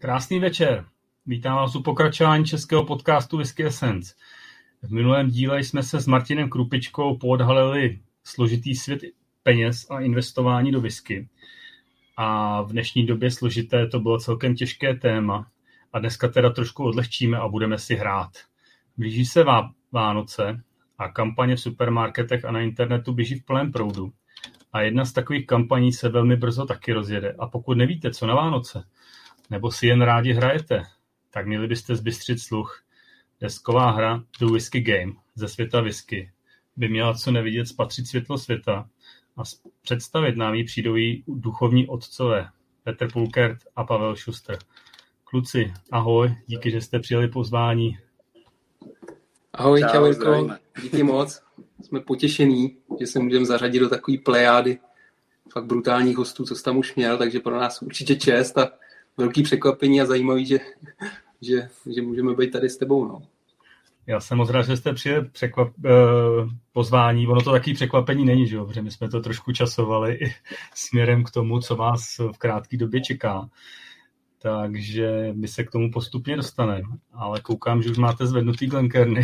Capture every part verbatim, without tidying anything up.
Krásný večer. Vítám vás u pokračování českého podcastu Whisky Essence. V minulém díle jsme se s Martinem Krupičkou poodhalili složitý svět peněz a investování do whisky. A v dnešní době složité to bylo celkem těžké téma. A dneska teda trošku odlehčíme a budeme si hrát. Blíží se Vánoce a kampaně v supermarketech a na internetu běží v plném proudu. A jedna z takových kampaní se velmi brzo taky rozjede. A pokud nevíte, co na Vánoce, nebo si jen rádi hrajete, tak měli byste zbystřit sluch. Desková hra The Whisky Game ze světa whisky by měla co nevidět spatřit světlo světa a představit nám ji přijdou jí duchovní otcové Petr Pulkert a Pavel Šustr. Kluci, ahoj, díky, že jste přijeli pozvání. Ahoj, čau, Jirko, díky moc. Jsme potěšení, že se můžeme zařadit do takové plejády fakt brutálních hostů, co jsi tam už měl, takže pro nás určitě čest a velký překvapení a zajímavý, že, že, že můžeme být tady s tebou. No. Já jsem moc rád, že jste přijeli překvap, eh, pozvání. Ono to taky překvapení není, že jo? Protože my jsme to trošku časovali i směrem k tomu, co vás v krátké době čeká. Takže my se k tomu postupně dostaneme. Ale koukám, že už máte zvednutý Glencairny.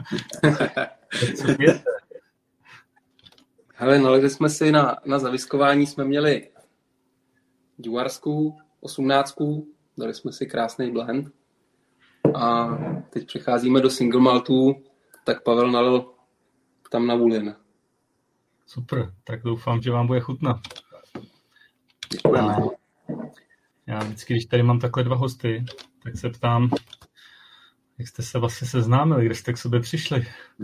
Co pijete? Hele, nalili jsme si na, na zaviskování, jsme měli Djuarskou osmnáctku, dali jsme si krásný blend a teď přecházíme do single maltů, tak Pavel nalil tam na Wulin. Super, tak doufám, že vám bude chutnat. Děkujeme. A já vždycky, když tady mám takhle dva hosty, tak se ptám, jak jste se vlastně seznámili, kde jste k sobě přišli?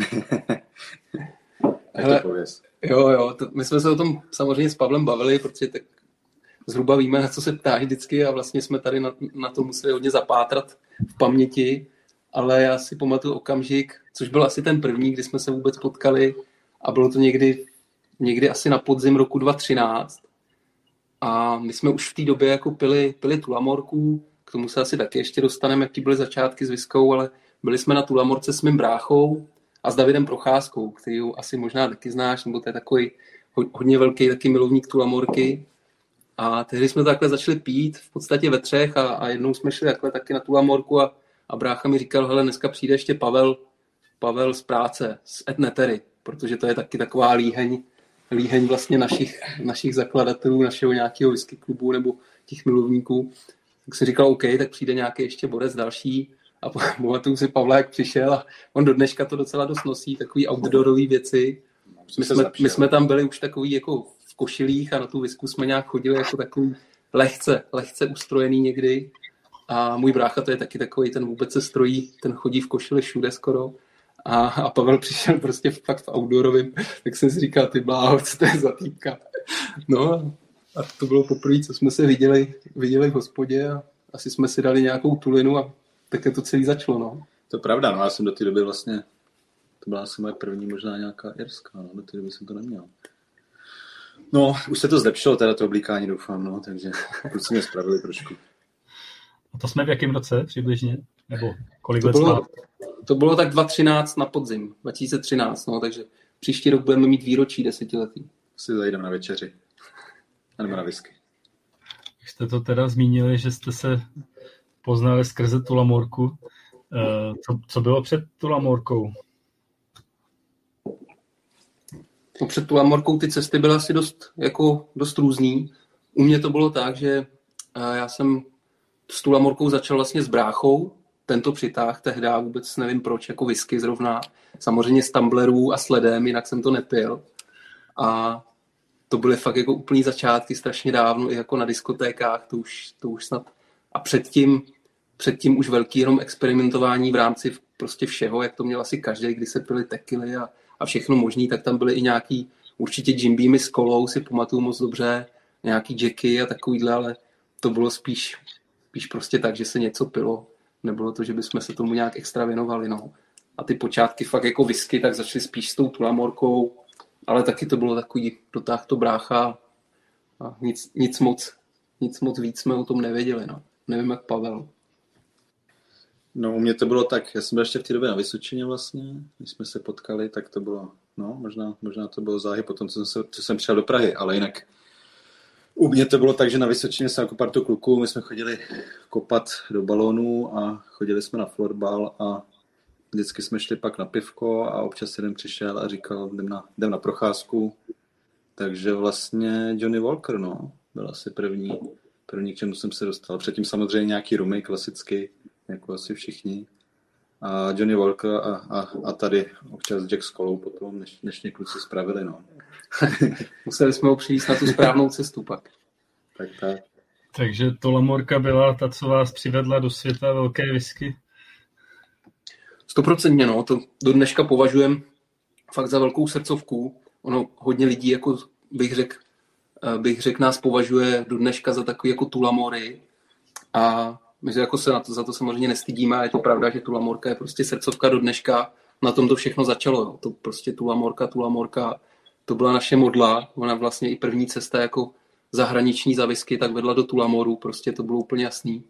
Hele, jo, jo, to, my jsme se o tom samozřejmě s Pavlem bavili, protože tak zhruba víme, na co se ptáš vždycky a vlastně jsme tady na, na to museli hodně zapátrat v paměti, ale já si pamatuju okamžik, což byl asi ten první, kdy jsme se vůbec potkali a bylo to někdy, někdy asi na podzim roku dva tisíce třináct a my jsme už v té době jako pili, pili Tulamorku, k tomu se asi taky ještě dostaneme, jaký byly začátky s whiskou, ale byli jsme na Tulamorce s mým bráchou a s Davidem Procházkou, který asi možná taky znáš, nebo to je takový hodně velký taky milovník Tulamorky. A tehdy jsme to takhle začali pít v podstatě ve třech a, a jednou jsme šli takhle taky na Tulamorku a, a brácha mi říkal, hele, dneska přijde ještě Pavel, Pavel z práce, z Etnetery, protože to je taky taková líheň, líheň vlastně našich, našich zakladatelů, našeho nějakého whisky klubu nebo těch milovníků. Tak si říkal, OK, tak přijde nějaký ještě borec další a pamatuju si Pavla, jak přišel a on do dneška to docela dost nosí, takový outdoorový věci. My jsme, my jsme tam byli už takový jako v košilích a na tu whisku jsme nějak chodili jako takový lehce, lehce ustrojený někdy. A můj brácha to je taky takový, ten vůbec se strojí, ten chodí v košili všude skoro. A, a Pavel přišel prostě fakt v outdoorovým, tak jsem si říkal, ty bláho, co to je za týpka. No a to bylo poprvé, co jsme se viděli, viděli v hospodě a asi jsme si dali nějakou tulinu a také to celý začalo, no. To je pravda, no já jsem do té doby vlastně, to byla asi moje první možná nějaká irská, no do té doby jsem to neměl. No, už se to zlepšilo, teda to oblíkání doufám, no, takže kluci mě spravili trošku. A to jsme v jakém roce přibližně? Nebo kolik to let bylo, zpátky? To bylo tak dva tisíce třináct na podzim, dva tisíce třináct, no, takže příští rok budeme mít výročí desetiletí. Si zajdeme na večeři. A nebo na whisky. Když jste to teda zmínili, že jste se poznali skrze Tulamorku. Co, co bylo před Tulamorkou? No, před Tulamorkou ty cesty byly asi dost, jako, dost různý. U mě to bylo tak, že já jsem s Tulamorkou začal vlastně s bráchou. Tento přitáh tehdy, vůbec nevím proč, jako whisky zrovna. Samozřejmě z tumblerů a s ledem, jinak jsem to nepil. A to byly fakt jako úplný začátky, strašně dávno, i jako na diskotékách, to už, to už snad. A předtím, předtím už velký jenom experimentování v rámci prostě všeho, jak to měl asi každý, kdy se pili tekily a, a všechno možný, tak tam byly i nějaký určitě Jim Beamy s kolou, si pamatuju moc dobře, nějaký Jacky a takovýhle, ale to bylo spíš, spíš prostě tak, že se něco pilo. Nebylo to, že bychom se tomu nějak extra věnovali, no. A ty počátky fakt jako whisky, tak začaly spíš s tou Tulamorkou, ale taky to bylo takový, dotáh to brácha a nic, nic moc, nic moc víc jsme o tom nevěděli, no. Nevím, jak Pavel. No, u mě to bylo tak, já jsem byl ještě v té době na Vysočině vlastně, když jsme se potkali, tak to bylo, no, možná, možná to bylo záhy potom, co jsem, se, co jsem přijel do Prahy, ale jinak U mě to bylo tak, že na Vysočině jsem jako partu kluků, my jsme chodili kopat do balónů a chodili jsme na florbal a vždycky jsme šli pak na pivko a občas jeden přišel a říkal, jdem na, jdem na procházku. Takže vlastně Johnny Walker, no, byl asi první, první, k čemu jsem se dostal. Předtím samozřejmě nějaký rumy klasicky, jako asi všichni. A Johnny Walker a, a, a tady občas Jack Skolou potom, než, než mě kluci spravili, no. Museli jsme ho přijít na tu správnou cestu pak. Tak, tak. Takže Tulamorka byla ta, co vás přivedla do světa velké whisky? Stoprocentně, no. To do dneška považujem fakt za velkou srdcovku. Ono hodně lidí, jako bych řekl, bych řekl, nás považuje do dneška za takový jako Tulamory. A my jako se na to, za to samozřejmě nestydíme a je to pravda, že Tulamorka je prostě srdcovka do dneška. Na tom to všechno začalo. Jo. To prostě Tulamorka, Tulamorka, to byla naše modla. Ona vlastně i první cesta jako zahraniční za whisky, tak vedla do Tulamoru. Prostě to bylo úplně jasný.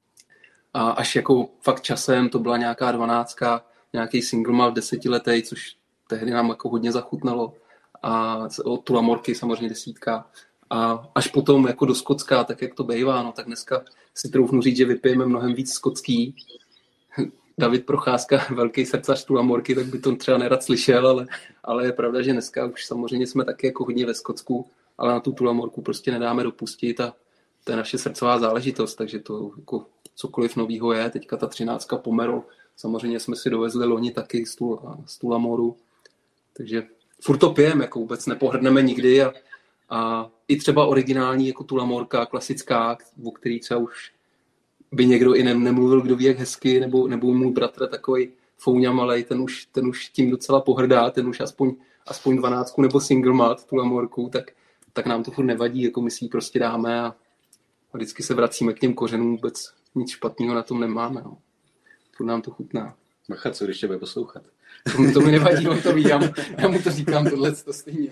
A až jako fakt časem to byla nějaká dvanáctka, nějaký single malt desetiletý, což tehdy nám jako hodně zachutnalo. A od Tulamorky samozřejmě desítka. A až potom jako do Skotska, tak jak to bývá, no, tak dneska si troufnu říct, že vypijeme mnohem víc skotský. David Procházka, velký srdcař Tulamorky, tak by to třeba nerad slyšel, ale, ale je pravda, že dneska už samozřejmě jsme taky jako hodně ve Skotsku, ale na tu Tulamorku prostě nedáme dopustit a to je naše srdcová záležitost, takže to jako cokoliv novýho je. Teďka ta třináctka Pomerol, samozřejmě jsme si dovezli loni taky z, tu, z Tulamoru, takže furt to pijeme, jako vůbec nepohrdneme nikdy a, a i třeba originální jako Tulamorka, klasická, o který třeba už by někdo i nemluvil, kdo ví jak hezky, nebo, nebo můj bratr takovej Fouňa malej, ten už, ten už tím docela pohrdá, ten už aspoň, aspoň dvanáctku nebo single malt Tulamorku, tak, tak nám to furt nevadí, jako my si ji prostě dáme a, a vždycky se vracíme k těm kořenům, vůbec nic špatného na tom nemáme. No. Furt nám to chutná. Bacha, co když tě bude poslouchat? To, to mi nevadí, on to ví, já, já mu to říkám tohle to stejně.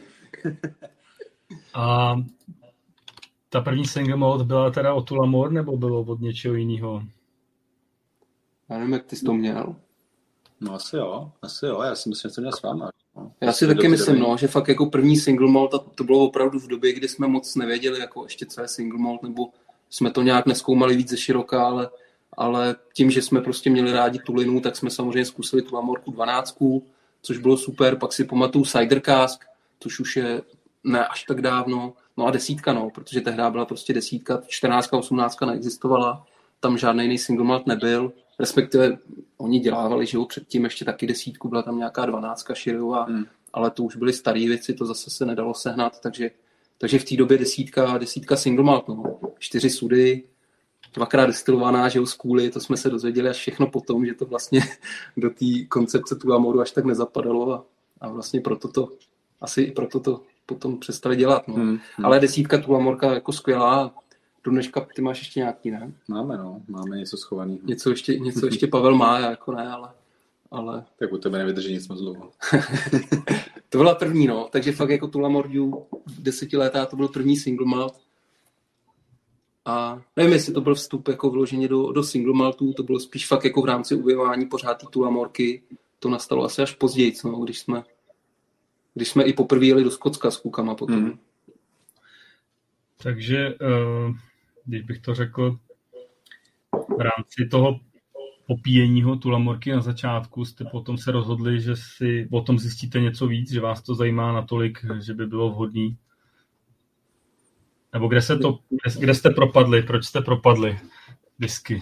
A ta první single malt byla teda od Tulamor, nebo bylo od něčeho jiného? Já nevím, jak ty jsi to měl. No asi jo, asi jo, já si myslím, že to měl s váma. No. Já si taky myslím, no, že fakt jako první single malt, a to bylo opravdu v době, kdy jsme moc nevěděli, jako ještě co je single malt, nebo jsme to nějak nezkoumali víc ze široka, ale, ale tím, že jsme prostě měli rádi Tulinu, tak jsme samozřejmě zkusili Tulamorku dvanáctku, což bylo super, pak si pamatuju Cider Cask, což už je ne až tak dávno, no a desítka, no, protože tehdy byla prostě desítka, čtrnáctka, osmnáctka neexistovala, tam žádný jiný single malt nebyl, respektive oni dělávali, že jo, předtím ještě taky desítku, byla tam nějaká dvanáctka Shiryová, hmm. ale to už byly staré věci, to zase se nedalo sehnat, takže, takže v té době desítka, desítka single malt, no, čtyři sudy, dvakrát destilovaná, že jo, z kůly, to jsme se dozvěděli až všechno potom, že to vlastně do té koncepce Tulamoru až tak nezapadalo a, a vlastně proto to, asi i proto to potom přestali dělat, no. Hmm, hmm. Ale desítka Tulamorka jako skvělá. Do dneška ty máš ještě nějaký, ne? Máme, no. Máme něco schovaného. Něco ještě, něco ještě Pavel má, já jako ne, ale... ale... Tak u tebe nevydrží nic moc dlouho. To byla první, no. Takže fakt jako Tulamor Dew desetiletá, to byl první single malt. A nevím, jestli to byl vstup jako vloženě do, do single maltů, to bylo spíš fakt jako v rámci objevování pořád té Tulamorky. To nastalo asi až později, no, když jsme když jsme i poprvé jeli do Skotska s klukama potom. Hmm. Takže, když bych to řekl, v rámci toho popíjeního Tulamorky na začátku jste potom se rozhodli, že si o tom zjistíte něco víc, že vás to zajímá natolik, že by bylo vhodný. Nebo kde, se to, kde, kde jste propadli? Proč jste propadli whisky?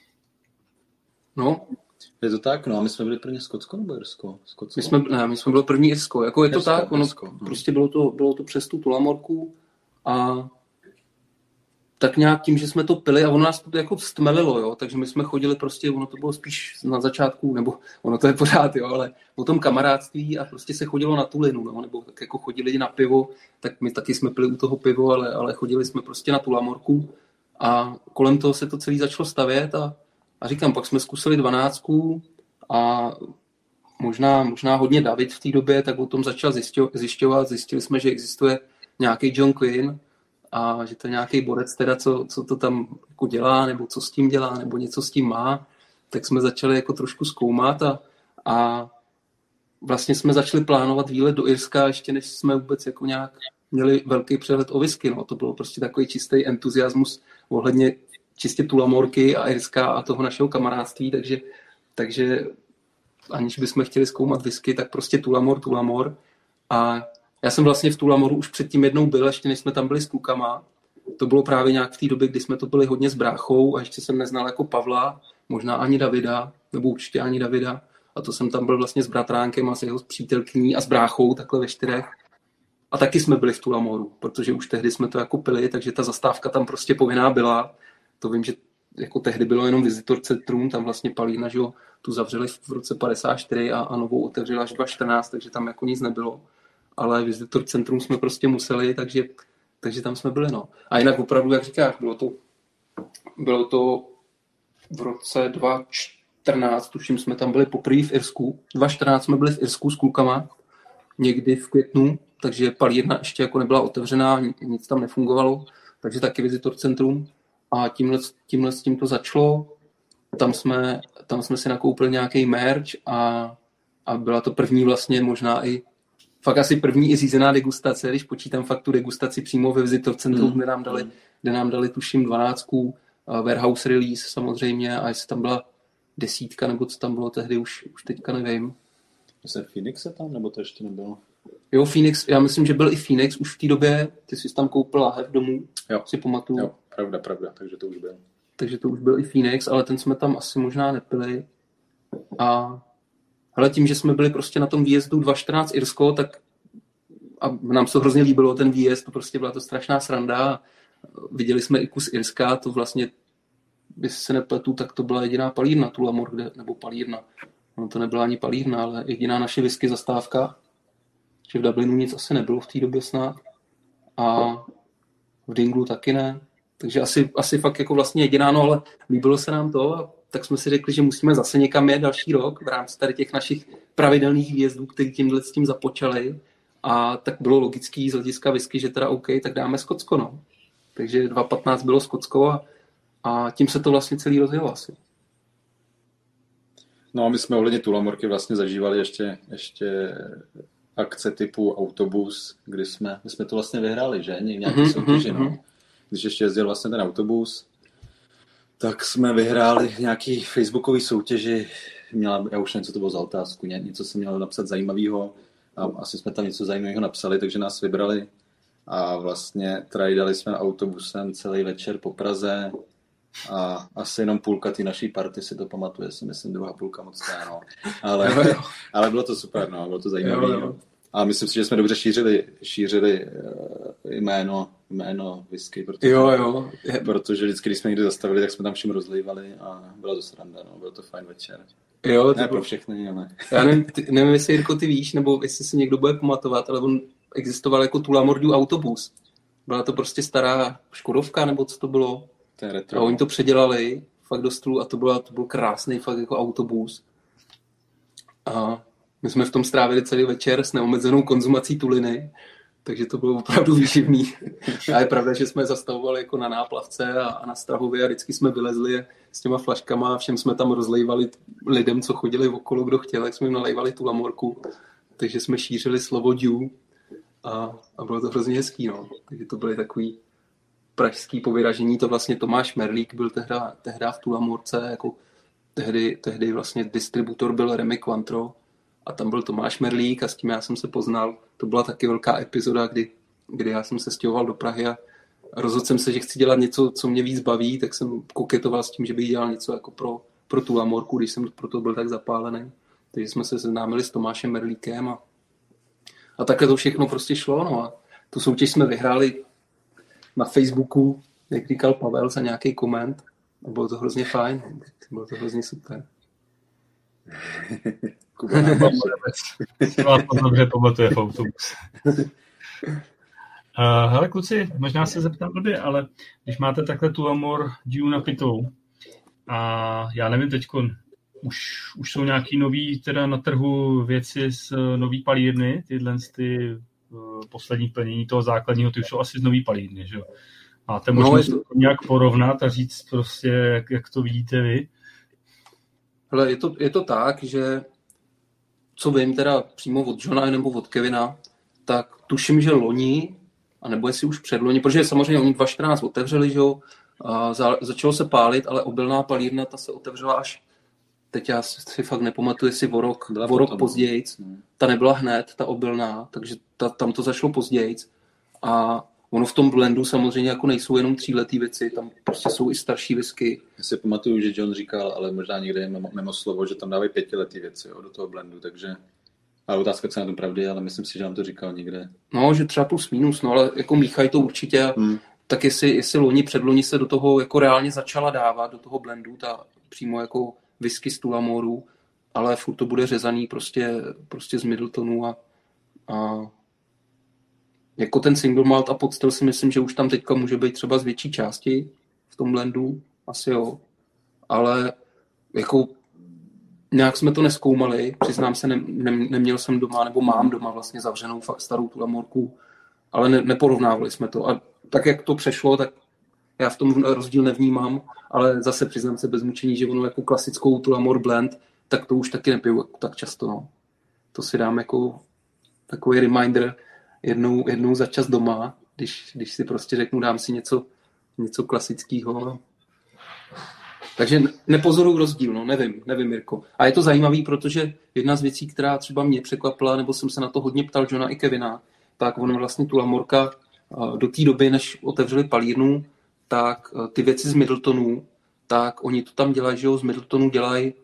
No, je to tak, no a my jsme byli první Skotsko nebo Irsko? Skotsko? My jsme, ne, my jsme byli první Irsko. Jako je to Irsko, tak, ono Irsko. prostě bylo to, bylo to přes tu Tulamorku a tak nějak tím, že jsme to pili a ono nás to jako stmelilo, jo, takže my jsme chodili prostě, ono to bylo spíš na začátku, nebo ono to je pořád, jo, ale o tom kamarádství a prostě se chodilo na Tulinu, no, nebo tak jako chodili na pivo, tak my taky jsme pili u toho pivo, ale, ale chodili jsme prostě na Tulamorku a kolem toho se to celý začalo stavět a, a říkám, pak jsme zkusili dvanáctku a možná, možná hodně David v té době, tak o tom začal zjišťovat, zjistili jsme, že existuje nějaký John Quinn, a že to je nějaký borec teda, co, co to tam jako dělá, nebo co s tím dělá, nebo něco s tím má, tak jsme začali jako trošku zkoumat a, a vlastně jsme začali plánovat výlet do Irska, ještě než jsme vůbec jako nějak měli velký přehled o whisky. No. To bylo prostě takový čistý entuziasmus ohledně čistě Tulamorky a Irska a toho našeho kamarádství, takže, takže aniž bychom chtěli zkoumat whisky, tak prostě Tulamor, Tulamor. A já jsem vlastně v Tulamoru už předtím jednou byl, ještě než jsme tam byli s klukama. To bylo právě nějak v té době, kdy jsme to byli hodně s bráchou a ještě jsem neznal jako Pavla, možná ani Davida, nebo určitě ani Davida. A to jsem tam byl vlastně s bratránkem a s jeho přítelkyní a s bráchou, takhle ve čtyřech. A taky jsme byli v Tulamoru, protože už tehdy jsme to jako pili, takže ta zastávka tam prostě povinná byla. To vím, že jako tehdy bylo jenom Visitor Centrum, tam vlastně Palírna, že jo, tu zavřeli v roce padesát čtyři a, a novou otevřela až dva tisíce čtrnáct, takže tam jako nic nebylo. Ale Visitor Centrum jsme prostě museli, takže, takže tam jsme byli, no. A jinak opravdu, jak říkáš, bylo to, bylo to v roce dva tisíce čtrnáct, tuším, jsme tam byli poprvé v Irsku. dva tisíce čtrnáct jsme byli v Irsku s klukama, někdy v květnu, takže palírna ještě jako nebyla otevřená, nic tam nefungovalo, takže taky Visitor Centrum. A tímhle, tímhle s tím to začalo. Tam jsme, tam jsme si nakoupili nějaký merch a, a byla to první vlastně možná i fakt asi první i řízená degustace, když počítám fakt tu degustaci přímo ve Visitor Centru, mm. kde nám dali, kde nám dali tuším dvanáctku, warehouse release samozřejmě a jestli tam byla desítka, nebo co tam bylo tehdy, už, už teďka nevím. Myslím, Phoenix je tam, nebo to ještě nebylo? Jo, Phoenix, já myslím, že byl i Phoenix už v té době, ty jsi tam koupil lahev domů, jo. Si pamatuju. Jo, pravda, pravda, takže to už byl. Takže to už byl i Phoenix, ale ten jsme tam asi možná nepili. A hele, tím, že jsme byli prostě na tom výjezdu dva tisíce čtrnáct Irsko, tak a nám se to hrozně líbilo, ten výjezd, to prostě byla to strašná sranda. Viděli jsme i kus Irska, to vlastně, když se nepletu, tak to byla jediná palírna Tulamor, kde, nebo palírna. No to nebyla ani palírna, ale jediná naše whisky zastávka. Že v Dublinu nic asi nebylo v té době snad. A v Dinglu taky ne. Takže asi, asi fakt jako vlastně jediná, no ale líbilo se nám to a tak jsme si řekli, že musíme zase někam jet další rok v rámci tady těch našich pravidelných výjezdů, který tímhle s tím započali. A tak bylo logický z hlediska whisky, že teda OK, tak dáme Skotsko, no. Takže dva tisíce patnáct bylo Skotsko a, a tím se to vlastně celý rozjelo asi. No a my jsme ohledně Tulamorky vlastně zažívali ještě, ještě akce typu autobus, kdy jsme, my jsme to vlastně vyhráli, že? Nějaký mm-hmm, soutěži, mm-hmm. no. Když ještě jezdil vlastně ten autobus, tak jsme vyhráli nějaký facebookový soutěži, měla, já už nevím, co to bylo za otázku, něco jsem měl napsat zajímavého a asi jsme tam něco zajímavého napsali, takže nás vybrali a vlastně trajdali jsme autobusem celý večer po Praze a asi jenom půlka té naší party si to pamatuje, si myslím, druhá půlka moc ne, no. Ale, ale bylo to super, no, bylo to zajímavé. No. A myslím si, že jsme dobře šířili, šířili jméno, jméno whisky, protože, jo, jo. protože vždycky, když jsme někde zastavili, tak jsme tam všem rozlívali a bylo to sranda, no, bylo to fajn večer. Jo, ne pro všechny, ale... Já nevím, ty, nevím, jestli Jirko, ty víš, nebo jestli si někdo bude pamatovat, ale on existoval jako Tulamordu autobus. Byla to prostě stará Škodovka, nebo co to bylo? To je retro. A oni to předělali fakt do stůl a to, byla, to byl krásný fakt jako autobus. A my jsme v tom strávili celý večer s neomezenou konzumací tuliny, takže to bylo opravdu výživný. A je pravda, že jsme zastavovali jako na Náplavce a, a na Strahově a vždycky jsme vylezli s těma flaškama a všem jsme tam rozlejvali lidem, co chodili okolo, kdo chtěl, jak jsme jim nalejvali Tulamorku. Takže jsme šířili slovo Dew a, a bylo to hrozně hezký. No. Takže to byly takový pražský povyražení. To vlastně Tomáš Merlík byl tehda, tehda v Tulamorce, jako tehdy, tehdy vlastně distributor byl Remy Quantro. A tam byl Tomáš Merlík a s tím já jsem se poznal. To byla taky velká epizoda, kdy, kdy já jsem se stěhoval do Prahy a rozhodl jsem se, že chci dělat něco, co mě víc baví, tak jsem koketoval s tím, že bych dělal něco jako pro, pro Tulamorku, když jsem pro to byl tak zapálený. Takže jsme se seznámili s Tomášem Merlíkem a, a takhle to všechno prostě šlo. No a tu soutěž jsme vyhráli na Facebooku, jak říkal Pavel, za nějaký koment. A bylo to hrozně fajn, bylo to hrozně super. Kuba to dobře pamatuje v autobus. Uh, hele kluci, možná se zeptám blbě, ale když máte takhle Tulamor Dew napitou a já nevím teďko, už, už jsou nějaký nový teda na trhu věci z nový palírny, tyhle ty uh, poslední plnění toho základního, ty už jsou asi z nový palírny, že jo? Máte možnost no, to nějak porovnat a říct prostě, jak, jak to vidíte vy? Hele, je to, je to tak, že co vím teda přímo od Johna nebo od Kevina, tak tuším, že loni a nebo jestli už předloni, protože samozřejmě oni dva tisíce čtrnáct otevřeli, že jo, a za, začalo se pálit, ale obilná palírna ta se otevřela až, teď já si fakt nepamatuju, jestli o rok, o rok později, ta nebyla hned, ta obilná, takže ta, tam to začalo později a ono v tom blendu samozřejmě jako nejsou jenom tříletý věci, tam prostě jsou i starší whisky. Já si pamatuju, že John říkal, ale možná někde je mimo, mimo slovo, že tam dávají pětiletý věci, jo, do toho blendu, takže ale otázka, co na tom pravdy, ale myslím si, že nám to říkal někde. No, že třeba plus minus, no, ale jako míchají to určitě. Hmm. Tak jestli, jestli loni, předloni se do toho jako reálně začala dávat, do toho blendu, ta přímo jako whisky z Tullamoru, ale furt to bude řezaný prostě, prostě z Middletonu a, a jako ten single malt a podstyl si myslím, že už tam teďka může být třeba z větší části v tom blendu, asi jo, ale jako nějak jsme to nezkoumali, přiznám se, ne, ne, neměl jsem doma, nebo mám doma vlastně zavřenou fakt starou Tullamorku, ale ne, neporovnávali jsme to. A tak, jak to přešlo, tak já v tom rozdíl nevnímám, ale zase přiznám se bez mučení, že ono jako klasickou Tullamore blend, tak to už taky nepiju tak často. No. To si dám jako takový reminder jednou, jednou za čas doma, když, když si prostě řeknu, dám si něco, něco klasického. Takže nepozoruju rozdíl, no, nevím, nevím, Mirko. A je to zajímavý, protože jedna z věcí, která třeba mě překvapila, nebo jsem se na to hodně ptal Johna i Kevina, tak ono vlastně Tullamorka do té doby, než otevřeli palírnu, tak ty věci z Middletonu, tak oni to tam dělají, že jo, z Middletonu dělají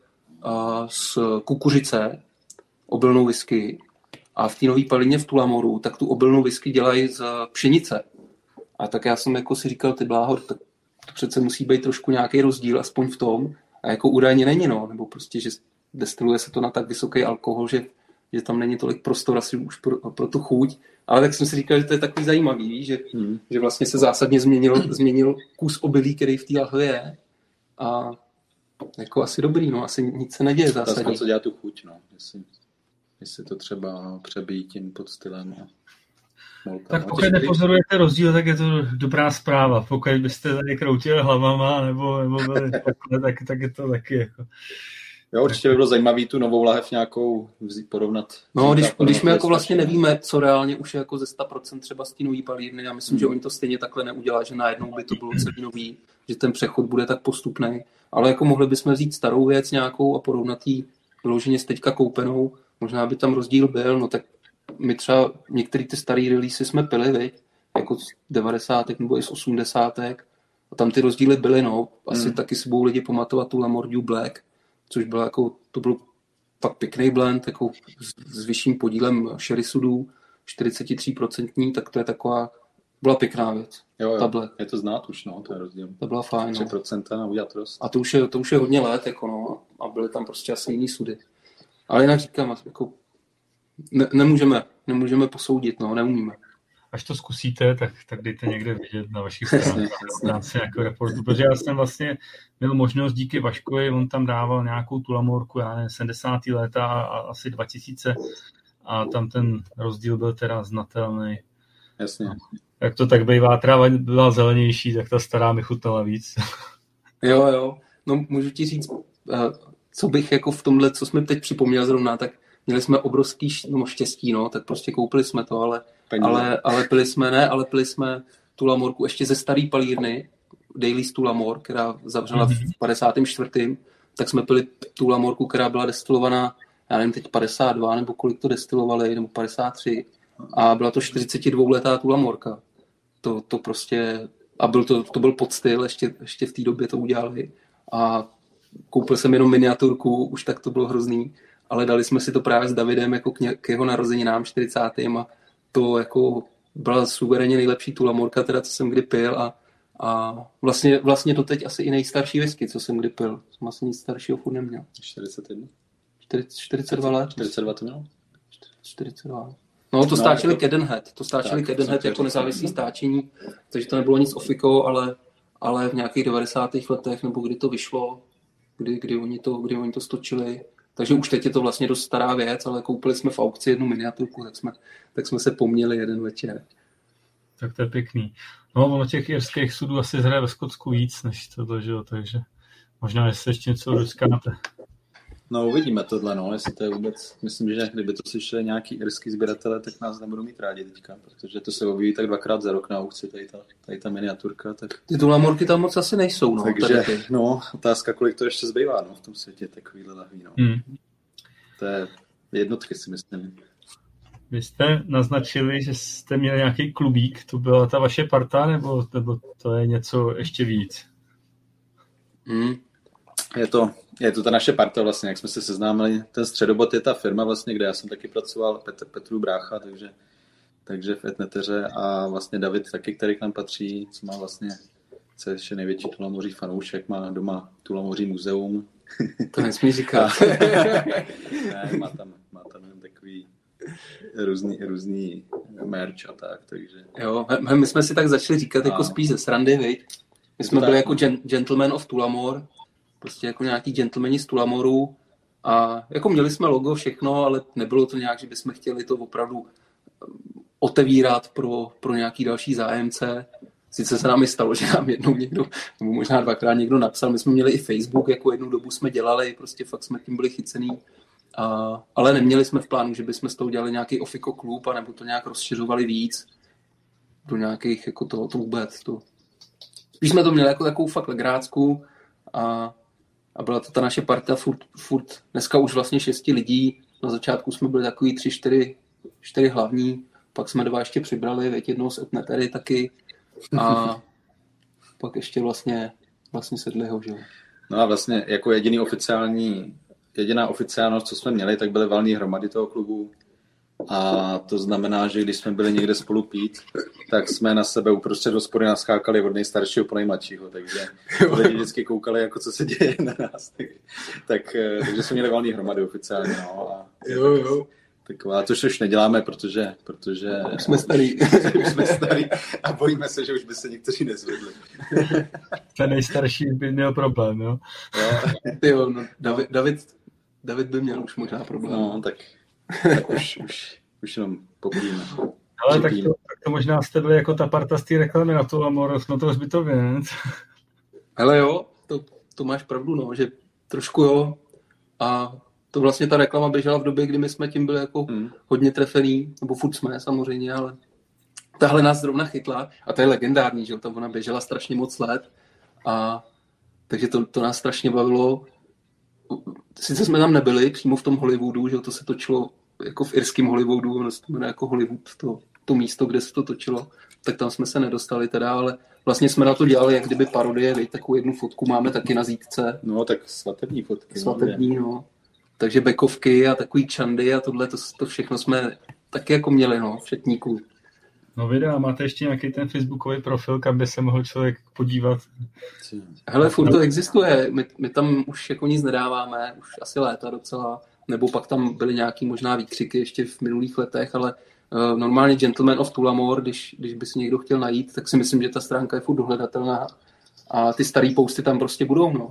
z kukuřice obilnou whisky a v té nový palírně v Tullamoru, tak tu obilnou whisky dělají z pšenice. A tak já jsem jako si říkal, ty bláho, tak to přece musí být trošku nějaký rozdíl, aspoň v tom, a jako údajně není, no, nebo prostě, že destiluje se to na tak vysoký alkohol, že, že tam není tolik prostor asi už pro, pro tu chuť, ale tak jsem si říkal, že to je takový zajímavý, že, hmm. že vlastně se zásadně změnil, změnil kus obilí, který v té lahvi je a jako asi dobrý, no, asi nic se neděje zásadně. To co dělá tu chuť, no, jestli, jestli to třeba přebíjí tím pod stylem a molka. Tak pokud nepozorujete rozdíl, tak je to dobrá zpráva. Pokud byste tady kroutili hlavama nebo, nebo byli takhle, tak, tak je to taky jako... Jo, určitě by bylo zajímavý tu novou lahev nějakou vzít, porovnat. No, když, když my jako vlastně nevíme, co reálně už je jako ze sto procent třeba z té nový palírny, já myslím, hmm. že oni to stejně takhle neudělá, že najednou by to bylo celý nový, že ten přechod bude tak postupný, ale jako mohli bychom vzít starou věc nějakou a porovnat jí vyloženě s teďka koupenou, možná by tam rozdíl byl, no tak my třeba některé ty staré releasy jsme pili, viď? Jako z devadesátek nebo i z osmdesátek a tam ty rozdíly byly, no, asi hmm. taky si budou lidi pamatovat tu Lamordiu Black, což bylo jako, to byl fakt pěkný blend, jako s, s vyšším podílem sherry sudů, čtyřicet tři procent, tak to je taková, byla pěkná věc. Jo, jo, Tablet. je to znát už, no, to je rozdíl. To byla fajn, tři procenta na udělat rost. A to už, je, to už je hodně let, jako no, a byly tam prostě asi jiný sudy. Ale jinak říkám, jako ne, nemůžeme, nemůžeme posoudit, no, neumíme. Až to zkusíte, tak, tak dejte někde vidět na vašich stránkách jako reportu, protože já jsem vlastně měl možnost díky Vaškovi, on tam dával nějakou Tullamorku, já nevím, sedmdesátá léta a asi dva tisíce a tam ten rozdíl byl teda znatelný. Jasně. Jak to tak bývá, tráva byla zelenější, tak ta stará mi chutnala víc. Jo, jo, no můžu ti říct, co bych jako v tomhle, co jsme teď připomněl zrovna, tak měli jsme obrovský no, štěstí, no, tak prostě koupili jsme to, ale, ale, ale pili jsme, ne, ale pili jsme Tullamorku ještě ze starý palírny, Daily's Tullamore, která zavřela mm-hmm. v padesátém čtvrtém tak jsme pili Tullamorku, která byla destilovaná, já nevím, teď padesát dva, nebo kolik to destilovali, nebo padesát tři, a byla to čtyřicetidvouletá Tullamorka. To, to prostě, a byl to, to byl podstyl, ještě, ještě v té době to udělali, a koupil jsem jenom miniaturku, už tak to bylo hrozný, ale dali jsme si to právě s Davidem jako k, ně, k jeho narozeninám čtyřicátým a to jako byla suverénně nejlepší Tullamorka, teda co jsem kdy pil a, a vlastně, vlastně to teď asi i nejstarší whisky, co jsem kdy pil. Jsem asi nic staršího furt neměl. čtyřicet jedna? čtyřicet dva let. čtyřicet dva to mělo? čtyřicet dva. No to stáčeli no, Cadenhead, to stáčeli Cadenhead jako nezávislý stáčení, takže to nebylo nic ofiko, ale, ale v nějakých devadesátých letech, nebo kdy to vyšlo, kdy, kdy, oni to, kdy oni to stočili. Takže už teď je to vlastně dost stará věc, ale koupili jsme v aukci jednu miniaturku, tak jsme, tak jsme se poměli jeden večer. Tak to je pěkný. No, ono těch irských sudů asi zhraje ve Skotsku víc než toto, že jo, takže možná, jestli ještě něco dočkáte. No uvidíme tohle, no, jestli to je vůbec, myslím, že kdyby to slyšeli nějaký irský sběratele, tak nás nebudou mít rádi teďka, protože to se objeví tak dvakrát za rok na aukci, tady ta, tady ta miniaturka, tak... Ty tulamorky tam moc asi nejsou, no. Takže, no, otázka, kolik to ještě zbývá, no, v tom světě takovýhle lahví, no. Hmm. To je jednotky, si myslím. Vy jste naznačili, že jste měli nějaký klubík, to byla ta vaše parta, nebo, nebo to je něco ještě víc? Hmm. Je to, je to ta naše parta vlastně, jak jsme se seznámili. Ten Středobot je ta firma vlastně, kde já jsem taky pracoval, Petr, Petru brácha, takže, takže v Etneteře a vlastně David taky, který k nám patří, co má vlastně, co je ještě největší Tulamoří fanoušek, má doma Tulamoří muzeum. To nesmí říkat. Ne, má tam, má tam jen takový různý, různý merch a tak, takže... Jo, my jsme si tak začali říkat a... jako spíš ze srandy, viď? My jsme byli jako gen, Gentleman of Tulamor, prostě jako nějaký gentlemani z Tulamoru a jako měli jsme logo, všechno, ale nebylo to nějak, že bychom chtěli to opravdu otevírat pro, pro nějaký další zájemce. Sice se nám i stalo, že nám jednou někdo, nebo možná dvakrát někdo napsal, my jsme měli i Facebook, jako jednu dobu jsme dělali, prostě fakt jsme tím byli chycený, a, ale neměli jsme v plánu, že bychom s toho dělali nějaký ofiko klub, a nebo to nějak rozšiřovali víc do nějakých, jako toho, to vůbec, to. Spíš jsme to měli jako takovou fakt legrácku a, a byla to ta naše parta furt, furt, dneska už vlastně šesti lidí, na začátku jsme byli takový tři, čtyři, čtyři hlavní, pak jsme dva ještě přibrali, věď jednoho z Etnetery taky a pak ještě vlastně, vlastně Sedliho, že jo. No a vlastně jako jediný oficiální, jediná oficiálnost, co jsme měli, tak byly valné hromady toho klubu. A to znamená, že když jsme byli někde spolu pít, tak jsme na sebe uprostřed hospody naskákali od nejstaršího po nejmladšího, takže lidi vždycky koukali, jako co se děje na nás. Tak, tak, takže jsme měli valný hromady oficiálně. No, a jo, jo. Taková, to už neděláme, protože, protože už jsme starý. už jsme starý a bojíme se, že už by se někteří nezvedli. Ten nejstarší by měl problém, jo? jo no, David, David, David by měl už možná problém. No, tak, tak už, už, už jenom popíme. Ale tak to, tak to možná jste byli jako ta parta z té reklamy na Tulamor, jsme to zbytově, ne? Hele jo, to, to máš pravdu, no, že trošku jo. A to vlastně ta reklama běžela v době, kdy my jsme tím byli jako hmm. hodně trefený, nebo furt jsme samozřejmě, ale tahle nás zrovna chytla a to je legendární, že jo, tam ona běžela strašně moc let a takže to, to nás strašně bavilo. Sice jsme tam nebyli přímo v tom Hollywoodu, že jo, to se točilo jako v irském Hollywoodu, ono se to jmenuje jako Hollywood, to, to místo, kde se to točilo, tak tam jsme se nedostali teda, ale vlastně jsme na to dělali jak kdyby parodie, viď, takovou jednu fotku máme taky na zítce. No tak svatební fotky. Svatební, no. no. Takže bekovky a takový čandy a tohle, to, to všechno jsme taky jako měli, no, v šatníku. No videa, máte ještě nějaký ten facebookový profil, kam by se mohl člověk podívat? Hele, furt to existuje, my, my tam už jako nic nedáváme, už asi léta docela, nebo pak tam byly nějaký možná výkřiky ještě v minulých letech, ale uh, normálně Gentleman of Tulamor, když, když by si někdo chtěl najít, tak si myslím, že ta stránka je furt dohledatelná a ty starý posty tam prostě budou, no.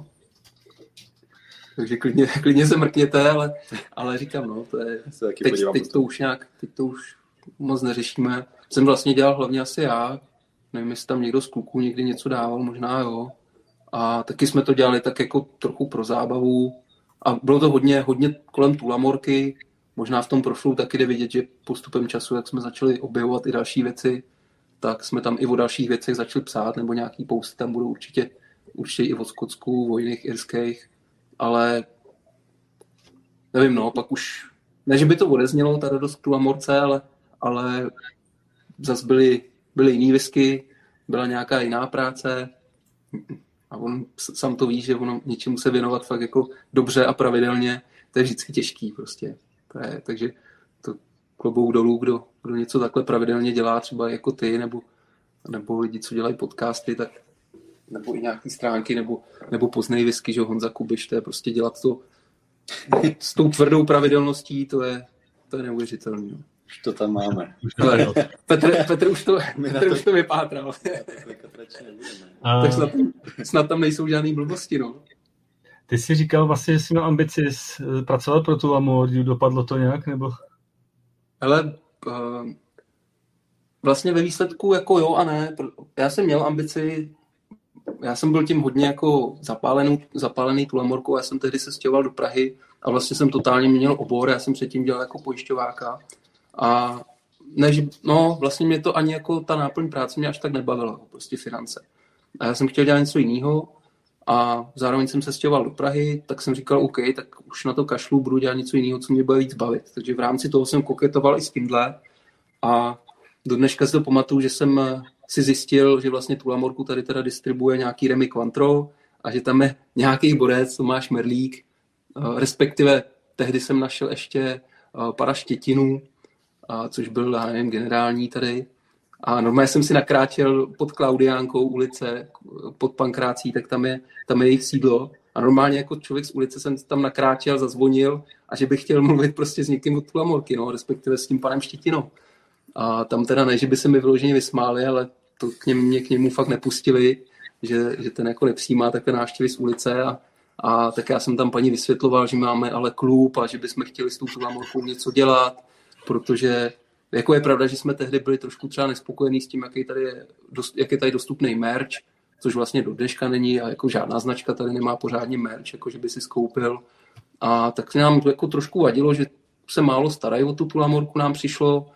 Takže klidně, klidně se mrkněte, ale, ale říkám, no, to je, teď, teď to už nějak, teď to už moc neřešíme. Jsem vlastně dělal hlavně asi já, nevím, jestli tam někdo z kluků někdy něco dával, možná jo. A taky jsme to dělali tak jako trochu pro zábavu a bylo to hodně, hodně kolem Tulamorky, možná v tom profilu taky jde vidět, že postupem času, jak jsme začali objevovat i další věci, tak jsme tam i o dalších věcech začali psát, nebo nějaký posty tam budou určitě, určitě i o Skotsku, o jiných irských. Ale nevím, no, pak už, ne, že by to odeznělo, ta radost k Tulamorce, ale, ale zase byly, byly jiný whisky, byla nějaká jiná práce a on sám to ví, že ono něčemu se věnovat fakt jako dobře a pravidelně, to je vždycky těžký prostě. To je, takže to klobouk dolů, kdo, kdo něco takhle pravidelně dělá, třeba jako ty, nebo, nebo lidi, co dělají podcasty, tak nebo i nějaký stránky, nebo, nebo poznej whisky, že Honza Kubiš, to je prostě dělat to s tou tvrdou pravidelností, to je, to je neuvěřitelné. No. Už to tam máme. Petr, Petr už to, Petr už to vypátral. Tak snad, snad tam nejsou žádný blbosti, no. Ty jsi říkal vlastně, že jsi měl ambici pracovat pro Tulamor, dopadlo to nějak, nebo? Hele, uh, vlastně ve výsledku jako jo a ne. Já jsem měl ambici. Já jsem byl tím hodně jako zapálený, zapálený Tulamorkou, já jsem tehdy se stěhoval do Prahy, a vlastně jsem totálně měnil obor, já jsem předtím dělal jako pojišťováka a než, no vlastně mě to ani jako ta náplň práce mě až tak nebavila, prostě finance. A já jsem chtěl dělat něco jiného a zároveň jsem se stěhoval do Prahy, tak jsem říkal, OK, tak už na to kašlu, budu dělat něco jiného, co mě bude víc bavit. Takže v rámci toho jsem koketoval i s tímhle a do dneška si to pamatuju, že jsem si zjistil, že vlastně tu Lamorku tady teda distribuje nějaký Remy Cointreau a že tam je nějaký borec, Tomáš Merlík, respektive tehdy jsem našel ještě pana Štětinu, což byl, já nevím, generální tady. A normálně jsem si nakráčel pod Klaudiánkou ulice, pod Pankrácí, tak tam je, tam je jejich sídlo. A normálně jako člověk z ulice jsem tam nakráčel, zazvonil a že bych chtěl mluvit prostě s někým od tu Lamorky, no, respektive s tím panem Štětinou. A tam teda ne, že by se mi vyloženě vysmáli, ale to k něm, mě k němu fakt nepustili, že, že ten jako nepřijímá takové návštěvy z ulice a, a tak já jsem tam paní vysvětloval, že máme ale klub a že bychom chtěli s tou Lamorkou něco dělat, protože jako je pravda, že jsme tehdy byli trošku třeba nespokojení s tím, jaký tady je, jak je tady dostupný merch, což vlastně do dneška není a jako žádná značka tady nemá pořádně merch, jako že by si skoupil. A tak se nám to jako trošku vadilo, že se málo starají o tu, tu Lamorku, nám přišlo.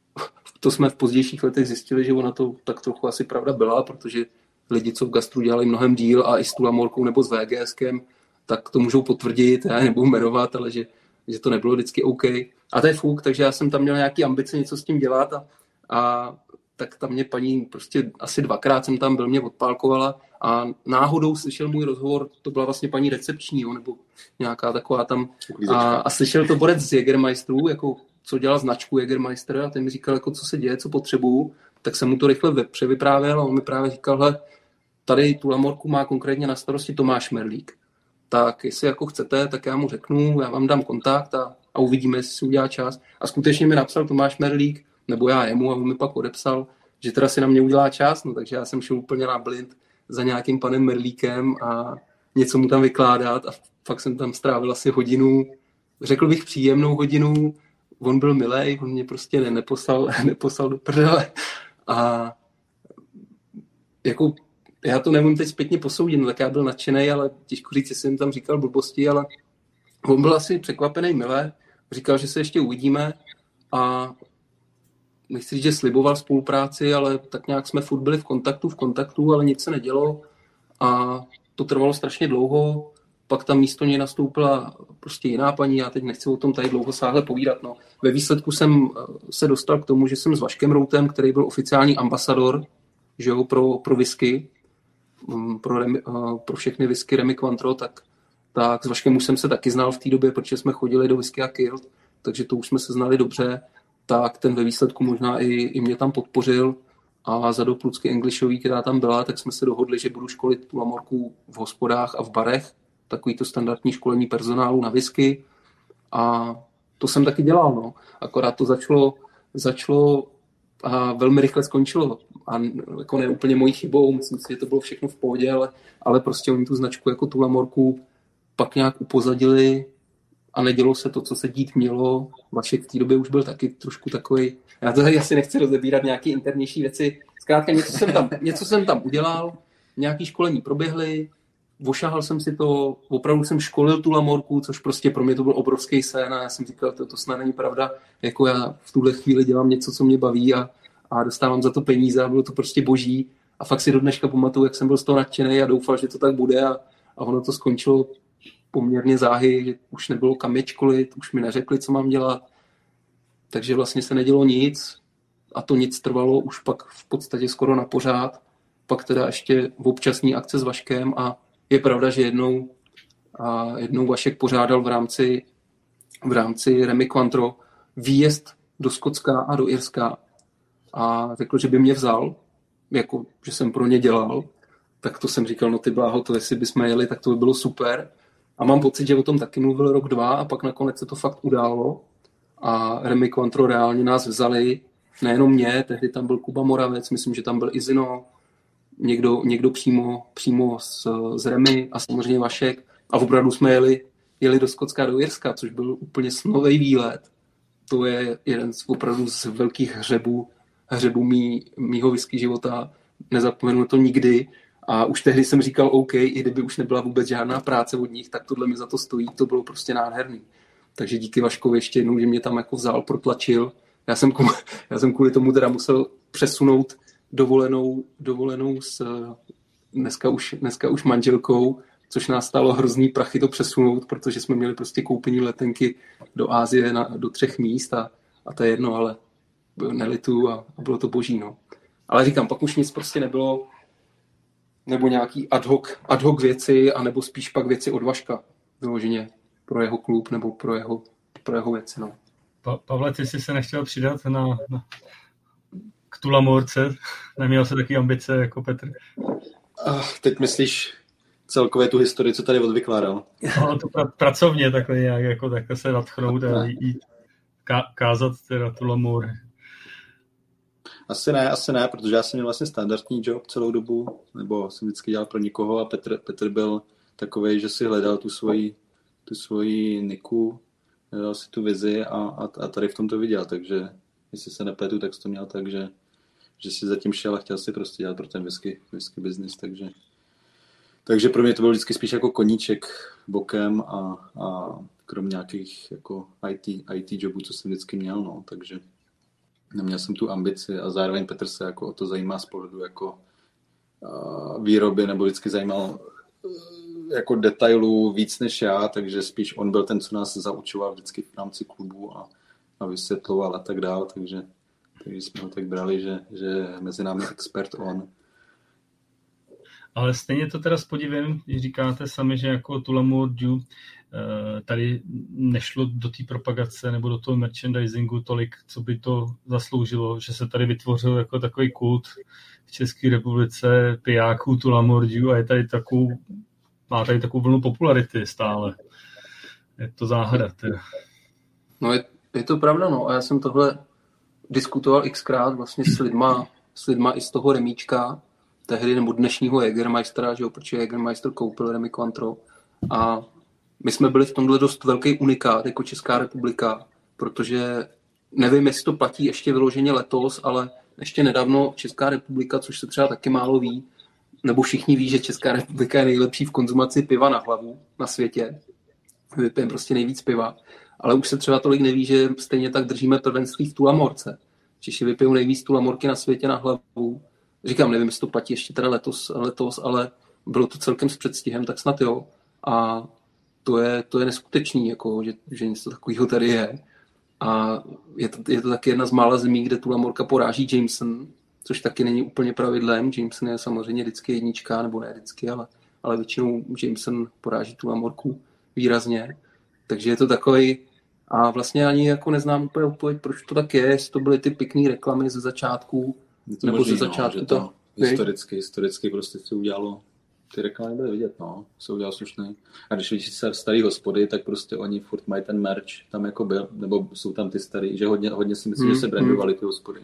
To jsme v pozdějších letech zjistili, že ona to tak trochu asi pravda byla, protože lidi, co v gastru dělali mnohem díl a i s tu Lamorkou nebo s VGSkem, tak to můžou potvrdit, já nebudu jmenovat, ale že, že to nebylo vždycky OK. A to je fuk, takže já jsem tam měl nějaký ambice něco s tím dělat a, a tak tam mě paní prostě asi dvakrát jsem tam byl, mě odpálkovala a náhodou slyšel můj rozhovor, to byla vlastně paní recepční, jo, nebo nějaká taková tam a, a slyšel to borec z Jägermeisterů, jako co dělal značku Jägermeister a ten mi říkal, jako co se děje, co potřebuju, tak jsem mu to rychle převyprávěl a on mi právě říkal, hele, tady tu Lamorku má konkrétně na starosti Tomáš Merlík. Tak jestli jako chcete, tak já mu řeknu, já vám dám kontakt a, a uvidíme, jestli si udělá čas. A skutečně mi napsal Tomáš Merlík, nebo já jemu, a on mi pak odepsal, že teda si na mě udělá čas, no takže já jsem šel úplně na blind za nějakým panem Merlíkem a něco mu tam vykládat a fakt jsem tam strávil asi hodinu, řekl bych příjemnou hodinu, on byl milej, on mě prostě ne, neposlal, neposlal do prdele a jako já to nemůžu teď zpětně posoudit, no tak já byl nadšenej, ale těžko říct, jestli jsem tam říkal blbosti, ale on byl asi překvapený milé, říkal, že se ještě uvidíme a nechci říct, že sliboval spolupráci, ale tak nějak jsme furt byli v kontaktu, v kontaktu, ale nic se nedělo a to trvalo strašně dlouho, pak tam místo něj nastoupila prostě jiná paní, já teď nechci o tom tady dlouho sáhle povídat. No. Ve výsledku jsem se dostal k tomu, že jsem s Vaškem Routem, který byl oficiální ambasador, že jo, pro, pro whisky, pro, Remy, pro všechny whisky Remy Cointreau, tak, tak s Vaškem už jsem se taky znal v té době, protože jsme chodili do Whisky a Kilt, takže to už jsme se znali dobře, tak ten ve výsledku možná i, i mě tam podpořil a za dob Lucky Englishový, která tam byla, tak jsme se dohodli, že budu školit tu Lamorku v hospodách a v barech, takový to standardní školení personálu na whisky a to jsem taky dělal, no. Akorát to začalo, začalo a velmi rychle skončilo a jako ne úplně mojí chybou, myslím si, že to bylo všechno v pohodě, ale, ale prostě oni tu značku jako tu Lamorku pak nějak upozadili a nedělo se to, co se dít mělo. Vašek v té době už byl taky trošku takovej, já to tady asi nechci rozebírat nějaké internější věci, zkrátka něco jsem tam, něco jsem tam udělal, nějaké školení proběhly, vošahal jsem si to, opravdu jsem školil tu Lamorku, což prostě pro mě to byl obrovský sen a já jsem říkal, to, to snad není pravda, jako já v tuhle chvíli dělám něco, co mě baví a, a dostávám za to peníze a bylo to prostě boží a fakt si do dneška pamatuju, jak jsem byl z toho nadšený a doufal, že to tak bude a, a ono to skončilo poměrně záhy, že už nebylo kam je školit, už mi neřekli, co mám dělat, takže vlastně se nedělo nic a to nic trvalo už pak v podstatě skoro na pořád, pak teda ještě občasní akce s Vaškem a je pravda, že jednou, a jednou Vašek pořádal v rámci, v rámci Remy Cointreau výjezd do Skotska a do Irska a řekl, že by mě vzal, jako, že jsem pro ně dělal, tak to jsem říkal, no ty bláho, to jestli bychom jeli, tak to by bylo super. A mám pocit, že o tom taky mluvil rok, dva a pak nakonec se to fakt událo a Remy Cointreau reálně nás vzali, nejenom mě, tehdy tam byl Kuba Moravec, myslím, že tam byl i Zino, Někdo, někdo přímo, přímo z, z Remy a samozřejmě Vašek. A opravdu jsme jeli, jeli do Skotska, do Irska, což byl úplně snový výlet. To je jeden z opravdu z velkých hřebů, hřebů mý, mýho whisky života. Nezapomenu to nikdy. A už tehdy jsem říkal, OK, i kdyby už nebyla vůbec žádná práce od nich, tak tohle mi za to stojí, to bylo prostě nádherný. Takže díky Vaškovi ještě jednou, že mě tam jako vzal, protlačil. Já jsem, kvůli, já jsem kvůli tomu teda musel přesunout dovolenou, dovolenou s dneska už, dneska už manželkou, což nás stálo hrozný prachy to přesunout, protože jsme měli prostě koupení letenky do Asie na, do třech míst a, a to je jedno, ale nelitu a, a bylo to boží, no. Ale říkám, pak už nic prostě nebylo, nebo nějaký ad hoc, ad hoc věci, anebo spíš pak věci od Vaška, vyloženě pro jeho klub nebo pro jeho, pro jeho věci, no. Pa, Pavle, ty jsi se nechtěl přidat na, na, k Tulamorce? Neměl se taky ambice jako Petr? Ach, teď myslíš celkově tu historii, co tady odvykládal? No, to pra, pracovně takhle nějak jako takhle se nadchnout a jít ká, kázat teda Tulamor. Asi ne, asi ne, protože já jsem měl vlastně standardní job celou dobu, nebo jsem vždycky dělal pro nikoho a Petr, Petr byl takovej, že si hledal tu svoji, tu svoji niku, hledal si tu vizi a, a, a tady v tom to viděl, takže jestli se nepletu, tak jsi to měl tak, že, že si zatím šel a chtěl si prostě dělat pro ten whisky, whisky business, takže takže pro mě to byl vždycky spíš jako koníček bokem a, a krom nějakých jako í té, í té jobů, co jsem vždycky měl, no, takže neměl jsem tu ambici a zároveň Petr se jako o to zajímá z pohledu jako uh, výroby, nebo vždycky zajímal uh, jako detailů víc než já, takže spíš on byl ten, co nás zaučoval vždycky v rámci klubu a, a vysvětloval a tak dál, takže, takže jsme ho tak brali, že, že mezi námi expert on. Ale stejně to teda s podivem, když říkáte sami, že jako Tullamore Dew tady nešlo do té propagace nebo do toho merchandisingu tolik, co by to zasloužilo, že se tady vytvořil jako takový kult v České republice pijáků Tullamore Dew a je tady takovou, má tady takovou vlnu popularity stále. Je to záhada teda. No je, je to pravda, no. A já jsem tohle diskutoval xkrát vlastně s lidma, s lidma i z toho remíčka, tehdy nebo dnešního Jägermeistera, že jo, protože Jägermeister koupil Remy Cointreau. A my jsme byli v tomhle dost velký unikát jako Česká republika, protože nevím, jestli to platí ještě vyloženě letos, ale ještě nedávno Česká republika, což se třeba taky málo ví, nebo všichni ví, že Česká republika je nejlepší v konzumaci piva na hlavu na světě. Vypijeme prostě nejvíc piva. Ale už se třeba tolik neví, že stejně tak držíme prvenství v Tullamorce. Češi vypijou nejvíc Tullamorky na světě na hlavu. Říkám, nevím, jestli to platí ještě teda letos, letos, ale bylo to celkem s předstihem, tak snad jo. A to je, to je neskutečný, jako, že, že něco takového tady je. A je to, je to taky jedna z mála zemí, kde Tullamorka poráží Jameson, což taky není úplně pravidlem. Jameson je samozřejmě vždycky jednička, nebo ne vždycky, ale, ale většinou Jameson poráží Tullamorku výrazně. Takže je to takový. A vlastně ani jako neznám úplně odpověď, proč to tak je, jestli to byly ty pěkný reklamy ze začátku, nebo možný, ze začátku. No, to, to historicky, historicky prostě se udělalo, ty reklamy byly vidět, no, se udělal slušný. A když vidíš se starý hospody, tak prostě oni furt mají ten merch, tam jako byl, nebo jsou tam ty starý, že hodně, hodně si myslím, hmm. že se brandovali ty hospody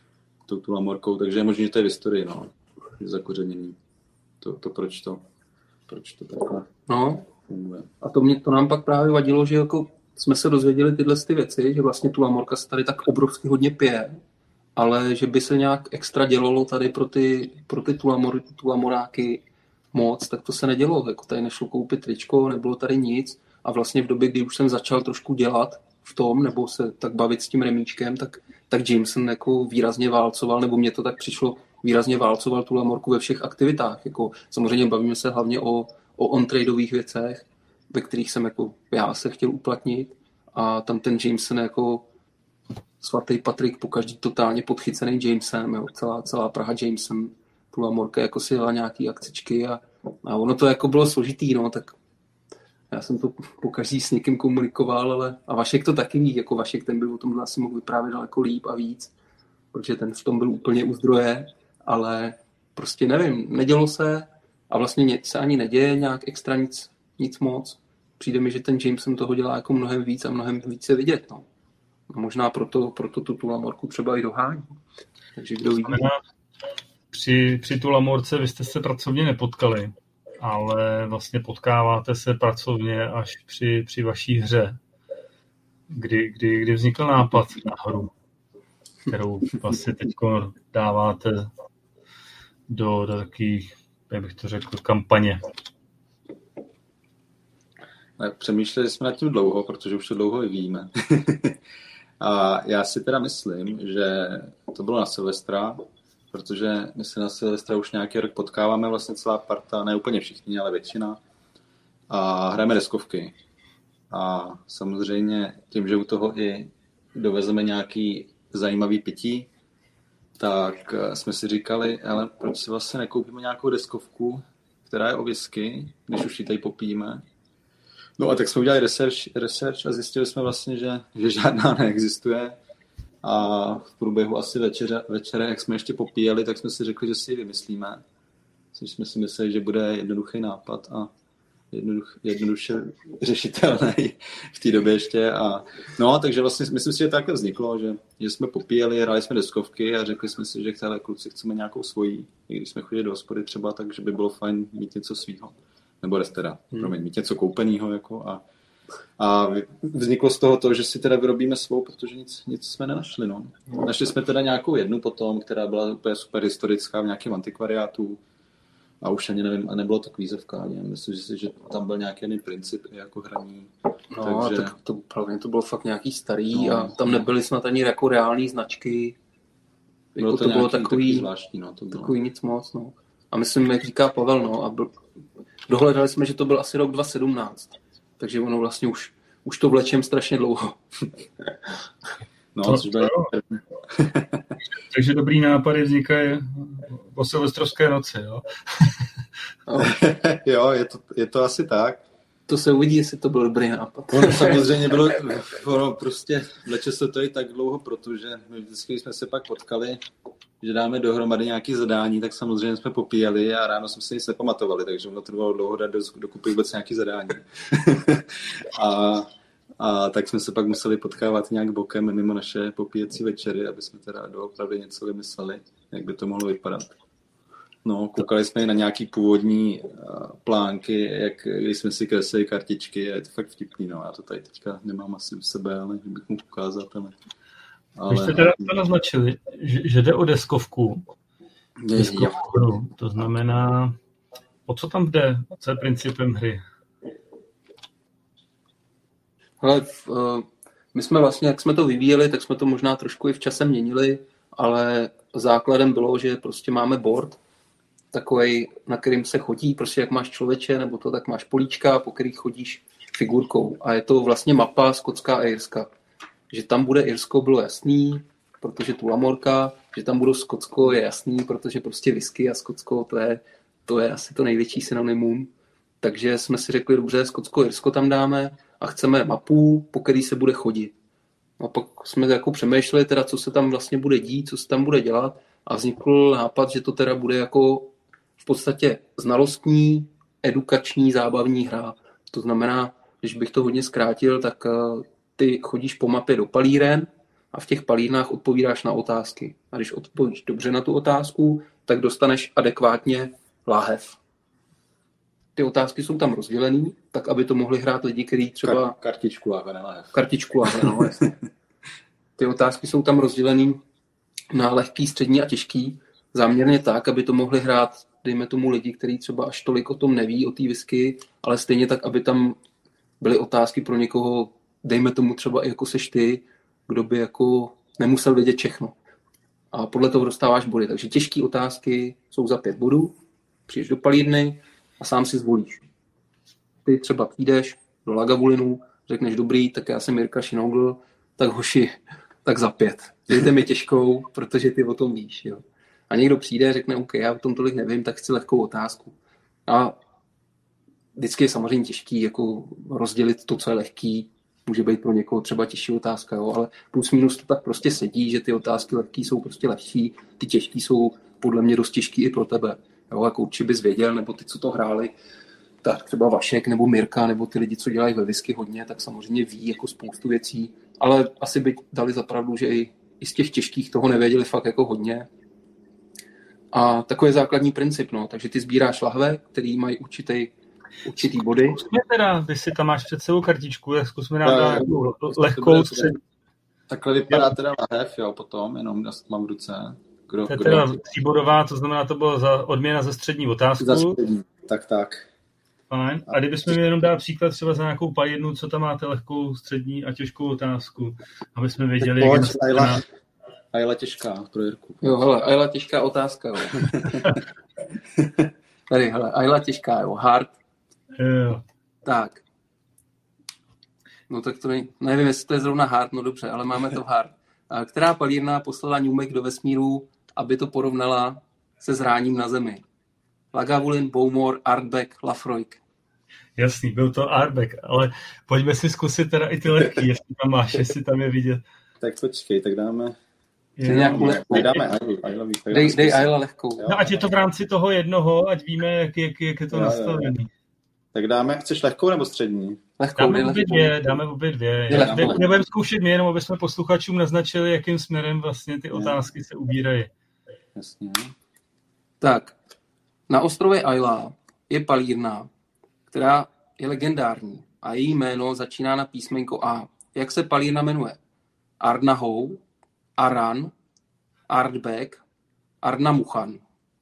tou Tullamorkou, takže je možné, že to je v historii, no, zakořenění. To, to proč to, proč to takhle no. funguje. A to, mě, to nám pak právě vadilo, že jako jsme se dozvěděli tyhle ty věci, že vlastně Tullamorka se tady tak obrovsky hodně pije, ale že by se nějak extra dělalo tady pro ty, pro ty Tullamor, Tullamoráky moc, tak to se nedělo. Jako tady nešlo koupit tričko, nebylo tady nic a vlastně v době, kdy už jsem začal trošku dělat v tom, nebo se tak bavit s tím remíčkem, tak, tak Jameson jako výrazně válcoval, nebo mně to tak přišlo, výrazně válcoval Tullamorku ve všech aktivitách. Jako, samozřejmě bavíme se hlavně o, o on-tradeových věcech, ve kterých jsem jako já se chtěl uplatnit a tam ten Jameson jako svatý Patrik pokaždý totálně podchycený Jamesem, jo, celá, celá Praha Jameson, Tullamorka jako si jela nějaký akcičky a, a ono to jako bylo složitý, no, tak já jsem to pokaždý s někým komunikoval, ale a Vašek to taky ví, jako Vašek ten byl o tom asi mohl vyprávět daleko líp a víc, protože ten v tom byl úplně u zdroje, ale prostě nevím, nedělo se a vlastně se ani neděje nějak extra nic, nic moc. Přijde mi, že ten Jameson toho dělá jako mnohem víc a mnohem více vidět, no. A možná proto, proto tu Tullamorku třeba i dohání. Takže kdo ví. Při, při Tullamorce vy jste se pracovně nepotkali, ale vlastně potkáváte se pracovně až při, při vaší hře, kdy, kdy, kdy vznikl nápad na hru, kterou vlastně teď dáváte do, do takových jak bych to řekl, kampaně? Přemýšleli jsme nad tím dlouho, protože už to dlouho víme. A já si teda myslím, že to bylo na Silvestra, protože my se na Silvestra už nějaký rok potkáváme, vlastně celá parta, ne úplně všichni, ale většina. A hrajeme deskovky. A samozřejmě tím, že u toho i dovezeme nějaký zajímavý pití, tak jsme si říkali, ale proč si vlastně nekoupíme nějakou deskovku, která je o whisky, když už ji tady popijeme. No a tak jsme udělali research, research a zjistili jsme vlastně, že, že žádná neexistuje. A v průběhu asi večeře, večere, jak jsme ještě popíjeli, tak jsme si řekli, že si ji vymyslíme. Což jsme si mysleli, že bude jednoduchý nápad a jednoduch, jednoduše řešitelný v té době ještě. A, no, takže vlastně myslím si, že takhle vzniklo, že, že jsme popíjeli, hráli jsme deskovky a řekli jsme si, že chtěli kluci chceme nějakou svojí. I když jsme chodili do hospody třeba, takže by bylo fajn mít něco svýho. Nebo restera, hmm. promiň, mít něco koupenýho. Jako a, a vzniklo z toho to, že si teda vyrobíme svou, protože nic, nic jsme nenašli. No. Našli jsme teda nějakou jednu potom, která byla úplně super historická v nějakém antikvariátu. A už ani nevím, a nebylo to kvízovka, ani. Myslím si, že tam byl nějaký jiný princip jako hraní. No, takže... tak to, pravdě, to bylo fakt nějaký starý no, a tam nebyly snad ani jako reální značky. Bylo jako to, to bylo takový, takový zvláštní, no, to bylo. Takový nic moc, no. A myslím, jak říká Pavel, no, a byl, dohledali jsme, že to byl asi rok dva tisíce sedmnáct. Takže ono vlastně už, už to vlečem strašně dlouho. No, to, což bylo... Takže dobrý nápady vznikají po silvestrovské noci, jo? Jo, je to, je to asi tak. To se uvidí, jestli to byl dobrý nápad. Ono samozřejmě bylo, ono prostě vleče se to i tak dlouho, protože my vždycky jsme se pak potkali, že dáme dohromady nějaké zadání, tak samozřejmě jsme popíjeli a ráno jsme si nic nepamatovali, takže ono trvalo dlouho dát dokupy vůbec nějaké zadání. a, a tak jsme se pak museli potkávat nějak bokem mimo naše popíjecí večery, aby jsme teda doopravdy něco vymysleli, jak by to mohlo vypadat. No, koukali jsme i na nějaký původní uh, plánky, jak když jsme si kreslili kartičky a je to fakt vtipný, no. Já to tady teďka nemám asi u sebe, ale bych mohl ukázat, ale... ale... Vy jste teda to naznačili, že, že jde o deskovku. Deskovku, to znamená, o co tam jde? Co je principem hry? Ale uh, my jsme vlastně, jak jsme to vyvíjeli, tak jsme to možná trošku i v čase měnili, ale základem bylo, že prostě máme board, takovej, na kterým se chodí, prostě jak máš člověče, nebo to tak máš políčka, po kterých chodíš figurkou. A je to vlastně mapa skotská a Irska. Že tam bude Irsko, bylo jasný, protože tu Lamorka, že tam budou Skotsko, je jasný, protože prostě whisky a Skotsko, to je, to je asi to největší synonymum. Takže jsme si řekli, dobře, Skotsko, Irsko tam dáme a chceme mapu, po který se bude chodit. A pak jsme jako přemýšleli, teda, co se tam vlastně bude dít, co se tam bude dělat a vznikl nápad, že to teda bude jako v podstatě znalostní, edukační, zábavní hra. To znamená, když bych to hodně zkrátil, tak ty chodíš po mapě do palíren a v těch palírnách odpovídáš na otázky. A když odpovíš dobře na tu otázku, tak dostaneš adekvátně láhev. Ty otázky jsou tam rozdělený, tak aby to mohli hrát lidi, kteří třeba... Kar- kartičku láhev, ne láhev. Kartičku láhev, no jasně. Ty otázky jsou tam rozdělený na lehký, střední a těžký. Záměrně tak, aby to mohli hrát, dejme tomu lidi, kteří třeba až tolik o tom neví, o té whisky, ale stejně tak, aby tam byly otázky pro někoho, dejme tomu třeba i jako seš ty, kdo by jako nemusel vědět všechno. A podle toho dostáváš body. Takže těžké otázky jsou za pět bodů, přijdeš do palírny a sám si zvolíš. Ty třeba přijdeš do Lagavulinu, řekneš dobrý, tak já jsem Jirka Šinogl, tak hoši, tak za pět. Dejte mi těžkou, protože ty o tom víš. Jo. A někdo přijde a řekne, OK, já o tom tolik nevím, tak chci lehkou otázku. A vždycky je samozřejmě těžký jako rozdělit to, co je lehký. Může být pro někoho třeba těžší otázka, jo, ale plus minus to tak prostě sedí, že ty otázky lehký jsou prostě lehčí, ty těžký jsou podle mě dost těžký i pro tebe. Jo, jako určitě bys věděl, nebo ty, co to hráli, tak třeba Vašek nebo Mirka, nebo ty lidi, co dělají ve whisky hodně, tak samozřejmě ví jako spoustu věcí, ale asi by dali za pravdu, že i, i z těch těžkých toho nevěděli fakt jako hodně. A takový je základní princip, no. Takže ty sbíráš lahve, který mají určitý, určitý body. Zkusme teda, když si tam máš před sebou kartičku, tak zkusme nám dát lehkou střed. Takhle vypadá teda lahev, jo, potom, jenom já mám v ruce. Kdo, to je kdo? teda tříbodová, to znamená, to bylo za odměna za střední otázku. Za střední. Tak, tak. Fajn. A kdybychom měli jenom dát příklad třeba za nějakou palírnu, co tam máte lehkou, střední a těžkou otázku, aby jsme věděli, jak Pojď, Ajla, Ajla těžká pro Jirku. Jo, hele, Ajla těžká otázka, jo. Tady, hele, Ajla těžká, jo, hard. Jo. Tak. No tak to ne, nevím, jestli to je zrovna hard, no dobře, ale máme to hard. A která palírna poslala Numek do vesmíru, aby to porovnala se zráním na Zemi? Lagavulin, Bowmore, Ardbeg, Lafroig. Jasný, byl to Ardbeg, ale pojďme si zkusit teda i ty lehký, jestli tam máš, jestli tam je vidět. Tak počkej, tak dáme... Nějakou lehkou. Tak dáme Ajlu, Ajla, tak dej, dej Ajla lehkou. No ať je to v rámci toho jednoho, ať víme, jak, jak, jak je to nastavený. Tak dáme, chceš lehkou nebo střední? Lehkou, dáme obě dvě, dáme obě dvě. Nebudeme zkoušet my jenom, aby jsme posluchačům naznačili, jakým směrem vlastně ty otázky se ubírají. Jasně. Tak, na ostrově Ajla je palírna, která je legendární a její jméno začíná na písmenko A. Jak se palírna jmenuje? Ardnahou, Aran, Ardbeg, Arnamuchan.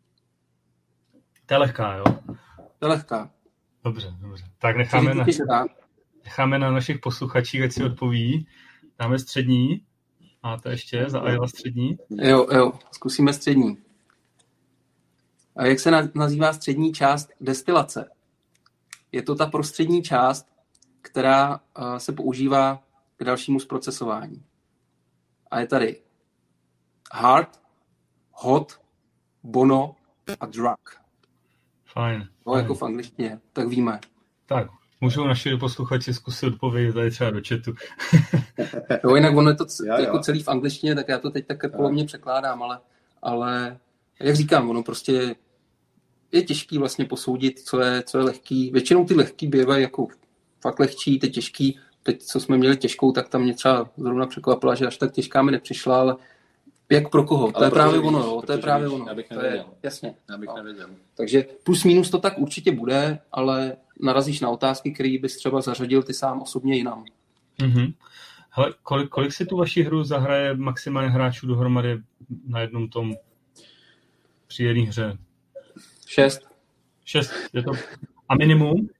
To je lehká, jo? To je lehká. Dobře, dobře. Tak necháme na, necháme na našich posluchačích, ať si odpoví. Dáme střední. Máte ještě za Ajla střední? Jo, jo, zkusíme střední. A jak se nazývá střední část destilace? Je to ta prostřední část, která se používá k dalšímu zprocesování. A je tady hard, hot, bono a drug. Fajn. No, jako v angličtině, tak víme. Tak, můžou naši posluchači zkusit odpovědět tady třeba do chatu. Jo, jinak ono je to c- já, jako celý v angličtině, tak já to teď tak podle mě překládám, ale, ale jak říkám, ono prostě je těžký vlastně posoudit, co je, co je lehký. Většinou ty lehký bývají jako fakt lehčí, ty těžký. Teď, co jsme měli těžkou, tak tam mě třeba zrovna překvapila, že až tak těžká mi nepřišla, ale jak pro koho? To je právě ono, jo, to je právě ono. Já bych to je, jasně. Já bych nevěděl. Takže plus minus to tak určitě bude, ale narazíš na otázky, které bys třeba zařadil ty sám osobně jinam. Mm-hmm. Hele, kolik, kolik si tu vaši hru zahraje maximálně hráčů dohromady na jednom tom při jedné hře? Šest. Šest, je to. A minimum?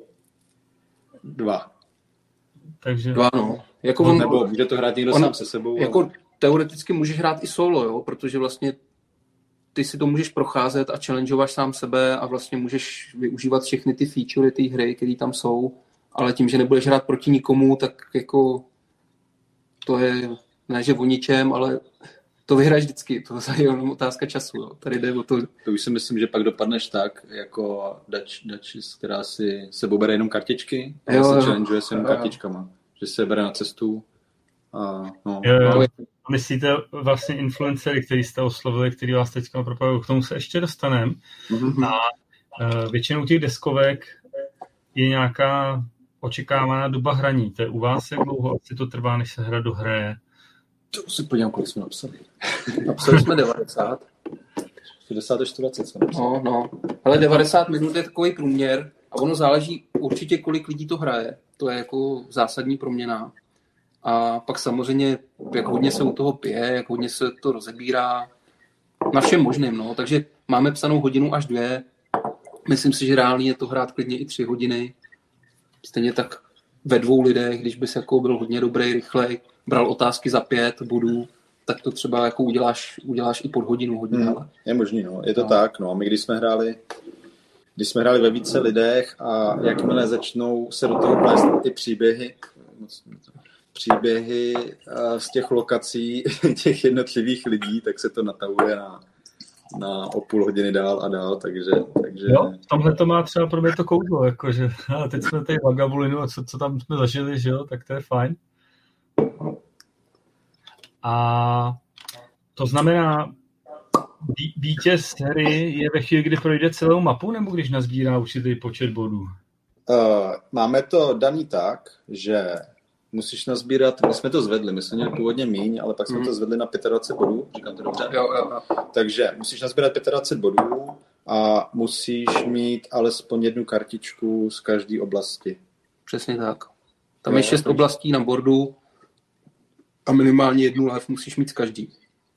Dva. Takže... Dva, no. Jako no on, nebo může to hrát někdo on, sám se sebou. Jako ale... teoreticky můžeš hrát i solo, jo, protože vlastně ty si to můžeš procházet a challengeováš sám sebe a vlastně můžeš využívat všechny ty featurey té hry, které tam jsou, ale tím, že nebudeš hrát proti nikomu, tak jako to je, ne že o ničem, ale to vyhraješ vždycky, to je jenom otázka času, jo. Tady jde o to. To už si myslím, že pak dopadneš tak, jako Dutch, Dutchess, která si sebou bere jenom kartičky, a se challengeuje s jenom kartičkama, že se bere na cestu. A, no. Jo, jo. Myslíte vlastně influencery, který jste oslovili, který vás teďka propagují, k tomu se ještě dostaneme. Mm-hmm. A uh, většinou těch deskovek je nějaká očekávaná doba hraní. To je u vás, jak dlouho asi to trvá, než se hra dohraje? To si podívám, kolik jsme napsali. Napsali jsme devadesát. šedesát až sto dvacet jsme napsali. No, no. Ale devadesát minut je takový průměr a ono záleží určitě, kolik lidí to hraje. To je jako zásadní proměna. A pak samozřejmě, jak hodně se u toho pije, jak hodně se to rozebírá, na všem možným, no. Takže máme psanou hodinu až dvě. Myslím si, že reálně je to hrát klidně i tři hodiny. Stejně tak ve dvou lidech, když bys jako byl hodně dobrý, rychlej, bral otázky za pět bodů, tak to třeba jako uděláš, uděláš i pod hodinu hodně. Hmm, ale... Je možný, no. Je to no. tak, no. My když jsme hráli, když jsme hráli ve více lidech a jakmile začnou se do toho plést ty příběhy, příběhy z těch lokací těch jednotlivých lidí, tak se to natahuje na, na o půl hodiny dál a dál, takže... takže... Jo, v tomhle to má třeba pro mě to kouzlo, jakože teď jsme tady v Lagavulinu a co, co tam jsme zažili, že jo, tak to je fajn. A to znamená, vítěz hry je ve chvíli, kdy projde celou mapu, nebo když nazbírá určitý počet bodů? Uh, máme to daný tak, že musíš nazbírat, my jsme to zvedli, my jsme měli původně míň, ale pak jsme hmm. to zvedli na dvacet pět bodů, říkám to dobře? Jo, jo, jo. Takže musíš nazbírat dvacet pět bodů a musíš mít alespoň jednu kartičku z každé oblasti. Přesně tak. Tam jo, je šest oblastí na bordu a minimálně jednu life musíš mít z každý.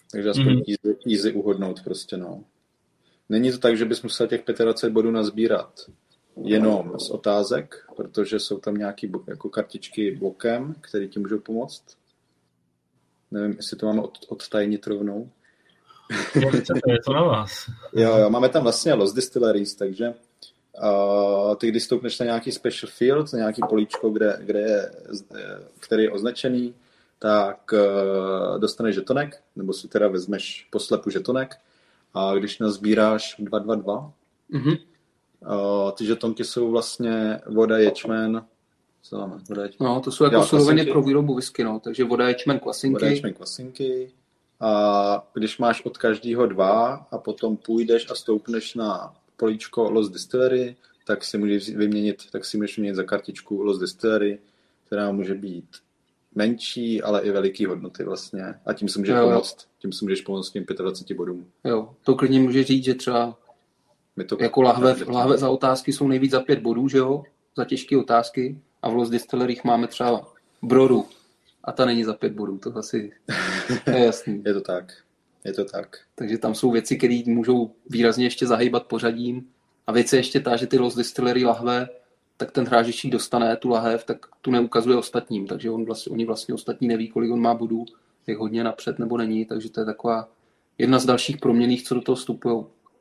Takže aspoň mm-hmm. easy, easy uhodnout prostě, no. Není to tak, že bys musel těch dvacet pět bodů nazbírat jenom z otázek, protože jsou tam nějaké jako kartičky bokem, které ti můžou pomoct. Nevím, jestli to máme od, odtajnit rovnou. Je to na vás. Jo, jo, máme tam vlastně Lost Distilleries, takže uh, ty, když stoupneš na nějaký special field, na nějaký políčko, kde, kde je, který je označený, tak uh, dostaneš žetonek, nebo si teda vezmeš po slepu žetonek a když nazbíráš dva dva dva, mm-hmm. uh, ty žetonky jsou vlastně voda, ječmen, co máme? Voda, ječmen. No, to jsou jako suroviny pro výrobu whisky, no, takže voda, ječmen, kvasinky. Voda, ječmen, kvasinky. A když máš od každého dva a potom půjdeš a stoupneš na políčko Lost Distillery, tak si můžeš vyměnit, tak si můžeš vyměnit za kartičku Lost Distillery, která může být menší, ale i veliký hodnoty vlastně. A tím si můžeš jo, pomoct, jo. tím si můžeš pomoct tím dvacet pět bodům. Jo, to klidně může říct, že třeba to jako lahve, lahve za otázky jsou nejvíc za pět bodů, že jo? Za těžké otázky. A v Lost Distilleryích máme třeba broru. A ta není za pět bodů, to asi je jasný. Je to tak, je to tak. Takže tam jsou věci, které můžou výrazně ještě zahýbat pořadím. A věc je ještě ta, že ty Lost Distillery lahve, tak ten hráč, když dostane tu lahev, tak tu neukazuje ostatním. Takže on vlastně, oni vlastně ostatní neví, kolik on má bodů, jak hodně napřed nebo není. Takže to je taková jedna z dalších proměnných, co do toho vstupují.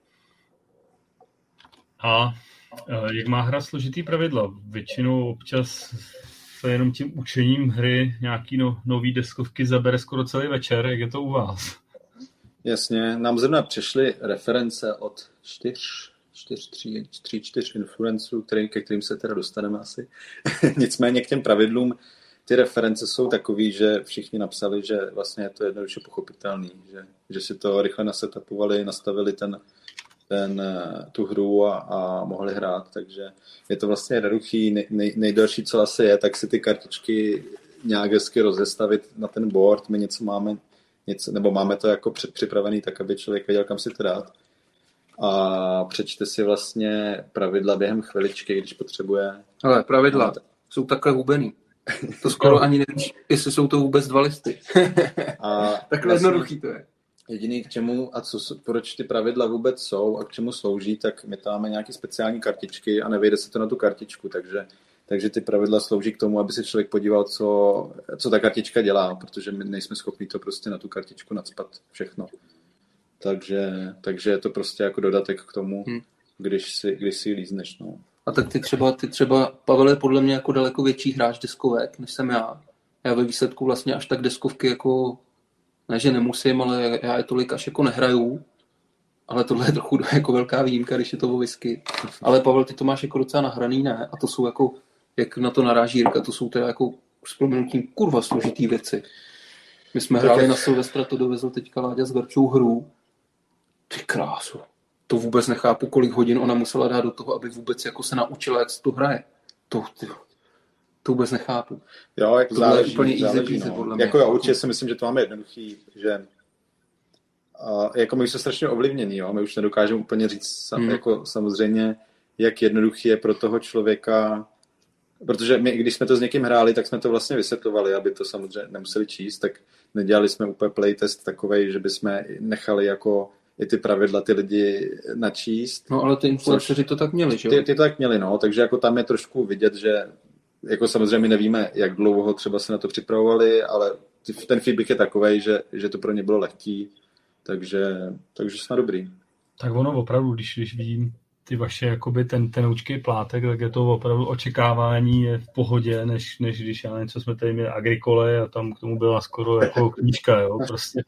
A jak má hra složitý pravidla? Většinou občas se jenom tím učením hry nějaký no, nový deskovky zabere skoro celý večer. Jak je to u vás? Jasně, nám zrovna přišly reference od čtyř, čtyř, tři, tři, čtyř influenců, který, ke kterým se teda dostaneme asi. Nicméně k těm pravidlům ty reference jsou takový, že všichni napsali, že vlastně je to jednoduše pochopitelný, že, že si to rychle nasetapovali, nastavili ten ten, tu hru a, a mohli hrát, takže je to vlastně jednoduchý, nej, nej, nejdelší, co asi je, tak si ty kartičky nějak hezky rozestavit na ten board, my něco máme, něco, nebo máme to jako předpřipravený tak, aby člověk věděl, kam si to dát a přečte si vlastně pravidla během chviličky, když potřebuje. Ale pravidla no, jsou takhle hubený. To skoro ani nevíš, jestli jsou to vůbec dva listy. A takhle vlastně jednoduchý to je. Jediný k čemu a co, proč ty pravidla vůbec jsou a k čemu slouží, tak my tam máme nějaké speciální kartičky a nevejde se to na tu kartičku, takže, takže ty pravidla slouží k tomu, aby se člověk podíval, co, co ta kartička dělá, protože my nejsme schopni to prostě na tu kartičku nacpat všechno. Takže, takže je to prostě jako dodatek k tomu, hmm. když si, když si lízneš. No. A tak ty třeba, ty třeba, Pavel je podle mě jako daleko větší hráč deskovek, než jsem já. Já ve výsledku vlastně až tak deskovky jako ne, že nemusím, ale já je tolik až jako nehraju. Ale tohle je trochu jako velká výjimka, když je to o whisky. Ale Pavel, ty to máš jako docela nahraný, ne? A to jsou jako, jak na to naráží Jirka, to jsou teda jako s proměnutím kurva složitý věci. My jsme hráli jak... na Silvestra, to dovezl teďka Láďa s Garčou hru. Ty krásu. To vůbec nechápu, kolik hodin ona musela dát do toho, aby vůbec jako se naučila, jak se to hraje. To, ty... To vůbec nechápu. Jo, jako to záleží, úplně záleží, easy, no. podle mě. Jako já určitě si myslím, že to máme jednoduchý, že a jako my už jsme strašně ovlivnění, jo? My už nedokážeme úplně říct sam, hmm. jako samozřejmě, jak jednoduchý je pro toho člověka, protože my, když jsme to s někým hráli, tak jsme to vlastně vysvětlovali, aby to samozřejmě nemuseli číst, tak nedělali jsme úplně playtest takovej, že bychom nechali jako i ty pravidla ty lidi načíst. No ale ty influenceři to tak měli, že jo? Ty, ty to tak měli, no, takže jako tam je trošku vidět, že jako samozřejmě my nevíme, jak dlouho třeba se na to připravovali, ale ten feedback je takovej, že, že to pro ně bylo lehký, takže, takže jsme dobrý. Tak ono opravdu, když, když vidím ty vaše jakoby ten tenoučký plátek, tak je to opravdu očekávání je v pohodě, než, než když já něco jsme tady měli Agricole a tam k tomu byla skoro jako knížka, jo, prostě.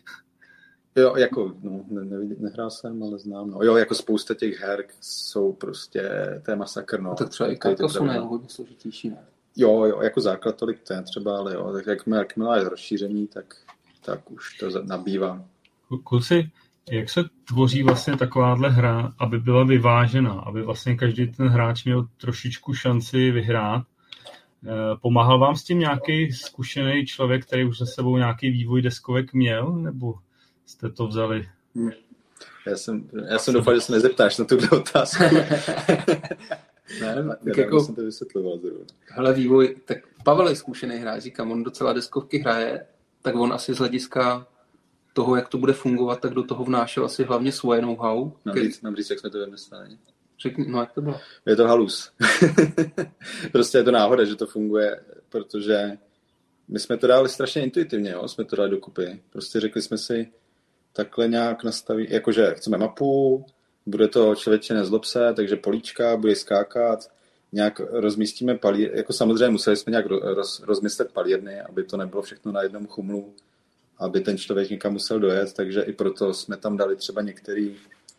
Jo, jako, no, ne, ne, nehrál jsem, ale znám, no. Jo, jako spousta těch her jsou prostě, to je masakr, no. no tak třeba i to jsou ne, hodně složitější, ne? Jo, jo, jako základ tolik to je třeba, ale jo, tak jakmile, jakmile je rozšíření, tak, tak už to nabývá. Kluci, jak se tvoří vlastně takováhle hra, aby byla vyvážená, aby vlastně každý ten hráč měl trošičku šanci vyhrát? Pomáhal vám s tím nějaký zkušený člověk, který už za sebou nějaký vývoj deskovek měl, nebo jste to vzali? Já jsem, já jsem doufal, že se nezeptáš na tuhle otázku. Ne, tak jako, jsem to vysvětloval zrovna. Hele, vývoj, tak Pavel je zkušený hráč, říkám, on docela deskovky hraje, tak on asi z hlediska toho, jak to bude fungovat, tak do toho vnášel asi hlavně svoje know-how. Nám říct, nám říct, jak jsme to vymysleli. Řekni, no jak to bylo? Je to halus. Prostě je to náhoda, že to funguje, protože my jsme to dali strašně intuitivně, jo? Jsme to dali dokupy. Prostě řekli jsme si, takhle nějak nastaví, jakože chceme mapu, bude to člověče nezlob se, takže políčka, bude skákat, nějak rozmístíme palír, jako samozřejmě museli jsme nějak roz, rozmyslet palírny, aby to nebylo všechno na jednom chumlu, aby ten člověk někam musel dojet, takže i proto jsme tam dali třeba některý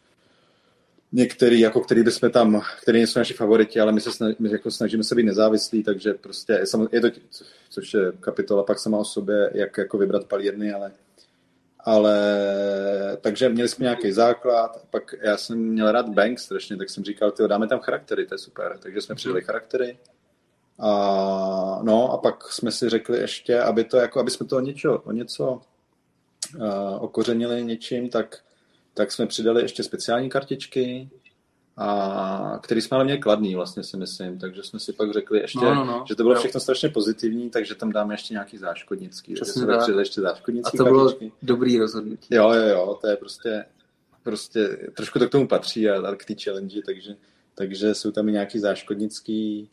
některý, jako který bychom tam, který jsou naši favoriti, ale my se snažíme, my jako snažíme se být nezávislí, takže prostě je to, což je kapitola pak sama o sobě, jak jako vybrat palírny, ale ale takže měli jsme nějaký základ, a pak já jsem měl rád bank strašně, tak jsem říkal, tyjo, dáme tam charaktery, to je super, takže jsme přidali charaktery a no a pak jsme si řekli ještě, aby to jako, aby jsme to o něco, o něco uh, okořenili něčím, tak tak jsme přidali ještě speciální kartičky, a který jsme ale měli kladný, vlastně si myslím, takže jsme si pak řekli ještě, no, no, no. že to bylo všechno strašně pozitivní, takže tam dáme ještě nějaký záškodnický, takže jsme přidali ještě záškodnický kartičky. A to kartičky. Bylo dobrý rozhodnutí. Jo, jo, jo, to je prostě, prostě trošku to k tomu patří a, a k té challenge, takže, takže jsou tam i nějaký záškodnický.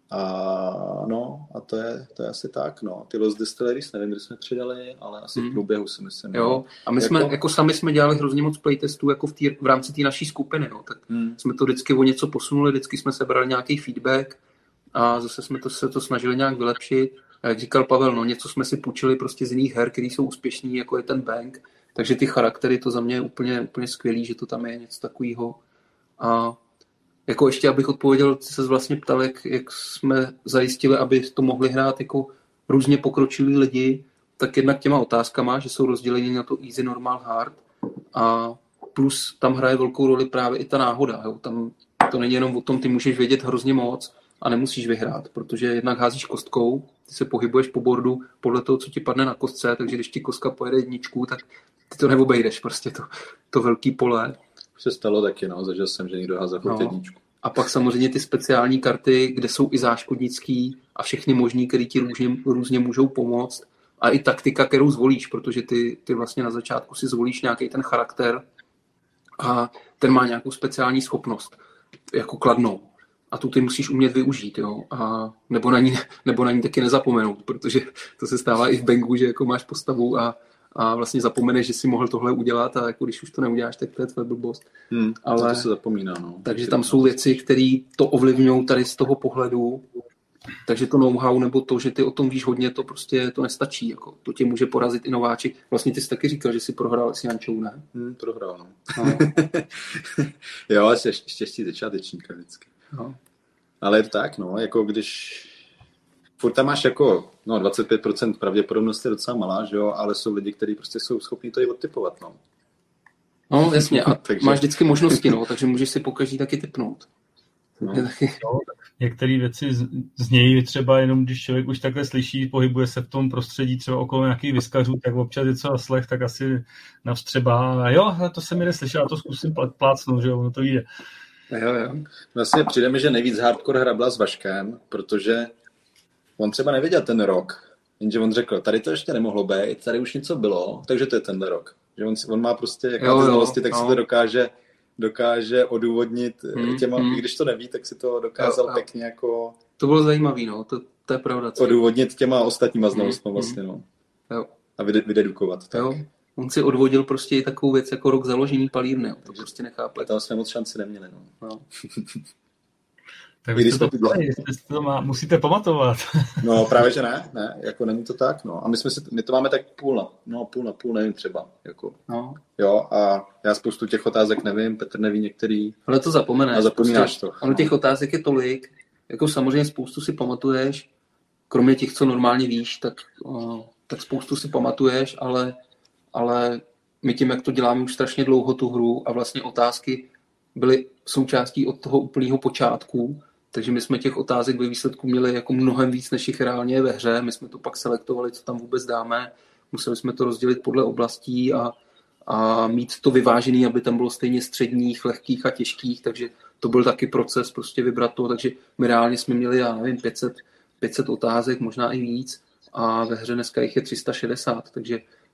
A no, a to je, to je asi tak, no. Ty Lost Distilleries, nevím, kdy jsme přidali, ale asi hmm. v průběhu si myslím. Jo, a my jako... jsme, jako sami jsme dělali hrozně moc playtestů jako v, tý, v rámci té naší skupiny, no. Tak hmm. jsme to vždycky o něco posunuli, vždycky jsme sebrali nějaký feedback a zase jsme to, se to snažili nějak vylepšit. A jak říkal Pavel, no, něco jsme si půjčili prostě z jiných her, které jsou úspěšný, jako je ten Bank, takže ty charaktery, to za mě je úplně, úplně skvělý, že to tam je něco takového. A jako ještě, abych odpověděl, ty se vlastně ptal, jak, jak jsme zajistili, aby to mohli hrát jako různě pokročilí lidi, tak jednak těma otázkama, že jsou rozděleni na to easy, normal, hard a plus tam hraje velkou roli právě i ta náhoda. Jo. Tam to není jenom o tom, ty můžeš vědět hrozně moc a nemusíš vyhrát, protože jednak házíš kostkou, ty se pohybuješ po bordu podle toho, co ti padne na kostce, takže když ti kostka pojede jedničku, tak ty to neobejdeš, prostě to, to velký pole. Se stalo taky, no, zažil jsem, že někdo házel no. jedničku. A pak samozřejmě ty speciální karty, kde jsou i záškodnický a všechny možný, který ti různě, různě můžou pomoct. A i taktika, kterou zvolíš, protože ty, ty vlastně na začátku si zvolíš nějaký ten charakter a ten má nějakou speciální schopnost, jako kladnou. A tu ty musíš umět využít, jo. A nebo, na ní, nebo na ní taky nezapomenout, protože to se stává i v Bangu, že jako máš postavu a a vlastně zapomeneš, že si mohl tohle udělat a jako když už to neuděláš, tak to je tvoje blbost. Hmm, ale to se zapomíná, no. Takže tam jsou věci, které to ovlivňují tady z toho pohledu, takže to know-how nebo to, že ty o tom víš hodně, to prostě to nestačí. Jako. To tě může porazit i nováček. Vlastně ty jsi taky říkal, že jsi prohrál s Jančou, ne? Hmm, prohrál, no. no. Jo, ale štěstí začátečníka vždycky. No. Ale je to tak, no, jako když furt tam máš jako, no dvacet pět procent pravděpodobnost je docela malá, že jo, ale jsou lidi, kteří prostě jsou schopní to i odtypovat, no. No, jasně, a takže... máš vždycky možnosti, no, takže můžeš si pokaždý taky typnout. No. No, některé věci znějí třeba jenom, když člověk už takhle slyší, pohybuje se v tom prostředí třeba okolo nějakých vyskařů, tak občas je co naslech, tak asi navstřebá a jo, to se mi neslyšel, a to zkusím plácnout, že jo, ono to jde. Jo, jo. Vlastně přijde mi, že nejvíc hardcore hra byla s Vaškem, protože on třeba nevěděl ten rok, jenže on řekl, tady to ještě nemohlo být, tady už něco bylo, takže to je tenhle rok. Že on, on má prostě, jak má ty znalosti, tak jo. si to dokáže, dokáže odůvodnit hmm, těma, hmm. i když to neví, tak si to dokázal jo, jo. pěkně jako... To bylo zajímavý, no, to, to je pravda. Co odůvodnit těma ostatníma znalostmi hmm, vlastně, no. Jo. A vydedukovat. Tak. Jo. On si odvodil prostě i takovou věc jako rok založení palírny, to prostě nechápe. Tam jsme moc šanci neměli, no. no. Tak vy to, ptali, to má, musíte pamatovat. No právě, že ne, ne, jako není to tak, no. A my jsme si, my to máme tak půl na, no půl na půl, nevím třeba, jako. No. Jo, a já spoustu těch otázek nevím, Petr neví některý. Ale to zapomeneš. A zapomínáš to. Ono těch otázek je tolik, jako samozřejmě spoustu si pamatuješ, kromě těch, co normálně víš, tak, uh, tak spoustu si pamatuješ, ale, ale my tím, jak to děláme už strašně dlouho tu hru a vlastně otázky byly součástí od toho úplného počátku, takže my jsme těch otázek ve výsledku měli jako mnohem víc, než jich reálně je ve hře. My jsme to pak selektovali, co tam vůbec dáme. Museli jsme to rozdělit podle oblastí a, a mít to vyvážený, aby tam bylo stejně středních, lehkých a těžkých, takže to byl taky proces prostě vybrat to, takže my reálně jsme měli, já nevím, pět set, pět set otázek, možná i víc a ve hře dneska jich je tři sta šedesát, takže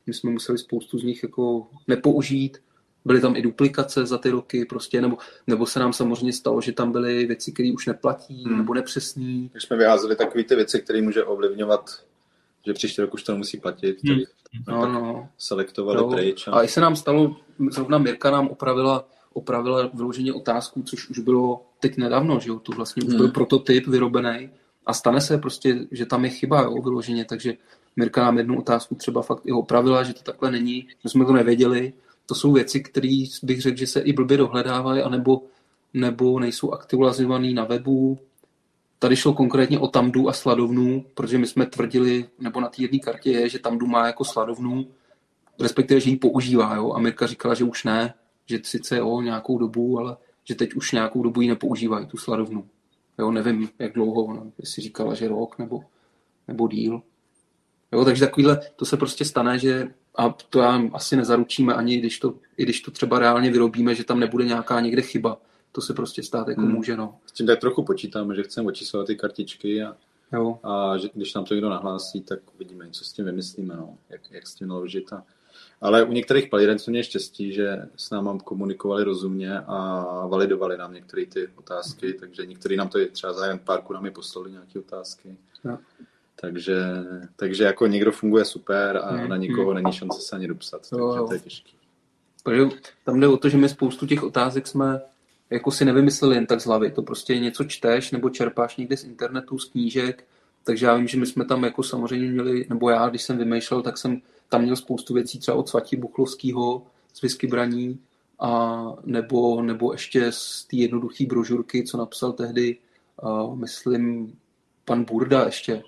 my jsme museli spoustu z nich jako nepoužít. Byly tam i duplikace za ty roky, prostě, nebo, nebo se nám samozřejmě stalo, že tam byly věci, které už neplatí, hmm. nebo nepřesný. Když jsme vyházeli takové ty věci, které může ovlivňovat, že příští rok už to nemusí platit, hmm. tak no, no. selektovali no. pryč. A... a i se nám stalo, zrovna Mirka nám opravila, opravila vyloženě otázku, což už bylo teď nedávno, že jo, to vlastně už hmm. byl prototyp vyrobený a stane se prostě, že tam je chyba, jo, vyloženě, takže Mirka nám jednu otázku třeba fakt i opravila, že to takhle není, my jsme to nevěděli. To jsou věci, které bych řekl, že se i blbě dohledávají, anebo, nebo nejsou aktualizované na webu. Tady šlo konkrétně o Tamdu a sladovnu, protože my jsme tvrdili, nebo na té jedné kartě je, že Tamdu má jako sladovnu, respektive, že ji používá. Jo? A Mirka říkala, že už ne, že sice jo, nějakou dobu, ale že teď už nějakou dobu ji nepoužívají, tu sladovnu. Jo, nevím, jak dlouho, no, jestli říkala, že rok nebo, nebo díl. Jo, takže takovýhle, to se prostě stane, že a to já asi nezaručíme, ani když to, i když to třeba reálně vyrobíme, že tam nebude nějaká někde chyba. To se prostě stát jako hmm. může, no. S tím tak trochu počítáme, že chceme očíslovat ty kartičky a, jo. a že, když nám to někdo nahlásí, tak uvidíme, co s tím vymyslíme, no. jak, jak s tím naložit. A... Ale u některých palíren jsme měli štěstí, že s námi komunikovali rozumně a validovali nám některé ty otázky, hmm. takže některý nám to třeba za jen párku nám je poslali nějaké otázky. Jo. Takže, takže jako někdo funguje super a hmm. na nikoho není šance se ani dopsat, takže jo, to je těžký. Protože tam jde o to, že my spoustu těch otázek jsme jako si nevymysleli jen tak z hlavy. To prostě něco čteš nebo čerpáš někde z internetu, z knížek, takže já vím, že my jsme tam jako samozřejmě měli, nebo já, když jsem vymýšlel, tak jsem tam měl spoustu věcí třeba od Svati Buchlovskýho z Whisky braní a nebo, nebo ještě z té jednoduché brožurky, co napsal tehdy, uh, myslím, pan Burda ještě.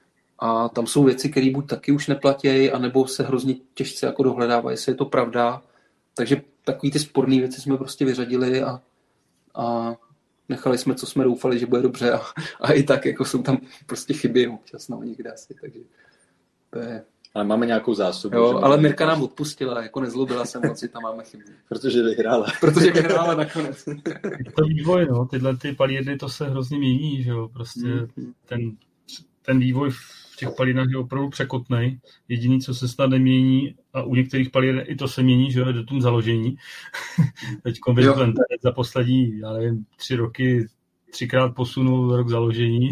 A tam jsou věci, které buď taky už neplatí, anebo se hrozně těžce jako dohledávají, jestli je to pravda. Takže takový ty sporné věci jsme prostě vyřadili a, a nechali jsme, co jsme doufali, že bude dobře. A, a i tak jako jsou tam prostě chyby občas, no, někde asi. Takže to je... Ale máme nějakou zásobu. Jo, ale Mirka nám odpustila, jako nezlobila se moc, že tam máme chybu. Protože vyhrála. Protože vyhrála nakonec. To vývoj, no, tyhle ty palírny, to se hrozně mění, že jo, prostě mm-hmm. ten, ten vývoj v těch palírnách je opravdu překotnej. Jediný, co se snad nemění, a u některých palíren i to se mění, že jo, do tom založení. Teď konventuálně za poslední, já nevím, tři roky, třikrát posunul rok založení.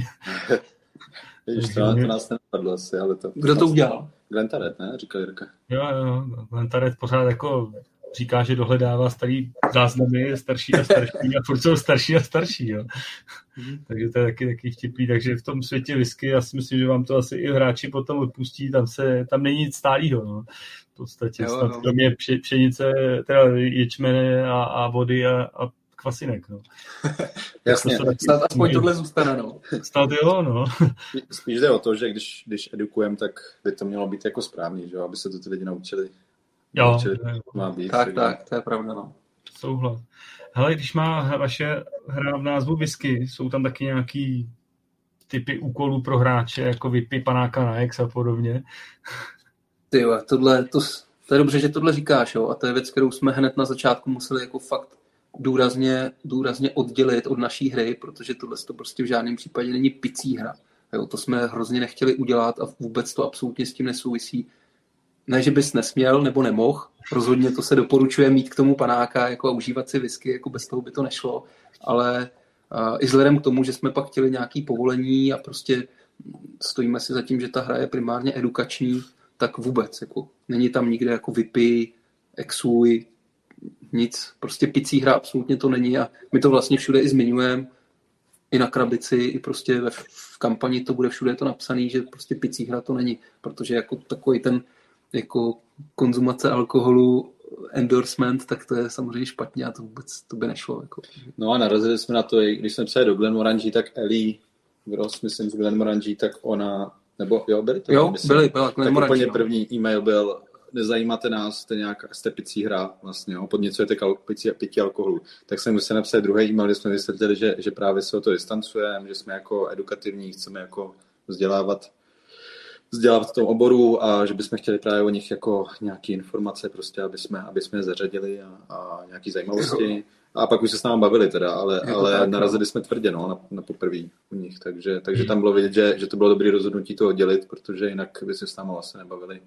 Víš, to, to nás nenapadlo asi, ale to... Kdo to udělal? Glenn ne? Říkal Jirka. Jo, jo, Glenn pořád jako říká, že dohledává starý záznamy, starší a starší a furt jsou starší a starší, jo. Takže to je taky taky vtipný, takže v tom světě whisky, já si myslím, že vám to asi i hráči potom odpustí, tam se, tam není nic stálýho, no. V podstatě, jo, snad jo. Kromě pše, pšenice, teda ječmene a, a vody a, a kvasinek, no. Jasně, snad aspoň tohle zůstane, no. Snad jo, no. Spíš jde o to, že když, když edukujeme, tak by to mělo být jako správný, že jo, aby se to ty lidi naučili. Jo, naučili, má být, tak, tak, to je pravda, no. Souhlas. Hele, když má vaše hra v názvu whisky, jsou tam taky nějaký typy úkolů pro hráče, jako vypij panáka na ex a podobně? Tyjo, tohle, to, to je dobře, že tohle říkáš, jo, a to je věc, kterou jsme hned na začátku museli jako fakt důrazně, důrazně oddělit od naší hry, protože tohle to prostě v žádném případě není picí hra. Jo, to jsme hrozně nechtěli udělat a vůbec to absolutně s tím nesouvisí. Ne, že bys nesměl nebo nemohl, rozhodně to se doporučuje mít k tomu panáka jako a užívat si whisky, jako bez toho by to nešlo, ale uh, i vzhledem k tomu, že jsme pak chtěli nějaké povolení a prostě stojíme si za tím, že ta hra je primárně edukační, tak vůbec, jako není tam nikde jako vypij, exuj, nic, prostě picí hra absolutně to není a my to vlastně všude i zmiňujeme, i na krabici, i prostě ve, v kampani to bude všude to napsaný, že prostě picí hra to není, protože jako takový ten jako konzumace alkoholu, endorsement, tak to je samozřejmě špatně a to vůbec to by nešlo. Jako. No a narazili jsme na to, když jsme psali do Glenmorangie, tak Ellie Gross, myslím z Glenmorangie, tak ona, nebo jo, byli to? Jo, byli, byla Glenmorangie. Tak úplně první e-mail byl, nezajímáte nás, jste nějaká, jste picí hra, vlastně, jo, podněcujete pití, pití alkoholu. Tak jsme museli napsat druhý e-mail, kde jsme vysvětlili, že, že právě se o to distancujeme, že jsme jako edukativní, chceme jako vzdělávat vzdělávat v tom oboru a že bychom chtěli právě o nich jako nějaké informace, prostě, aby jsme, aby jsme je zařadili a, a nějaké zajímavosti. A pak už se s námi bavili teda, ale, ale tak, narazili jsme tvrdě no, na, na poprví u nich, takže, takže tam bylo vidět, že, že to bylo dobré rozhodnutí to oddělit, protože jinak by se s námi vlastně nebavili.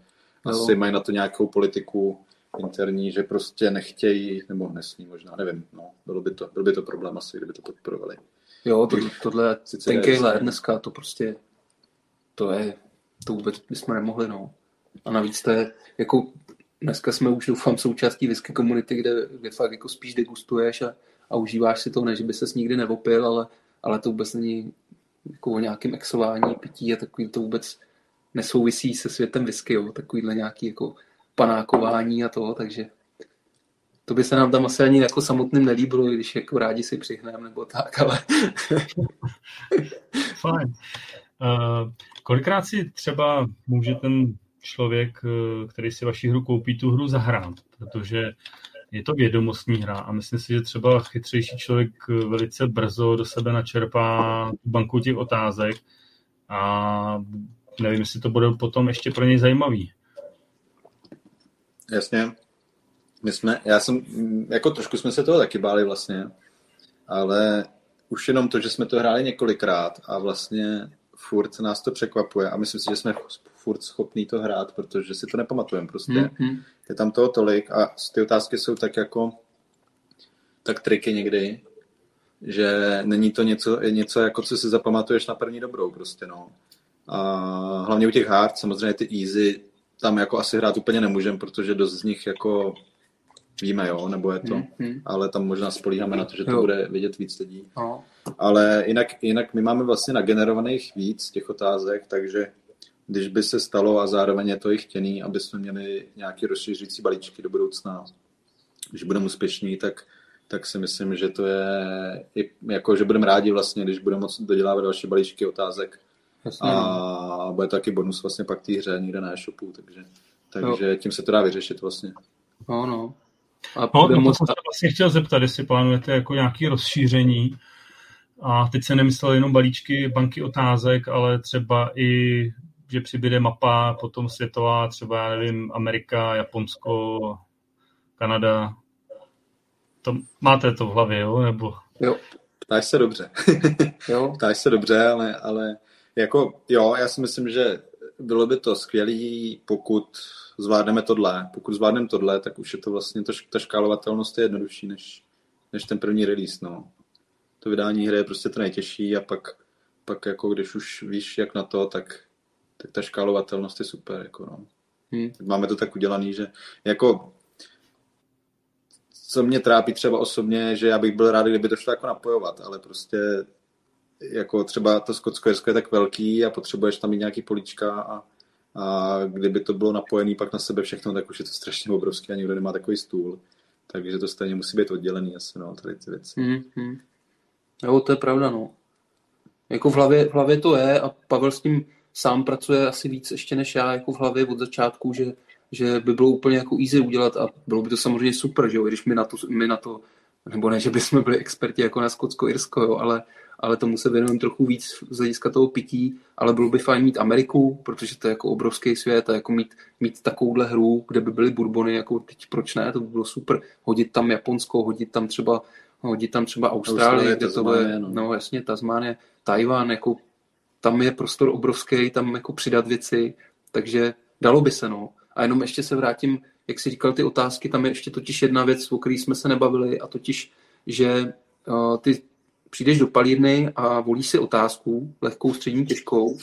Asi jo. Mají na to nějakou politiku interní, že prostě nechtějí, nebo nesmí možná, nevím, no, bylo by to, byl by to problém asi, kdyby to podporovali. Jo, to, tohle tenkej let dneska, to prostě, to je, to vůbec bychom nemohli, no. A navíc to je, jako dneska jsme už doufám součástí whisky komunity, kde, kde fakt jako spíš degustuješ a, a užíváš si to, ne, že by ses nikdy nevopil, ale, ale to vůbec není jako o nějakém exování, pití a takový, to vůbec nesouvisí se světem whisky, jo, takovýhle nějaký jako panákování a toho, takže to by se nám tam asi ani jako samotným nelíbilo, když jako rádi si přihneme nebo tak, ale... Fajn. Uh, kolikrát si třeba může ten člověk, který si vaši hru koupí, tu hru zahrát, protože je to vědomostní hra a myslím si, že třeba chytřejší člověk velice brzo do sebe načerpá tu banku těch otázek a nevím, jestli to bude potom ještě pro něj zajímavý. Jasně. My jsme, já jsem, jako trošku jsme se toho taky báli vlastně, ale už jenom to, že jsme to hráli několikrát a vlastně furt nás to překvapuje a myslím si, že jsme furt schopní to hrát, protože si to nepamatujeme prostě. Mm-hmm. Je tam toho tolik a ty otázky jsou tak jako tak triky někdy, že není to něco, je něco jako co si zapamatuješ na první dobrou prostě, no. A hlavně u těch hard, samozřejmě ty easy, tam jako asi hrát úplně nemůžeme, protože dost z nich jako víme, jo, nebo je to, mm-hmm. ale tam možná spolíháme na to, že to jo. bude vidět víc lidí. No. Ale jinak, jinak my máme vlastně nagenerovaných víc těch otázek, takže když by se stalo a zároveň je to i chtěný, aby jsme měli nějaké rozšířící balíčky do budoucna, když budeme úspěšní, tak, tak si myslím, že to je, jako, že budeme rádi vlastně, když budeme moct dodělávat další balíčky otázek. Jasně. A bude to taky bonus vlastně pak té hře někde na e-shopu, takže, takže tím se to dá vyřešit vlastně. No, no. A no, no moc... to jsem se vlastně chtěl zeptat, jestli plánujete jako nějaké rozšíření a teď se nemyslel jenom balíčky banky otázek, ale třeba i, že přibyde mapa, potom světová, třeba, já nevím, Amerika, Japonsko, Kanada. To, máte to v hlavě, jo? Nebo... Jo, ptáš se dobře. jo. Ptáš se dobře, ale, ale jako, jo, já si myslím, že bylo by to skvělý, pokud zvládneme tohle. Pokud zvládneme tohle, tak už je to vlastně, to, ta škálovatelnost je jednodušší než, než ten první release, no. To vydání hry je prostě to nejtěžší a pak, pak jako když už víš, jak na to, tak, tak ta škálovatelnost je super, jako no. Hmm. Máme to tak udělaný, že jako co mě trápí třeba osobně, že já bych byl rád, kdyby to šlo jako napojovat, ale prostě jako třeba to Skotsko-Irsko je tak velký a potřebuješ tam mít nějaký políčka a, a kdyby to bylo napojený pak na sebe všechno, tak už je to strašně obrovský a nikdo nemá takový stůl. Takže to stejně musí být oddělený asi, no, tady ty věci. Mm-hmm. Jo, to je pravda, no. Jako v hlavě, v hlavě to je a Pavel s tím sám pracuje asi víc ještě než já, jako v hlavě od začátku, že, že by bylo úplně jako easy udělat a bylo by to samozřejmě super, že jo, když my na to, my na to nebo ne, že bychom byli experti jako na Skotsko-Irsko, jo, ale, ale tomu se věnujeme trochu víc z hlediska toho pití, ale bylo by fajn mít Ameriku, protože to je jako obrovský svět a jako mít, mít takovouhle hru, kde by byly bourbony, jako teď proč ne, to by bylo super. Hodit tam Japonsko, hodit tam třeba, hodit tam třeba Austrálii, kde to je, no. no jasně, Tasmánie, Tajvan, jako tam je prostor obrovský, tam jako přidat věci, takže dalo by se, no. A jenom ještě se vrátím, jak jsi říkal ty otázky, tam je ještě totiž jedna věc, o které jsme se nebavili, a totiž, že uh, ty přijdeš do palírny a volíš si otázku, lehkou, střední, těžkou,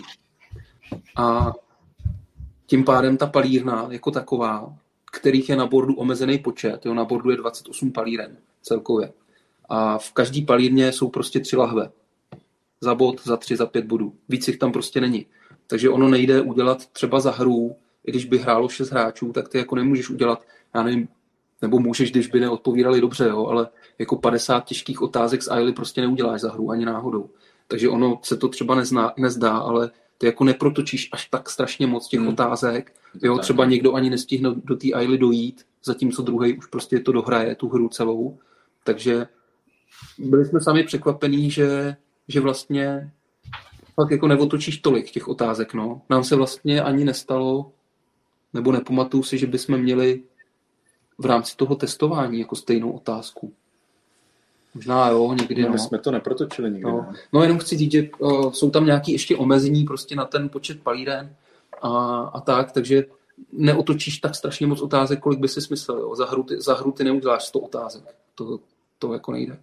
a tím pádem ta palírna jako taková, kterých je na bordu omezený počet, jo, na bordu je dvacet osm palíren celkově. A v každý palírně jsou prostě tři lahve. Za bod, za tři, za pět bodů. Víc jich tam prostě není. Takže ono nejde udělat třeba za hru, i když by hrálo šest hráčů, tak ty jako nemůžeš udělat, já nevím, nebo můžeš, když by neodpovídali dobře, jo, ale jako padesát těžkých otázek z Aily prostě neuděláš za hru ani náhodou. Takže ono se to třeba nezná, nezdá, ale ty jako neprotočíš až tak strašně moc těch hmm. otázek. Jo, třeba někdo ani nestihne do té Aily dojít, zatímco druhej už prostě to dohraje, tu hru celou. Takže byli jsme sami překvapení, že, že vlastně fakt jako neotočíš tolik těch otázek, no. Nám se vlastně ani nestalo, nebo nepamatuju si, že bychom měli v rámci toho testování jako stejnou otázku. Možná jo, někdy no. My jsme to neprotočili nikdy. No, no jenom chci říct, že uh, jsou tam nějaké ještě omezení prostě na ten počet palíren a, a tak, takže neotočíš tak strašně moc otázek, kolik by si myslel. Jo. Za hru ty, za hru ty neuděláš sto otázek. To, to jako nejde.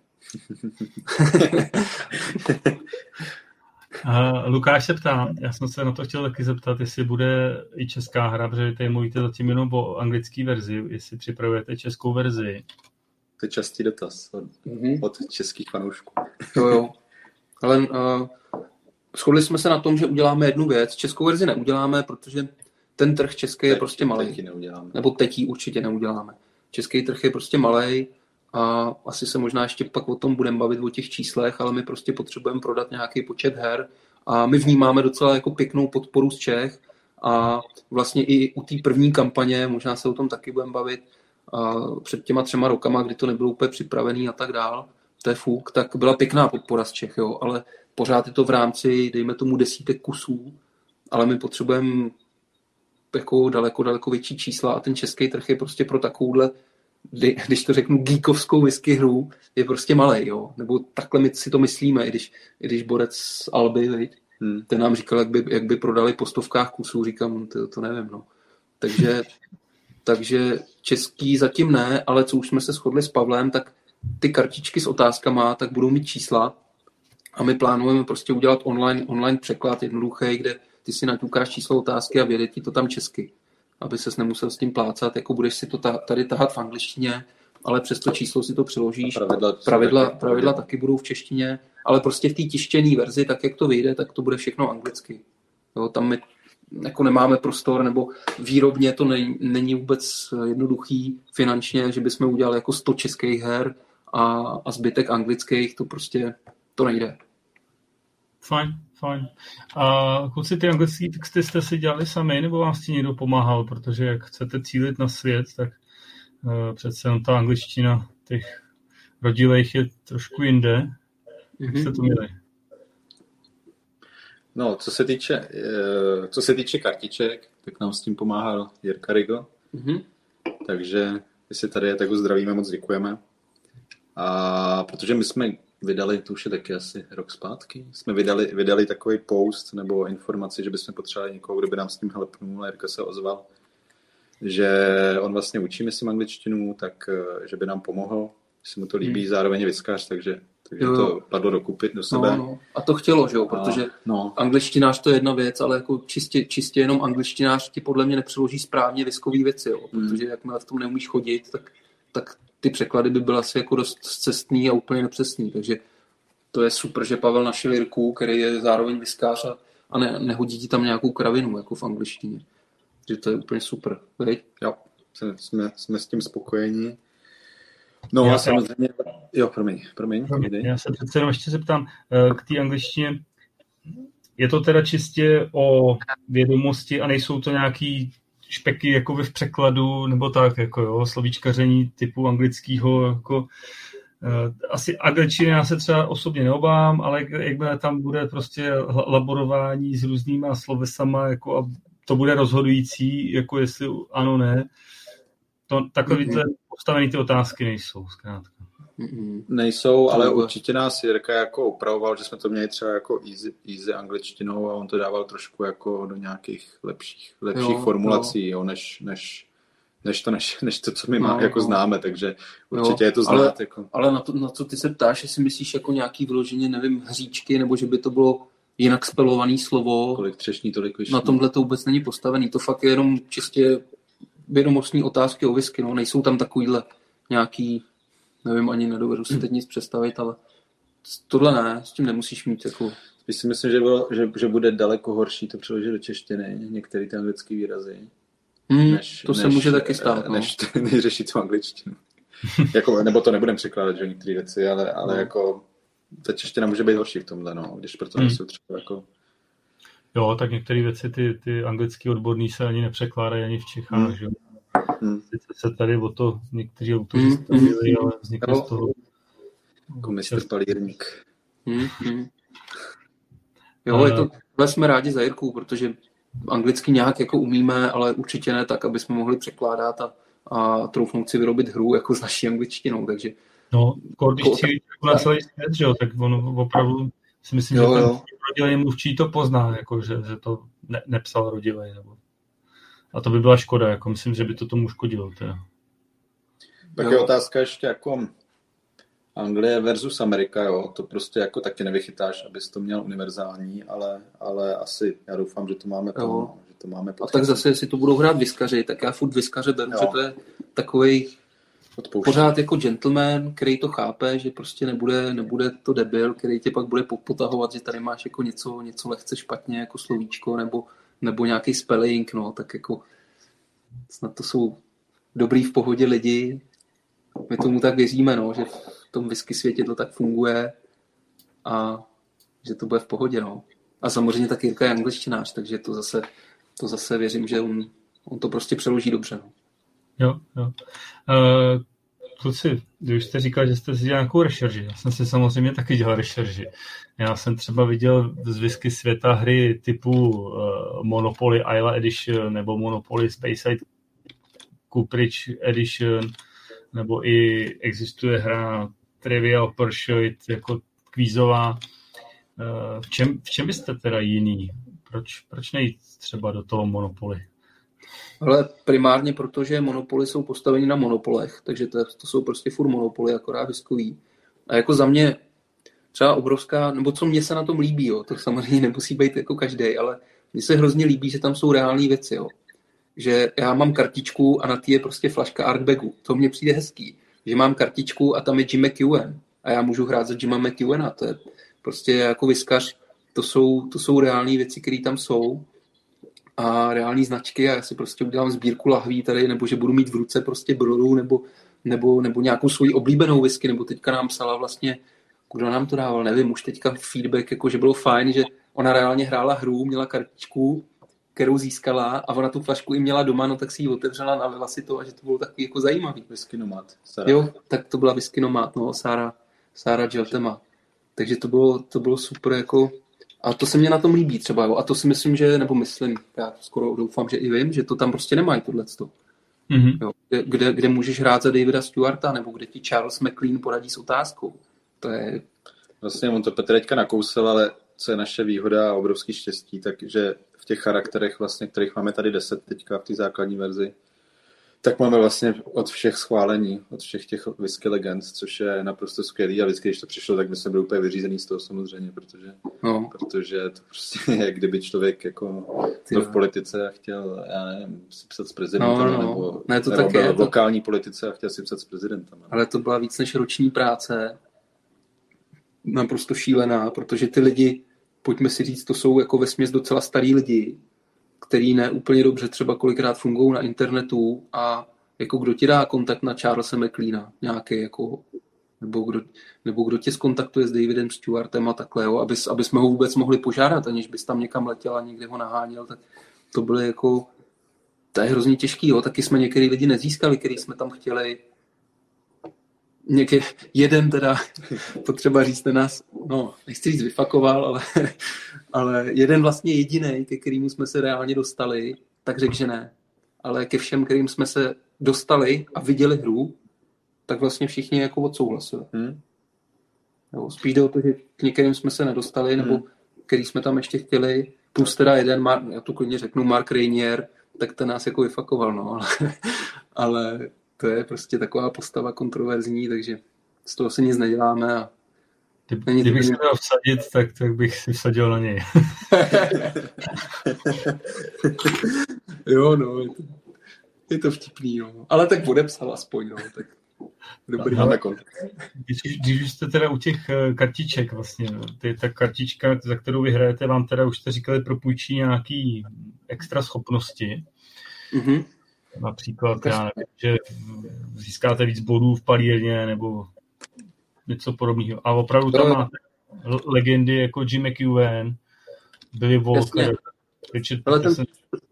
Uh, Lukáš se ptá, já jsem se na to chtěl taky zeptat, jestli bude i česká hra, protože tady mluvíte zatím jenom o anglické verzi, jestli připravujete českou verzi. To je častý dotaz od, mm-hmm. od českých fanoušků. Jo, jo. Ale uh, shodli jsme se na tom, že uděláme jednu věc. Českou verzi neuděláme, protože ten trh český je teď, prostě malej. Teď ji neuděláme. Nebo teď ji určitě neuděláme. Český trh je prostě malej a asi se možná ještě pak o tom budeme bavit o těch číslech, ale my prostě potřebujeme prodat nějaký počet her a my vnímáme docela jako pěknou podporu z Čech a vlastně i u té první kampaně, možná se o tom taky budeme bavit, a před těma třema rokama, kdy to nebylo úplně připravený a tak dál, to je fuk, tak byla pěkná podpora z Čech, jo, ale pořád je to v rámci, dejme tomu desítek kusů, ale my potřebujeme jako daleko, daleko větší čísla a ten český trh je prostě pro takovouhle, když to řeknu, geekovskou whisky hru, je prostě malej, jo, nebo takhle my si to myslíme, i když, i když borec z Alby, viď, hmm. ten nám říkal, jak by, jak by prodali po stovkách kusů, říkám, to, to nevím, no. Takže, takže český zatím ne, ale co už jsme se shodli s Pavlem, tak ty kartičky s otázkama, tak budou mít čísla a my plánujeme prostě udělat online, online překlad jednoduchý, kde ty si naťukáš číslo otázky a vědět ti to tam česky, aby ses nemusel s tím plácat, jako budeš si to tady tahat v angličtině, ale přes to číslo si to přiložíš. Pravidla, pravidla, pravidla taky budou v češtině, ale prostě v té tištěné verzi, tak jak to vyjde, tak to bude všechno anglicky. Jo, tam my jako nemáme prostor, nebo výrobně to není, není vůbec jednoduchý finančně, že bychom udělali jako sto českých her a, a zbytek anglických, to prostě to nejde. Fajn, fajn. A kluci, ty anglické texty jste si dělali sami, nebo vám s tím někdo pomáhal? Protože jak chcete cílit na svět, tak uh, přece jen ta angličtina těch rodilejch je trošku jinde. Jak mm-hmm. jste to měli? No, co se týče, uh, co se týče kartiček, tak nám s tím pomáhal Jirka Rigo. Mm-hmm. Takže jestli tady je, tak ho zdravíme, moc děkujeme. A protože my jsme vydali, to už je taky asi rok zpátky, jsme vydali, vydali takový post nebo informaci, že bychom potřebovali někoho, kdo by nám s tím hlepnul, a Jirka se ozval, že on vlastně učí, myslím, angličtinu, tak že by nám pomohl, že se mu to líbí, hmm. zároveň je whiskář, takže, takže to padlo dokupit do sebe. No, no. A to chtělo, že jo, protože no. angličtinář to je jedna věc, ale jako čistě, čistě jenom angličtinář ti podle mě nepřeloží správně whiskový věci, jo, hmm. protože jakmile v tom neumíš chodit, tak, tak ty překlady by byly asi jako dost cestný a úplně nepřesný, takže to je super, že Pavel našel Jirku, který je zároveň whiskář a, a ne, nehodí ti tam nějakou kravinu, jako v angličtině. Takže to je úplně super. Veď? Jo, jsme, jsme s tím spokojení. No já a samozřejmě... Jo, promiň, promiň. promiň. Já se přece jenom ještě zeptám k té angličtině. Je to teda čistě o vědomosti a nejsou to nějaký špeky jako v překladu, nebo tak, jako jo, slovíčkaření typu anglického, jako uh, asi angličtiny já se třeba osobně neobávám, ale jakmile tam bude prostě laborování s různýma slovesama, jako a to bude rozhodující, jako jestli ano, ne, to takovýhle mm-hmm. postavený ty otázky nejsou, zkrátka. Mm-hmm. Nejsou, ale určitě nás Jirka jako upravoval, že jsme to měli třeba jako easy, easy angličtinou a on to dával trošku jako do nějakých lepších, lepších jo, formulací, jo. Jo, než, než, než, to, než, než to, co my no, má, jako no. známe, takže určitě jo, je to znát. Ale, jako. ale na, to, na co ty se ptáš, jestli myslíš jako nějaký vyloženě, nevím, hříčky, nebo že by to bylo jinak spelovaný slovo. Kolik třešní, tolik vyšší. Na tomhle to vůbec není postavený, to fakt je jenom čistě vědomostní otázky o whisky, no, nejsou tam takovýhle nějaký, nevím, ani nedovedu si teď nic představit, ale tohle ne, s tím nemusíš mít jako... Spíš si myslím, že, bylo, že, že bude daleko horší to přeložit do češtiny, některé ty anglické výrazy. Hmm, než, to se než, může taky stát, no. Než, než řešit tu angličtinu. jako, nebo to nebudeme překládat, že některé věci, ale, ale no. jako ta čeština může být horší v tomhle, no, když proto hmm. nejsou třeba jako... Jo, tak některé věci, ty, ty anglický odborní se ani nepřekládají ani v Čechách, hmm. že jo. Hmm. Sice se tady o to někteří autoři hmm. stavili, ale vzniklo z toho... Jako mistr Palírník. Hmm. Hmm. Jo, je to, jsme rádi za Jirku, protože anglicky nějak jako umíme, ale určitě ne tak, aby jsme mohli překládat a, a troufnout si vyrobit hru jako s naší angličtinou, takže... No, když chci jako na celý svět, že jo, tak ono opravdu si myslím, jo, že ten rodilej mluvčí to pozná, jako, že, že to ne, nepsal rodilej, nebo A to by byla škoda, jako myslím, že by to tomu škodilo. Teda. Tak je otázka ještě jako Anglie versus Amerika, jo. To prostě jako taky nevychytáš, abys to měl univerzální, ale, ale asi já doufám, že to máme to, že to máme a tak zase, jestli to budou hrát viskaři, tak já furt viskaře beru, jo. Že to je takovej Odpouštěn. Pořád jako gentleman, který to chápe, že prostě nebude, nebude to debil, který tě pak bude potahovat, že tady máš jako něco, něco lehce špatně, jako slovíčko, nebo, nebo nějaký spelling, no, tak jako snad to jsou dobrý v pohodě lidi. My tomu tak věříme, no, že v tom whisky světě to tak funguje a že to bude v pohodě, no. A samozřejmě tak Jirka je angličtinář, takže to zase, to zase věřím, že on, on to prostě přeloží dobře, no. Jo, jo. Uh, kluci, když jste říkal, že jste si dělal nějakou rešerži, já jsem si samozřejmě taky dělal rešerži. Já jsem třeba viděl z whisky světa hry typu uh, Monopoly Isla Edition nebo Monopoly Speyside Cooperage Edition, nebo i existuje hra Trivial Pursuit jako kvízová. Uh, v čem, v čem byste teda jiný? Proč, proč nejít třeba do toho Monopoly? Ale primárně protože monopoly jsou postaveny na monopolech, takže to, to jsou prostě furt monopoly, akorát whiskový. A jako za mě třeba obrovská, nebo co mě se na tom líbí, jo, to samozřejmě nemusí být jako každý, ale mně se hrozně líbí, že tam jsou reální věci, jo. Že já mám kartičku a na té je prostě flaška Artbagu. To mně přijde hezký, že mám kartičku a tam je Jim McEwen a já můžu hrát za Jima McEwena. To je prostě jako whiskař, to jsou, to jsou reální věci, které tam jsou. A reální značky a já si prostě udělám sbírku lahví tady, nebo že budu mít v ruce prostě brodu, nebo, nebo, nebo nějakou svoji oblíbenou whisky, nebo teďka nám psala vlastně, kdo nám to dával, nevím, už teďka feedback, jako že bylo fajn, že ona reálně hrála hru, měla kartičku, kterou získala a ona tu flašku i měla doma, no tak si ji otevřela, nalila si to a že to bylo takový jako zajímavý. Whisky Nomad. Jo, tak to byla Whisky Nomad, no, Sára, Sára Geltema. Takže to bylo, to bylo super jako. A to se mě na tom líbí třeba, jo. A to si myslím, že, nebo myslím, já skoro doufám, že i vím, že to tam prostě nemají tohleto. Mm-hmm. Jo. Kde, kde, kde můžeš hrát za Davida Stewarta, nebo kde ti Charles McLean poradí s otázkou. To je... Vlastně on to Petr teďka nakousil, ale co je naše výhoda a obrovský štěstí, takže v těch charakterech, vlastně, kterých máme tady deset teďka v té základní verzi, tak máme vlastně od všech schválení, od všech těch whisky legends, což je naprosto skvělý a vždycky, když to přišlo, tak my jsme byli úplně vyřízený z toho samozřejmě, protože, no. protože to prostě je, kdyby člověk jako byl v politice a chtěl, já nevím, si psat s prezidentem, no, no. nebo, ne, to nebo tak je, v lokální to... politice a chtěl si psat s prezidentem. Ne? Ale to byla víc než roční práce, naprosto šílená, protože ty lidi, pojďme si říct, to jsou jako vesměs docela starý lidi, který ne úplně dobře třeba kolikrát fungují na internetu a jako kdo ti dá kontakt na Charlesa McLeana nějaký jako, nebo kdo, nebo kdo tě skontaktuje s Davidem Stewartem a takhle, jo, aby, aby jsme ho vůbec mohli požádat, aniž bys tam někam letěl a někde ho naháněl, tak to bylo jako, to je hrozně těžký, jo, taky jsme některý lidi nezískali, který jsme tam chtěli. Někdy, jeden teda, to třeba říct na nás, no, nechci říct vyfakoval, ale, ale jeden vlastně jedinej, ke kterému jsme se reálně dostali, tak řekl, že ne. Ale ke všem, kterým jsme se dostali a viděli hru, tak vlastně všichni jako odsouhlasili. Hmm. Jo, spíš jde o to, že k některým jsme se nedostali, nebo hmm. který jsme tam ještě chtěli, plus teda jeden, já tu klidně řeknu, Mark Rainier, tak ten nás jako vyfakoval, no, ale, ale to je prostě taková postava kontroverzní, takže z toho se nic neděláme. A Kdyby, kdybych se měl vsadit, tak, tak bych si vsadil na něj. Jo, no, je to, je to vtipný, no. Ale tak odepsal aspoň, no, tak dobrý. No, když, když jste teda u těch kartiček vlastně, ty, ta kartička, za kterou vy hrajete, vám teda už jste říkali propůjčí nějaký extra schopnosti. Mhm. Například, já nevím, že získáte víc bodů v palírně, nebo něco podobného. A opravdu tam máte legendy jako Jim McEwen, Billy Walker, Richard Peterson.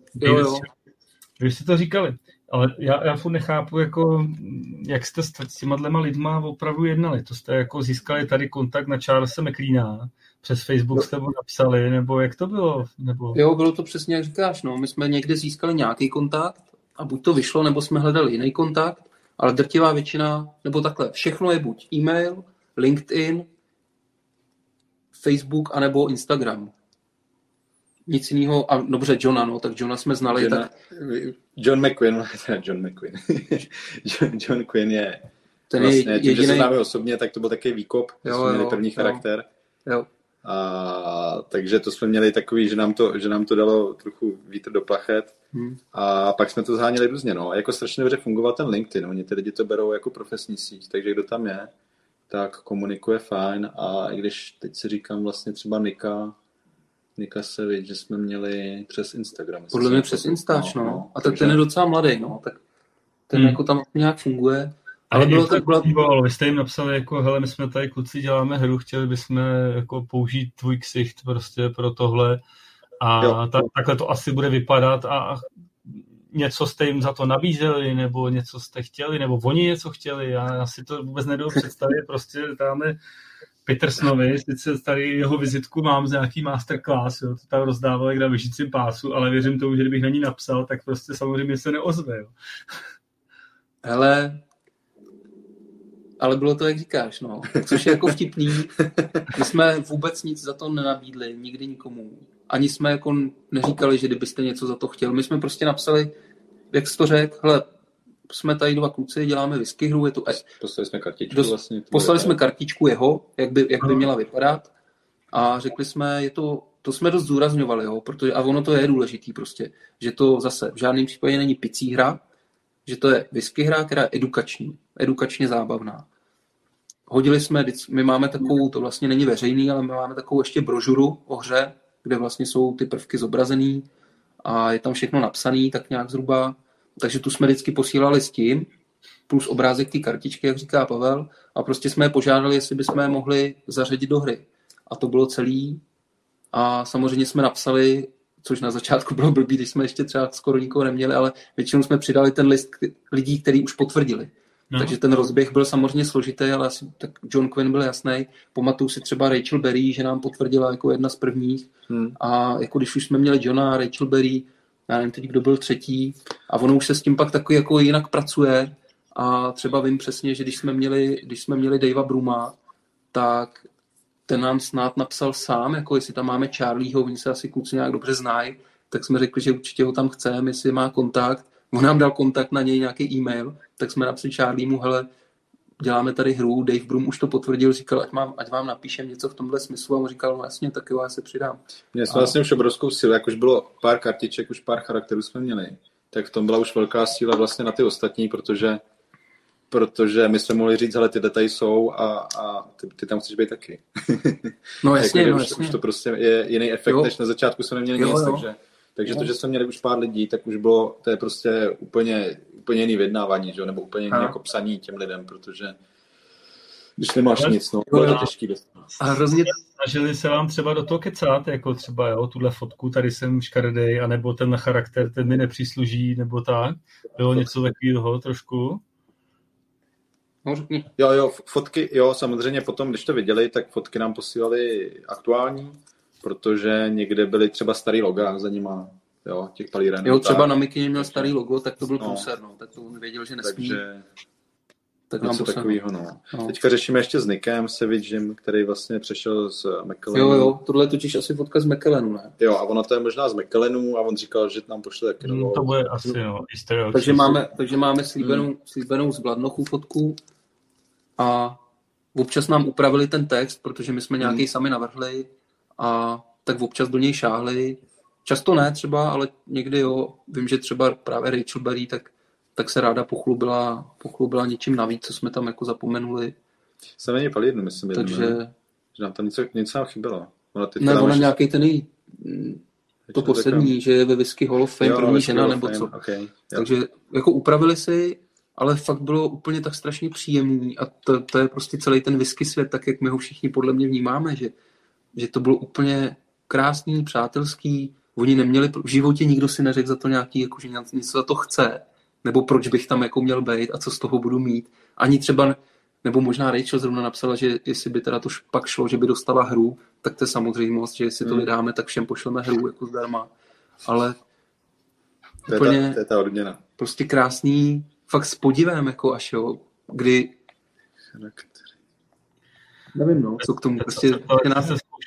Vy jste to říkali, ale já, já furt nechápu, jako, jak jste s těma dvěma lidma opravdu jednali. To jste jako získali tady kontakt na Charlesa McLeana, přes Facebook jste mu napsali, nebo jak to bylo? Nebo... Jo, bylo to přesně, jak říkáš. No. My jsme někde získali nějaký kontakt a buď to vyšlo, nebo jsme hledali jiný kontakt, ale drtivá většina, nebo takhle, všechno je buď e-mail, LinkedIn, Facebook, anebo Instagram. nic jiného, a dobře, Johna, no, tak Johna jsme znali. Johna, tak... John McQueen, John McQueen, John, John Quinn je ten vlastně, je tím, jedinej... že se známe osobně, tak to byl takový výkop, jo, jsme měli první jo. charakter. Jo. A, takže to jsme měli takový, že nám to, že nám to dalo trochu vítr do plachet. Hmm. A pak jsme to zháněli různě. No. Jako strašně dobře fungoval ten LinkedIn. Oni ty lidi to berou jako profesní síť, takže kdo tam je, tak komunikuje fajn. A i když teď si říkám vlastně třeba Nika, Nika se ví, že jsme měli přes Instagram. Podle mě přes Instač, no. no. A tak ten je docela mladý, no. Tak ten hmm. jako tam nějak funguje. Ale bylo to byla... Vy jste jim napsali, jako, hele, my jsme tady kluci, děláme hru, chtěli bychom jako použít tvůj ksicht prostě pro tohle a ta, takhle to asi bude vypadat a něco jste jim za to nabízeli, nebo něco jste chtěli, nebo oni něco chtěli, já, já si to vůbec nedovedu představit, prostě dáme Petersonovi, sice tady jeho vizitku mám z nějaký masterclass, jo, to tam rozdával jak na běžícím pásu, ale věřím tomu, že kdybych na ní napsal, tak prostě samozřejmě se neozve, jo. Hele, ale bylo to, jak říkáš, no. Což je jako vtipný. My jsme vůbec nic za to nenabídli, nikdy nikomu. Ani jsme jako neříkali, že kdybyste něco za to chtěl. My jsme prostě napsali, jak jsi to řekl, hele, jsme tady dva kluci, děláme whisky hru, je to... Poslali jsme kartičku Dost, vlastně. Poslali jsme kartičku jeho, jak by, jak by měla vypadat a řekli jsme, je to, to jsme dost zdůrazňovali, jo, protože, a ono to je důležitý prostě, že to zase v žádném případě není picí hra, že to je whisky hra, která je edukační, edukačně zábavná. Hodili jsme, my máme takovou, to vlastně není veřejný, ale my máme takovou ještě brožuru o hře, kde vlastně jsou ty prvky zobrazený a je tam všechno napsaný, tak nějak zhruba. Takže tu jsme vždycky posílali s tím, plus obrázek té kartičky, jak říká Pavel, a prostě jsme je požádali, jestli bychom je mohli zařadit do hry. A to bylo celý. A samozřejmě jsme napsali, což na začátku bylo blbý, když jsme ještě třeba skoro nikoho neměli, ale většinou jsme přidali ten list lidí, kteří už potvrdili. No. Takže ten rozběh byl samozřejmě složitý, ale asi tak John Quinn byl jasný. Pamatuju si třeba Rachel Berry, že nám potvrdila jako jedna z prvních. Hmm. A jako když už jsme měli Johna a Rachel Berry, já nevím teď, kdo byl třetí, a ono už se s tím pak taky jako jinak pracuje. A třeba vím přesně, že když jsme měli, když jsme měli Davea Bruma, tak ten nám snad napsal sám, jako jestli tam máme Charlieho, oni se asi kluci nějak dobře znají, tak jsme řekli, že určitě ho tam chceme, jestli má kontakt. On nám dal kontakt na něj, nějaký e-mail, tak jsme napsali Charliemu, hele, děláme tady hru, Dave Brum už to potvrdil, říkal, ať, mám, ať vám napíšem něco v tomhle smyslu, a on říkal, no jasně, tak jo, já se přidám. Měli jsme a... vlastně už obrovskou sílu, jak už bylo pár kartiček, už pár charakterů jsme měli, tak v tom byla už velká síla vlastně na ty ostatní, protože protože my jsme mohli říct, hele, ty detaily jsou a, a ty, ty tam chceš být taky. No jasně, jako, no už, jasně. Už to prostě je jiný efekt, jo. Než na začátku jsme neměli jo, nic, jo. takže, takže jo. to, že jsme měli už pár lidí, tak už bylo, to je prostě úplně, úplně jiný vyjednávání, že? Nebo úplně jiný jako psaní těm lidem, protože když nemáš ale, nic, no, bylo to těžký. A hrozně snažili se vám třeba do toho kecat, jako třeba, jo, tuhle fotku, tady jsem škaredej, anebo ten charakter, ten mi nepřísluží, nebo tak. Bylo něco takového trošku? No, řekni. Jo, jo, fotky, jo, samozřejmě potom, když to viděli, tak fotky nám posílali aktuální, protože někde byly třeba starý loga za nima, jo, těch palírenů. Jo, třeba tak. Na Mikině měl starý logo, tak to byl no, průser, no, tak to on věděl, že nesmí. Takže tak něco takového, no. no. Teďka řešíme ještě s Nickem Savagem, který vlastně přešel z McKellenu. Jo, jo, tohle je totiž asi fotka z McKellenu, ne? Jo, a ono to je možná z McKellenu a on říkal, že nám pošle taky novou. Hmm, to bude asi, jo, no, takže máme, takže máme slíbenou, hmm. slíbenou z Bladnochu fotku a občas nám upravili ten text, protože my jsme nějaký hmm. sami navrhli a tak občas do něj šáhli. Často ne třeba, ale někdy jo. Vím, že třeba právě Rachel Berry, tak tak se ráda pochlubila, pochlubila něčím navíc, co jsme tam jako zapomenuli. Se není palírnu, myslím, takže... jednou, že nám tam něco, něco nám chybělo. Ona ne, ona máš... nějaký ten jí, to poslední, taková... že je ve Whisky Hall of Fame, jo, první žena, nebo co. Okay, takže jako upravili si, ale fakt bylo úplně tak strašně příjemný a to, to je prostě celý ten whisky svět, tak jak my ho všichni podle mě vnímáme, že, že to bylo úplně krásný, přátelský, oni neměli, v životě nikdo si neřekl za to nějaký, jako, že něco za to chce, nebo proč bych tam jako měl být a co z toho budu mít. Ani třeba, nebo možná Rachel zrovna napsala, že jestli by teda to pak šlo, že by dostala hru, tak to je samozřejmost, že jestli to vydáme, tak všem pošleme hru jako zdarma. Ale to úplně je ta, to je ta odměna. Prostě krásný, fakt s podivem, jako až jo, kdy nevím, no, co k tomu, prostě nás se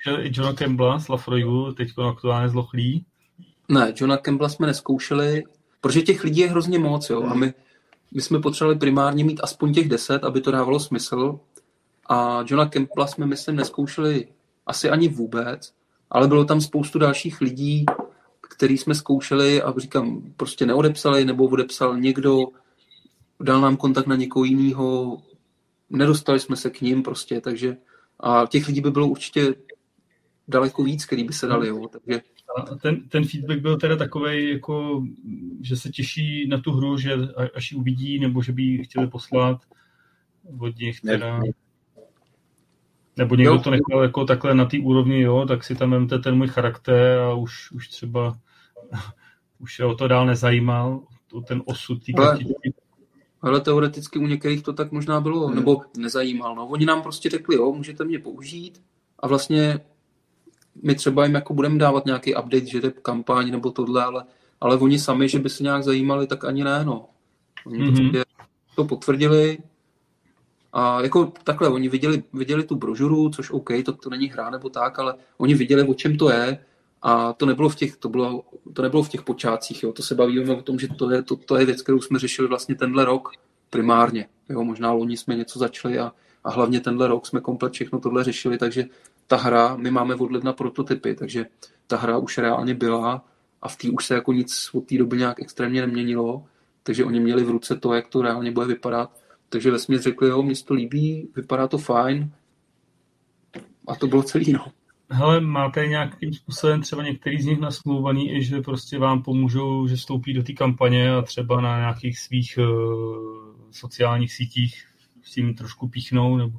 i Johna Campbella z Lafroigu, teď aktuálně zlochlý? Ne, Johna Campbella jsme neskoušeli, protože těch lidí je hrozně moc, jo, a my, my jsme potřebovali primárně mít aspoň těch deset, aby to dávalo smysl. A Johna Campbella jsme, myslím, neskoušeli asi ani vůbec, ale bylo tam spoustu dalších lidí, který jsme zkoušeli a říkám, prostě neodepsali, nebo odepsal někdo, dal nám kontakt na někoho jiného, nedostali jsme se k ním prostě, takže a těch lidí by bylo určitě daleko víc, který by se dali, jo, takže... A ten, ten feedback byl teda takovej, jako, že se těší na tu hru, že až ji uvidí, nebo že by ji chtěli poslat od nich teda... Ne. Nebo někdo jo. to nechal jako takhle na té úrovni, jo, tak si tam vemte ten můj charakter a už, už třeba už se o to dál nezajímal, ten osud té kartičky. Ale teoreticky u některých to tak možná bylo, hmm. nebo nezajímal. No. Oni nám prostě řekli, jo, můžete mě použít a vlastně my třeba jim jako budeme dávat nějaký update, že jde kampaň nebo tohle, ale, ale oni sami, že by se nějak zajímali, tak ani ne, no. Oni mm-hmm. to potvrdili a jako takhle, oni viděli, viděli tu brožuru, což OK, to, to není hra nebo tak, ale oni viděli, o čem to je a to nebylo v těch, to bylo, to nebylo v těch počátcích, jo. To se bavíme o tom, že to je, to, to je věc, kterou jsme řešili vlastně tenhle rok primárně, jo. Možná loni jsme něco začali a, a hlavně tenhle rok jsme komplet všechno tohle řešili, takže ta hra, my máme od ledna prototypy, takže ta hra už reálně byla a v té už se jako nic od té doby nějak extrémně neměnilo, takže oni měli v ruce to, jak to reálně bude vypadat. Takže vesměs řekli, jo, mně se to líbí, vypadá to fajn a to bylo celý, no. Hele, máte nějakým způsobem třeba některý z nich nasmluvaný i, že prostě vám pomůžou, že vstoupí do té kampaně a třeba na nějakých svých uh, sociálních sítích s tím trošku píchnou, nebo...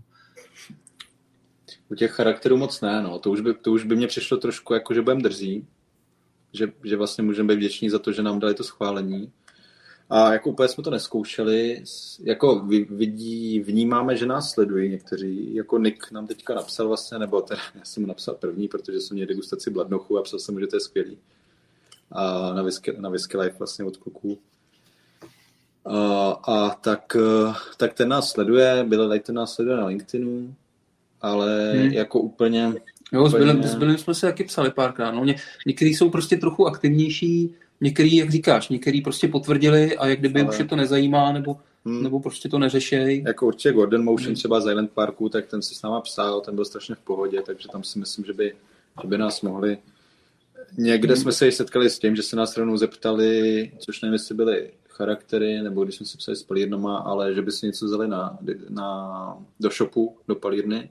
U těch charakterů moc ne, no. To už by, to už by mě přišlo trošku jako, že budeme drzí, že, že vlastně můžeme být vděční za to, že nám dali to schválení. A jako úplně jsme to neskoušeli, jako vidí, vnímáme, že nás sledují někteří, jako Nick nám teďka napsal vlastně, nebo teda já jsem mu napsal první, protože jsem měl degustaci bladnochu a psal jsem mu, že to je skvělý. A na Whisky, na Whisky Life vlastně od kluků. A, a tak, tak ten nás sleduje, Billy Lighton nás sleduje na LinkedInu, ale hmm. jako úplně... Jo, s Billem, s Billem jsme se taky psali párkrát. No, ně, některý jsou prostě trochu aktivnější, některý, jak říkáš, některý prostě potvrdili a jak kdyby ale... už je to nezajímá, nebo, hmm. nebo prostě to neřešej. Jako určitě Gordon Motion hmm. třeba z Island Parku, tak ten si s náma psal, ten byl strašně v pohodě, takže tam si myslím, že by, že by nás mohli... Někde hmm. jsme se setkali s tím, že se nás rovnou zeptali, což nevím, jestli byly charaktery, nebo když jsme si psali s palírnama, ale že by si něco vzali na, na, do shopu, do palírny,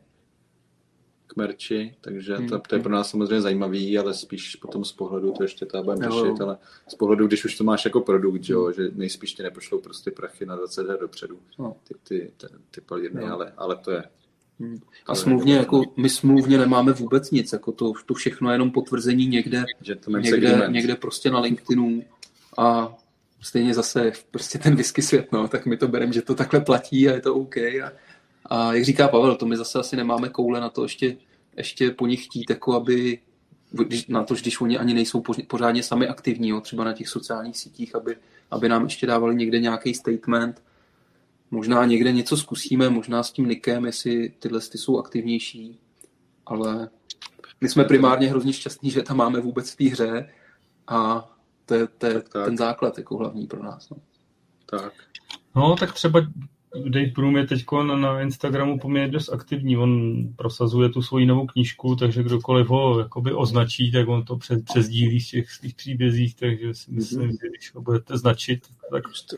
k merči, takže to, to je pro nás samozřejmě zajímavý, ale spíš potom z pohledu, to ještě to budeme řešit, ale z pohledu, když už to máš jako produkt, jo, že nejspíš ti nepošlou prostě prachy na dvacet let dopředu, ty, ty, ty, ty palírny, ale, ale to je. A smluvně, jako my smluvně nemáme vůbec nic, jako to, to všechno je jenom potvrzení někde, někde, někde prostě na LinkedInu a stejně zase prostě ten whisky svět, no, tak my to bereme, že to takhle platí a je to OK. A, a jak říká Pavel, to my zase asi nemáme koule na to ještě, ještě po nich chtít, jako aby, když, na to, když oni ani nejsou pořádně sami aktivní, jo, třeba na těch sociálních sítích, aby, aby nám ještě dávali někde nějaký statement. Možná někde něco zkusíme, možná s tím Nickem, jestli tyhle ty jsou aktivnější, ale my jsme primárně hrozně šťastní, že tam máme vůbec v té hře a to je, to je tak, tak. ten základ jako hlavní pro nás. No. Tak. No, tak třeba Dave Broom je teď na Instagramu poměrně dost aktivní. On prosazuje tu svoji novou knížku, takže kdokoliv ho jakoby označí, tak on to přes, přesdílí z těch, z těch příbězích, takže si myslím, že když ho budete značit, tak,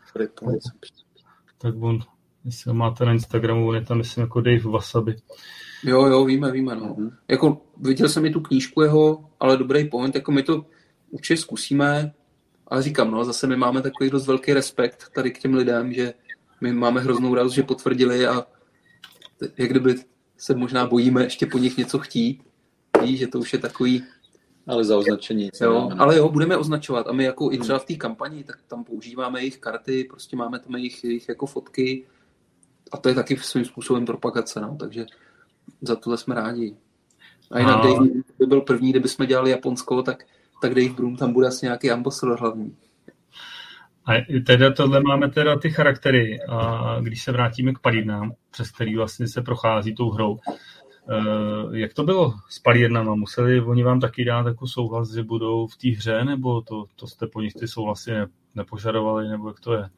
tak on, jestli ho máte na Instagramu, on je tam, myslím, jako Dave Wasabi. Jo, jo, víme, víme, no. Mm-hmm. Jako viděl jsem i tu knížku jeho, ale dobrý point, jako my to určitě zkusíme, ale říkám, no, zase my máme takový dost velký respekt tady k těm lidem, že my máme hroznou radost, že potvrdili a jak kdyby se možná bojíme ještě po nich něco chtít, víš, že to už je takový... Ale za označení. Jo, ale jo, budeme označovat a my jako i třeba v té kampani, tak tam používáme jejich karty, prostě máme tam jejich, jejich jako fotky a to je taky svým způsobem propagace, no, takže za tohle jsme rádi. A jinak a... Dave by byl první, kdybychom dělali Japonsko, tak, tak Dave Broom tam bude asi nějaký ambasador hlavní. A teda tohle máme teda ty charaktery a když se vrátíme k palírnám, přes který vlastně se prochází tou hrou, Jak to bylo s palírnama? Museli oni vám taky dát jako souhlas, že budou v té hře, nebo to, to jste po nich ty souhlasy ne, nepožadovali, nebo jak to je?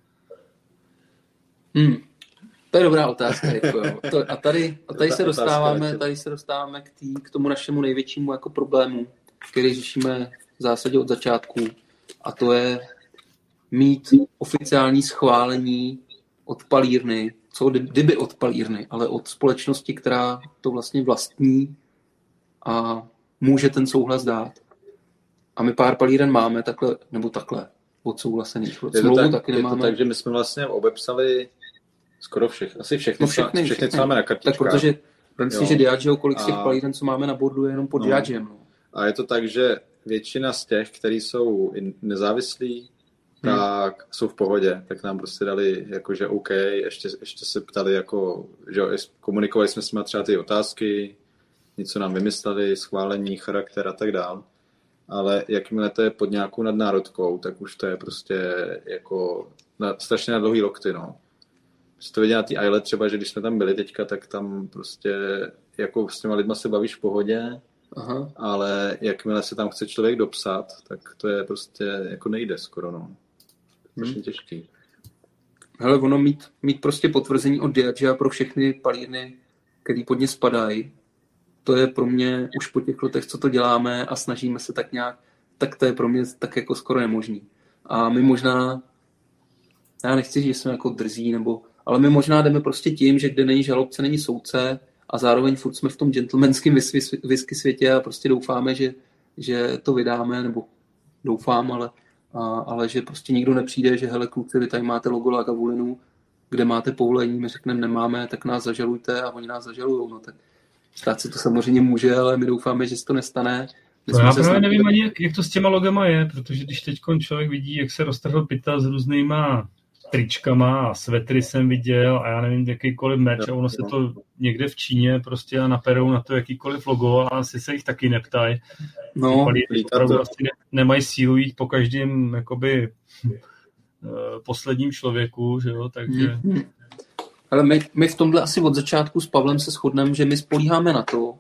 Hmm. To je dobrá otázka. Jako, to, a tady, a tady, se dostáváme, tady se dostáváme k, tý, k tomu našemu největšímu jako problému, který řešíme v zásadě od začátku, a to je mít oficiální schválení od palírny, co kdyby od palírny, ale od společnosti, která to vlastně vlastní a může ten souhlas dát. A my pár palíren máme takhle, nebo takhle, odsouhlasených. Je to tak, taky je to tak, že my jsme vlastně obepsali skoro všech, asi všechny, no všechny, všechny, všechny, co máme na kartičkách. Tak protože vem si, že Diageo, kolik z těch palíren, co máme na bordu, je jenom pod no. Diagem. No. A je to tak, že většina z těch, který jsou nezávislí, tak hmm. jsou v pohodě, tak nám prostě dali jakože OK, ještě, ještě se ptali jako, že komunikovali jsme s nimi třeba ty otázky, něco nám vymysleli, schválení, charakter a tak dál, ale jakmile to je pod nějakou nadnárodkou, tak už to je prostě jako na, strašně na dlouhý lokty, no. Jsi to viděl na té Isle třeba, že když jsme tam byli teďka, tak tam prostě jako s těma lidma se bavíš v pohodě, aha. ale jakmile se tam chce člověk dopsat, tak to je prostě jako nejde skoro, no. Hmm. Těžký. Hele, ono mít, mít prostě potvrzení od Diagea pro všechny palírny, které pod ně spadají, to je pro mě už po těch letech, co to děláme a snažíme se tak nějak, tak to je pro mě tak jako skoro nemožný. A my možná, já nechci říct, že jsme jako drzí, nebo, ale my možná jdeme prostě tím, že kde není žalobce, není soudce a zároveň furt jsme v tom gentlemanském whisky světě a prostě doufáme, že, že to vydáme, nebo doufám, ale A, ale že prostě nikdo nepřijde, že hele kluci, vy tady máte logo Lagavulinu, kde máte povolení, my řekneme nemáme, tak nás zažalujte a oni nás zažalujou. No tak stát se to samozřejmě může, ale my doufáme, že se to nestane. To já právě nevím ani, jak, jak to s těma logama je, protože když teď člověk vidí, jak se roztrhl pytel s různýma tričkama a svetry jsem viděl a já nevím, jakýkoliv merch a ono se to někde v Číně prostě naperou na to jakýkoliv logo a asi se jich taky neptají. No, opravdu asi ne, nemají sílu jít po každém jakoby posledním člověku, že jo, takže... Mm-hmm. Ale my, my v tomhle asi od začátku s Pavlem se shodneme, že my spolíháme na to,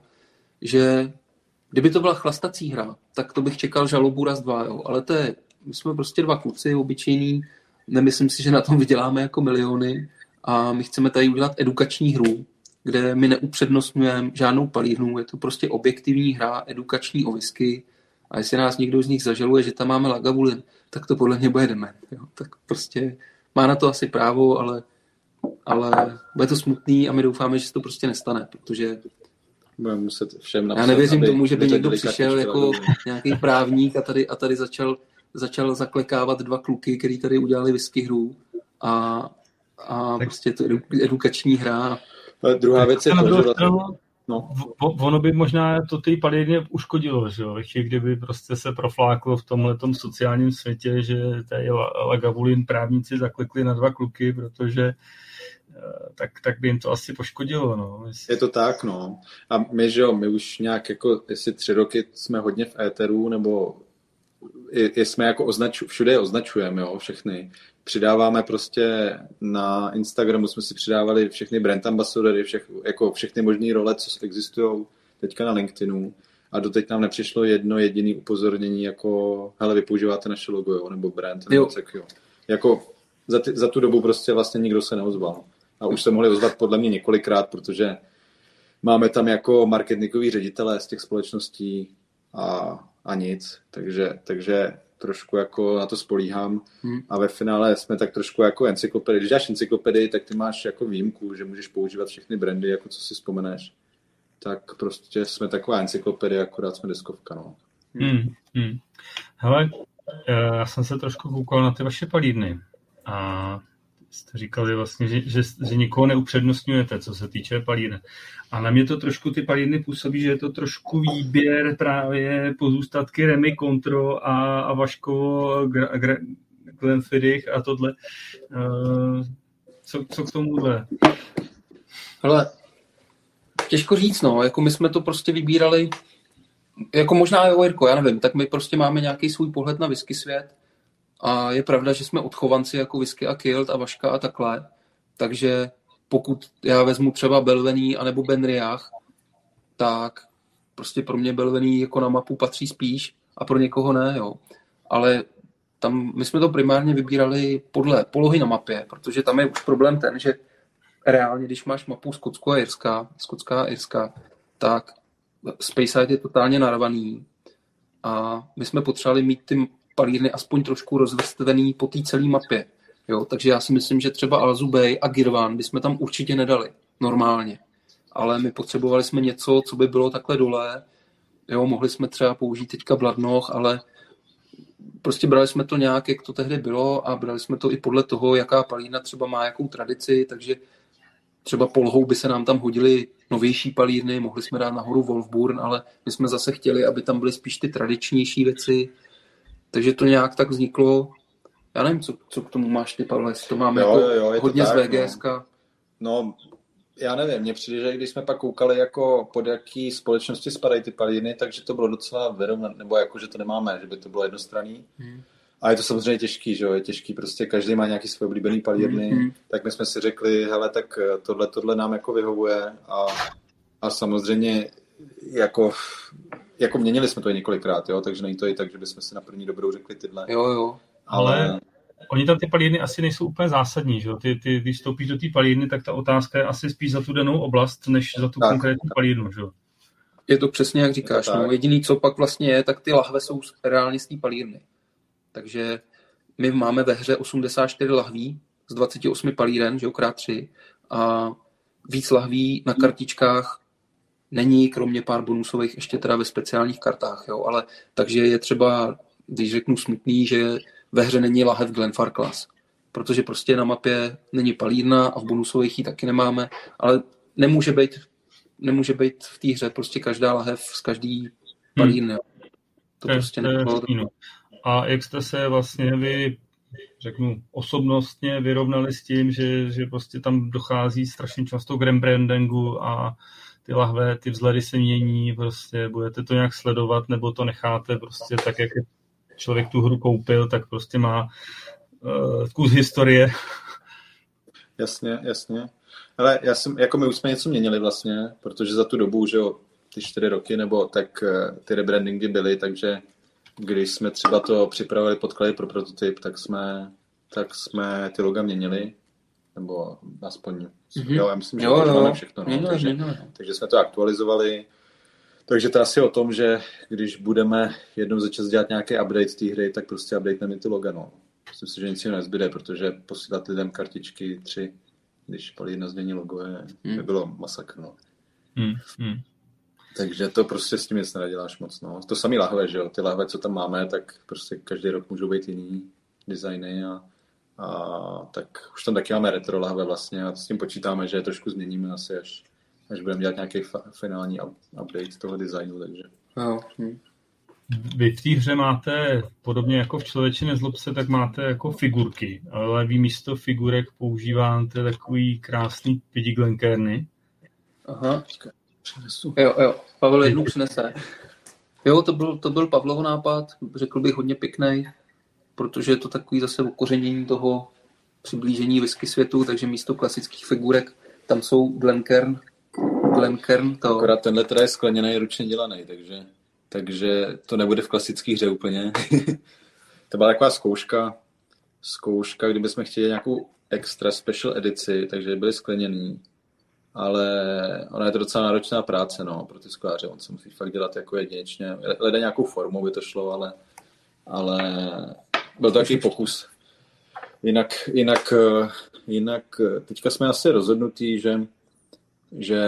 že kdyby to byla chlastací hra, tak to bych čekal žalobu raz, dva, jo, ale to je, my jsme prostě dva kluci, obyčejní, nemyslím si, že na tom vyděláme jako miliony a my chceme tady udělat edukační hru, kde my neupřednostňujeme žádnou palírnu, je to prostě objektivní hra, edukační o whisky a jestli nás někdo z nich zažaluje, že tam máme Lagavulin, tak to podle mě bude dement. Jo. Tak prostě má na to asi právo, ale, ale bude to smutný a my doufáme, že se to prostě nestane, protože budeme muset všem napsat, já nevěřím tomu, že by někdo přišel jako nějaký právník a tady, a tady začal začal zaklekávat dva kluky, který tady udělali whisky hru a, a prostě to edukační hra. A druhá věc je to, že vlastně... No. Ono by možná to ty palírně uškodilo, že jo? Kdyby prostě se profláklo v tomhletom sociálním světě, že tady Lagavulin právníci zaklekli na dva kluky, protože tak, tak by jim to asi poškodilo. No. Je to tak, no. A my, že jo, my už nějak jako, jestli tři roky jsme hodně v éteru, nebo i, i jsme jako označu, všude je označujeme, jo, všechny. Přidáváme prostě na Instagramu, jsme si přidávali všechny brand ambassadory, všech, jako všechny možné role, co existují teďka na LinkedInu. A doteď nám nepřišlo jedno jediné upozornění, jako hele, vy používáte naše logo, jo, nebo brand, nebo tak, jo. Jako za, ty, za tu dobu prostě vlastně nikdo se neozval. A už se mohli ozvat podle mě několikrát, protože máme tam jako marketingový ředitele z těch společností a, a nic. Takže, takže trošku jako na to spolíhám. Hmm. A ve finále jsme tak trošku jako encyklopedii. Když dáš encyklopedii, tak ty máš jako výjimku, že můžeš používat všechny brandy, jako co si vzpomeneš. Tak prostě jsme taková encyklopedie, akorát jsme deskovka, no. Hmm. Hmm. Hele, já jsem se trošku koukal na ty vaše palírny a jste říkali vlastně, že, že, že nikoho neupřednostňujete, co se týče palírny. A na mě to trošku ty palírny působí, že je to trošku výběr právě pozůstatky Remy Cointreau a, a Vaškovo Glenfiddich a tohle. Uh, co, co k tomuhle? Hele, těžko říct, no. Jako my jsme to prostě vybírali, jako možná jo, Jirko, já nevím, tak my prostě máme nějaký svůj pohled na whisky svět. A je pravda, že jsme odchovanci jako Whisky a Kilt a Vaška a takhle. Takže pokud já vezmu třeba Belvení anebo Ben Riach, tak prostě pro mě Belvený jako na mapu patří spíš a pro někoho ne, jo. Ale tam my jsme to primárně vybírali podle polohy na mapě, protože tam je už problém ten, že reálně, když máš mapu Skotsko a Irska, Skotská a Irska, tak Speyside je totálně narvaný a my jsme potřebovali mít ty palírny aspoň trošku rozvrstvený po té celé mapě. Jo? Takže já si myslím, že třeba Alzu Bay a Girvan bychom tam určitě nedali normálně. Ale my potřebovali jsme něco, co by bylo takhle dole. Jo, mohli jsme třeba použít teďka Bladnoch, ale prostě brali jsme to nějak, jak to tehdy bylo a brali jsme to i podle toho, jaká palírna třeba má jakou tradici, takže třeba polohou by se nám tam hodily novější palírny, mohli jsme dát nahoru Wolfburn, ale my jsme zase chtěli, aby tam byly spíš ty tradičnější věci, takže to nějak tak vzniklo. Já nevím, co, co k tomu máš ty, Pavle, to máme jo, jako jo, hodně tak, z V G S ka. No. no, já nevím, mně přijde, že když jsme pak koukali, jako pod jaký společnosti spadají ty palírny, takže to bylo docela vyrovnané, nebo jako, že to nemáme, že by to bylo jednostranný. Hmm. A je to samozřejmě těžký, že jo, je těžký, prostě každý má nějaký svoje oblíbený palírny, hmm. tak my jsme si řekli, hele, tak tohle, tohle nám jako vyhovuje a, a samozřejmě jako, jako měnili jsme to i několikrát, jo, takže není to i tak, že bychom si na první dobrou řekli tyhle. Jo, jo. Ale, ale oni tam ty palírny asi nejsou úplně zásadní, že jo, ty, ty, když vstoupíš do té palírny, tak ta otázka je asi spíš za tu danou oblast, než za tu tak, konkrétní palírnu, že jo. Je to přesně, jak říkáš, no, jediný, co pak vlastně je, tak ty lahve jsou reálně z té palírny. Takže my máme ve hře osmdesát čtyři lahví z dvacet osm palíren, že jo, krát tři. A víc lahví na kartičkách není, kromě pár bonusových, ještě teda ve speciálních kartách, jo. Ale takže je třeba, když řeknu smutný, že ve hře není lahev Glenfarclas, protože prostě na mapě není palírna a v bonusových ji taky nemáme, ale nemůže být, nemůže být v té hře prostě každá lahev z každý palírny. Hmm. To, to prostě nebylo. A jak jste se vlastně vy, řeknu, osobnostně vyrovnali s tím, že, že prostě tam dochází strašně často k rebrandingu a ty lahve, ty vzhledy se mění, prostě budete to nějak sledovat, nebo to necháte prostě tak, jak člověk tu hru koupil, tak prostě má uh, kus historie. Jasně, jasně. Ale já jsem, jako my už jsme něco měnili vlastně, protože za tu dobu, že jo, ty čtyři roky, nebo tak ty rebrandingy byly, takže když jsme třeba to připravili podklady pro prototyp, tak jsme, tak jsme ty loga měnili, nebo aspoň, mm-hmm. jo, já myslím, že jo, to máme všechno, no, měnili, takže, měnili. takže jsme to aktualizovali. Takže to asi o tom, že když budeme jednou za čas dělat nějaký update té hry, tak prostě updateneme ty loga, no. Myslím si, že nic jiného nezbyde, protože posílat lidem kartičky tři, když palírna změní logo, je, mm. by bylo masakr, no. Mm. Mm. Takže to prostě s tím nic neděláš moc, no. To samý lahve, že jo, ty lahve, co tam máme, tak prostě každý rok můžou být jiný designy a, a tak už tam taky máme retro lahve vlastně a s tím počítáme, že je trošku změníme asi až, až budeme dělat nějaký fa- finální update toho designu, takže. Oh. Hm. Vy v té hře máte, podobně jako v Člověče nezlob se, tak máte jako figurky, ale vy místo figurek používáte takový krásný pidi Glencairny. Aha. Přinesu. Jo, jo, Pavel jednu přinese. Jo, to byl, to byl Pavlov nápad, řekl bych hodně pěkný, protože je to takový zase okořenění toho přiblížení whisky světu, takže místo klasických figurek tam jsou Glencairn. Glencairn to... Akorát tenhle teda je skleněný, ručně dělaný, takže, takže to nebude v klasické hře úplně. To byla taková zkouška, zkouška, kdybychom chtěli nějakou extra special edici, takže byly skleněný. Ale ona je to docela náročná práce, no, pro ty skláře. On se musí fakt dělat jako jedinečně. Leda nějakou formou by to šlo, ale, ale byl to takový pokus. Jinak, jinak, jinak teďka jsme asi rozhodnutí, že, že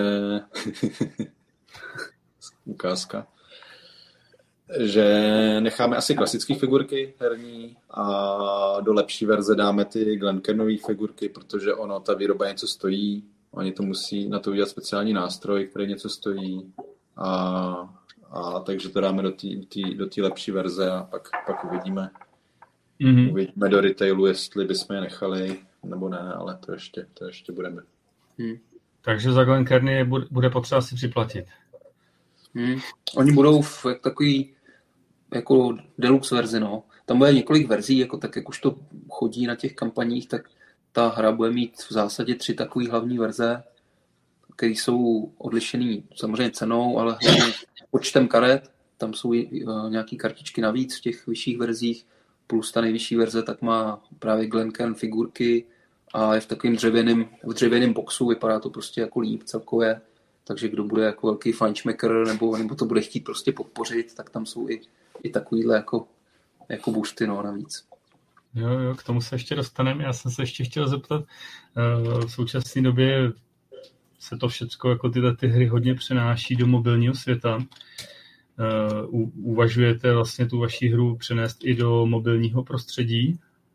ukázka, že necháme asi klasické figurky herní a do lepší verze dáme ty Glencairnové figurky, protože ono, ta výroba něco stojí. Oni to musí na to udělat speciální nástroj, který něco stojí a, a takže to dáme do té do té lepší verze a pak, pak uvidíme. Mm-hmm. Uvidíme do retailu, jestli bychom je nechali nebo ne, ale to ještě, to ještě budeme. Hmm. Takže za Glencairny bude potřeba si připlatit. Hmm. Oni budou v takový jako deluxe verzi, no. Tam bude několik verzí, jako tak jak už to chodí na těch kampaních, tak ta hra bude mít v zásadě tři takové hlavní verze, které jsou odlišený samozřejmě cenou, ale hlavně počtem karet. Tam jsou nějaké kartičky navíc v těch vyšších verzích, plus ta nejvyšší verze tak má právě Glencairn figurky a je v takovém dřevěném, v dřevěném boxu, vypadá to prostě jako líp celkově, takže kdo bude jako velký fajnšmekr nebo, nebo to bude chtít prostě podpořit, tak tam jsou i, i takovýhle jako, jako bušty, no, navíc. Jo, jo, k tomu se ještě dostaneme. Já jsem se ještě chtěl zeptat, v současné době se to všecko, jako tyhle ty hry hodně přenáší do mobilního světa. Uvažujete vlastně tu vaši hru přenést i do mobilního prostředí?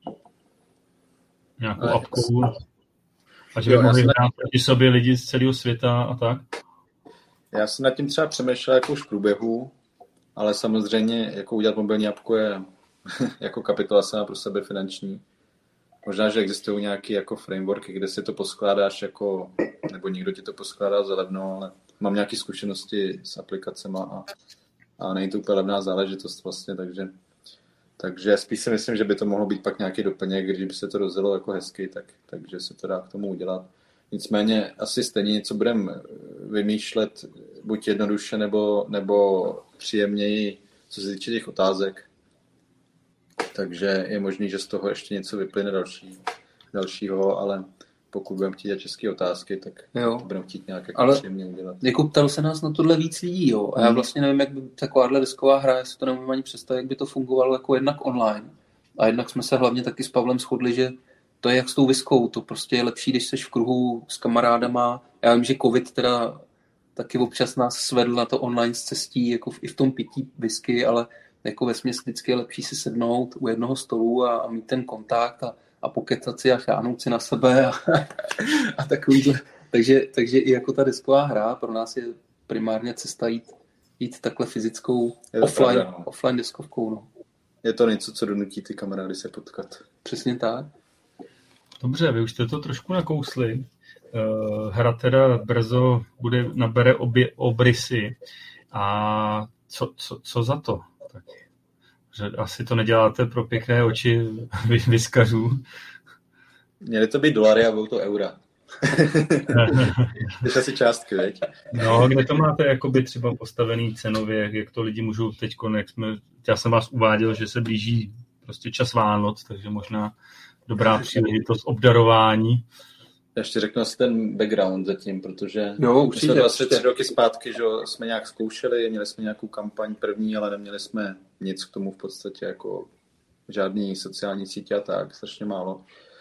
Nějakou apku? A že by mohli hrát proti sobě lidi z celého světa a tak? Já jsem nad tím třeba přemýšlel jako už v průběhu, ale samozřejmě jako udělat mobilní apku je jako kapitola sama pro sebe finanční. Možná, že existují nějaké jako frameworky, kde si to poskládáš jako, nebo někdo ti to poskládá za levno, ale mám nějaké zkušenosti s aplikacema a, a není to úplně levná záležitost vlastně, takže, takže spíš si myslím, že by to mohlo být pak nějaký doplněk, když by se to rozjelo jako hezky, tak, takže se to dá k tomu udělat. Nicméně asi stejně něco budeme vymýšlet buď jednoduše nebo, nebo příjemněji, co se týče těch otázek. Takže je možný, že z toho ještě něco vyplyne další, dalšího, ale pokud budeme chtít české otázky, tak jo. To budeme chtít nějak jako příjemně udělat. Jako ptalo se nás na tohle víc lidí, jo. A já vlastně nevím, jak by takováhle disková hra, jestli to nemůžu ani představit, jak by to fungovalo jako jednak online. A jednak jsme se hlavně taky s Pavlem shodli, že to je jak s tou viskou, to prostě je lepší, když jsi v kruhu s kamarádama. Já vím, že covid teda taky občas nás svedl na to online z cestí, jako v, i v tom pití whisky, ale jako vesměs vždycky je lepší si sednout u jednoho stolu a, a mít ten kontakt a, a pokecat si a šáhnout si na sebe a, a takovýhle. Takže, takže i jako ta disková hra pro nás je primárně cesta jít, jít takhle fyzickou offline, pravda, no. offline diskovkou. No. Je to něco, co donutí ty kamarády se potkat. Přesně tak. Dobře, vy už jste to trošku nakousli. Hra teda brzo bude, nabere obě obrysy. A co, co, co za to? Tak, že asi to neděláte pro pěkné oči vyskařů. Měly to být dolary a budou to eura. To je asi částky, veď? No, kde to máte jakoby třeba postavený cenově, jak to lidi můžou teď, jak jsme, já jsem vás uváděl, že se blíží prostě čas Vánoc, takže možná dobrá příležitost obdarování. Já ještě řeknu asi ten background zatím, protože jo, určitě, jsme to asi tři roky zpátky, že jsme nějak zkoušeli, měli jsme nějakou kampaň první, ale neměli jsme nic k tomu v podstatě, jako žádný sociální sítě a tak, strašně málo.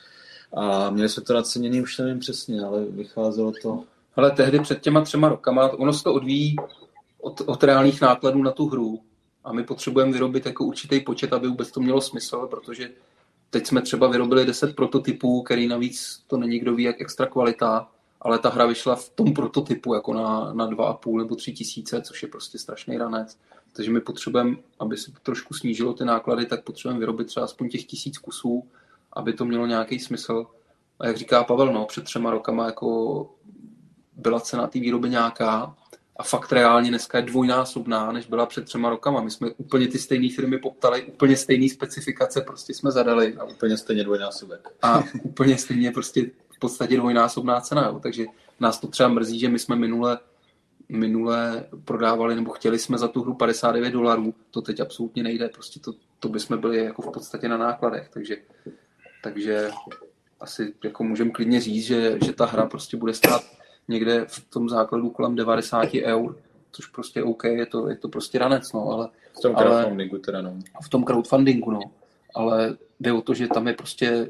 A měli jsme to nacenění, už nevím přesně, ale vycházelo to... Ale tehdy před těma třema rokama, ono se to odvíjí od, od reálných nákladů na tu hru a my potřebujeme vyrobit jako určitý počet, aby vůbec to mělo smysl, protože teď jsme třeba vyrobili deset prototypů, který navíc to není kdo ví, jak extra kvalita, ale ta hra vyšla v tom prototypu jako na, na dva a půl nebo tři tisíce, což je prostě strašný ranec. Takže my potřebujeme, aby se trošku snížilo ty náklady, tak potřebujeme vyrobit třeba aspoň těch tisíc kusů, aby to mělo nějaký smysl. A jak říká Pavel, no, před třema rokama jako byla cena té výroby nějaká a fakt reálně dneska je dvojnásobná, než byla před třema rokama. My jsme úplně ty stejné firmy poptali, úplně stejné specifikace prostě jsme zadali. A úplně stejně dvojnásobek. A úplně stejně prostě v podstatě dvojnásobná cena. Jo. Takže nás to třeba mrzí, že my jsme minule, minule prodávali nebo chtěli jsme za tu hru padesát devět dolarů. To teď absolutně nejde. Prostě to, to bychom byli jako v podstatě na nákladech. Takže, takže asi jako můžeme klidně říct, že, že ta hra prostě bude stát někde v tom základu kolem devadesát eur, což prostě OK, je to, je to prostě ranec, no, ale... V tom crowdfundingu teda, no. V tom crowdfundingu, no. Ale jde o to, že tam je prostě...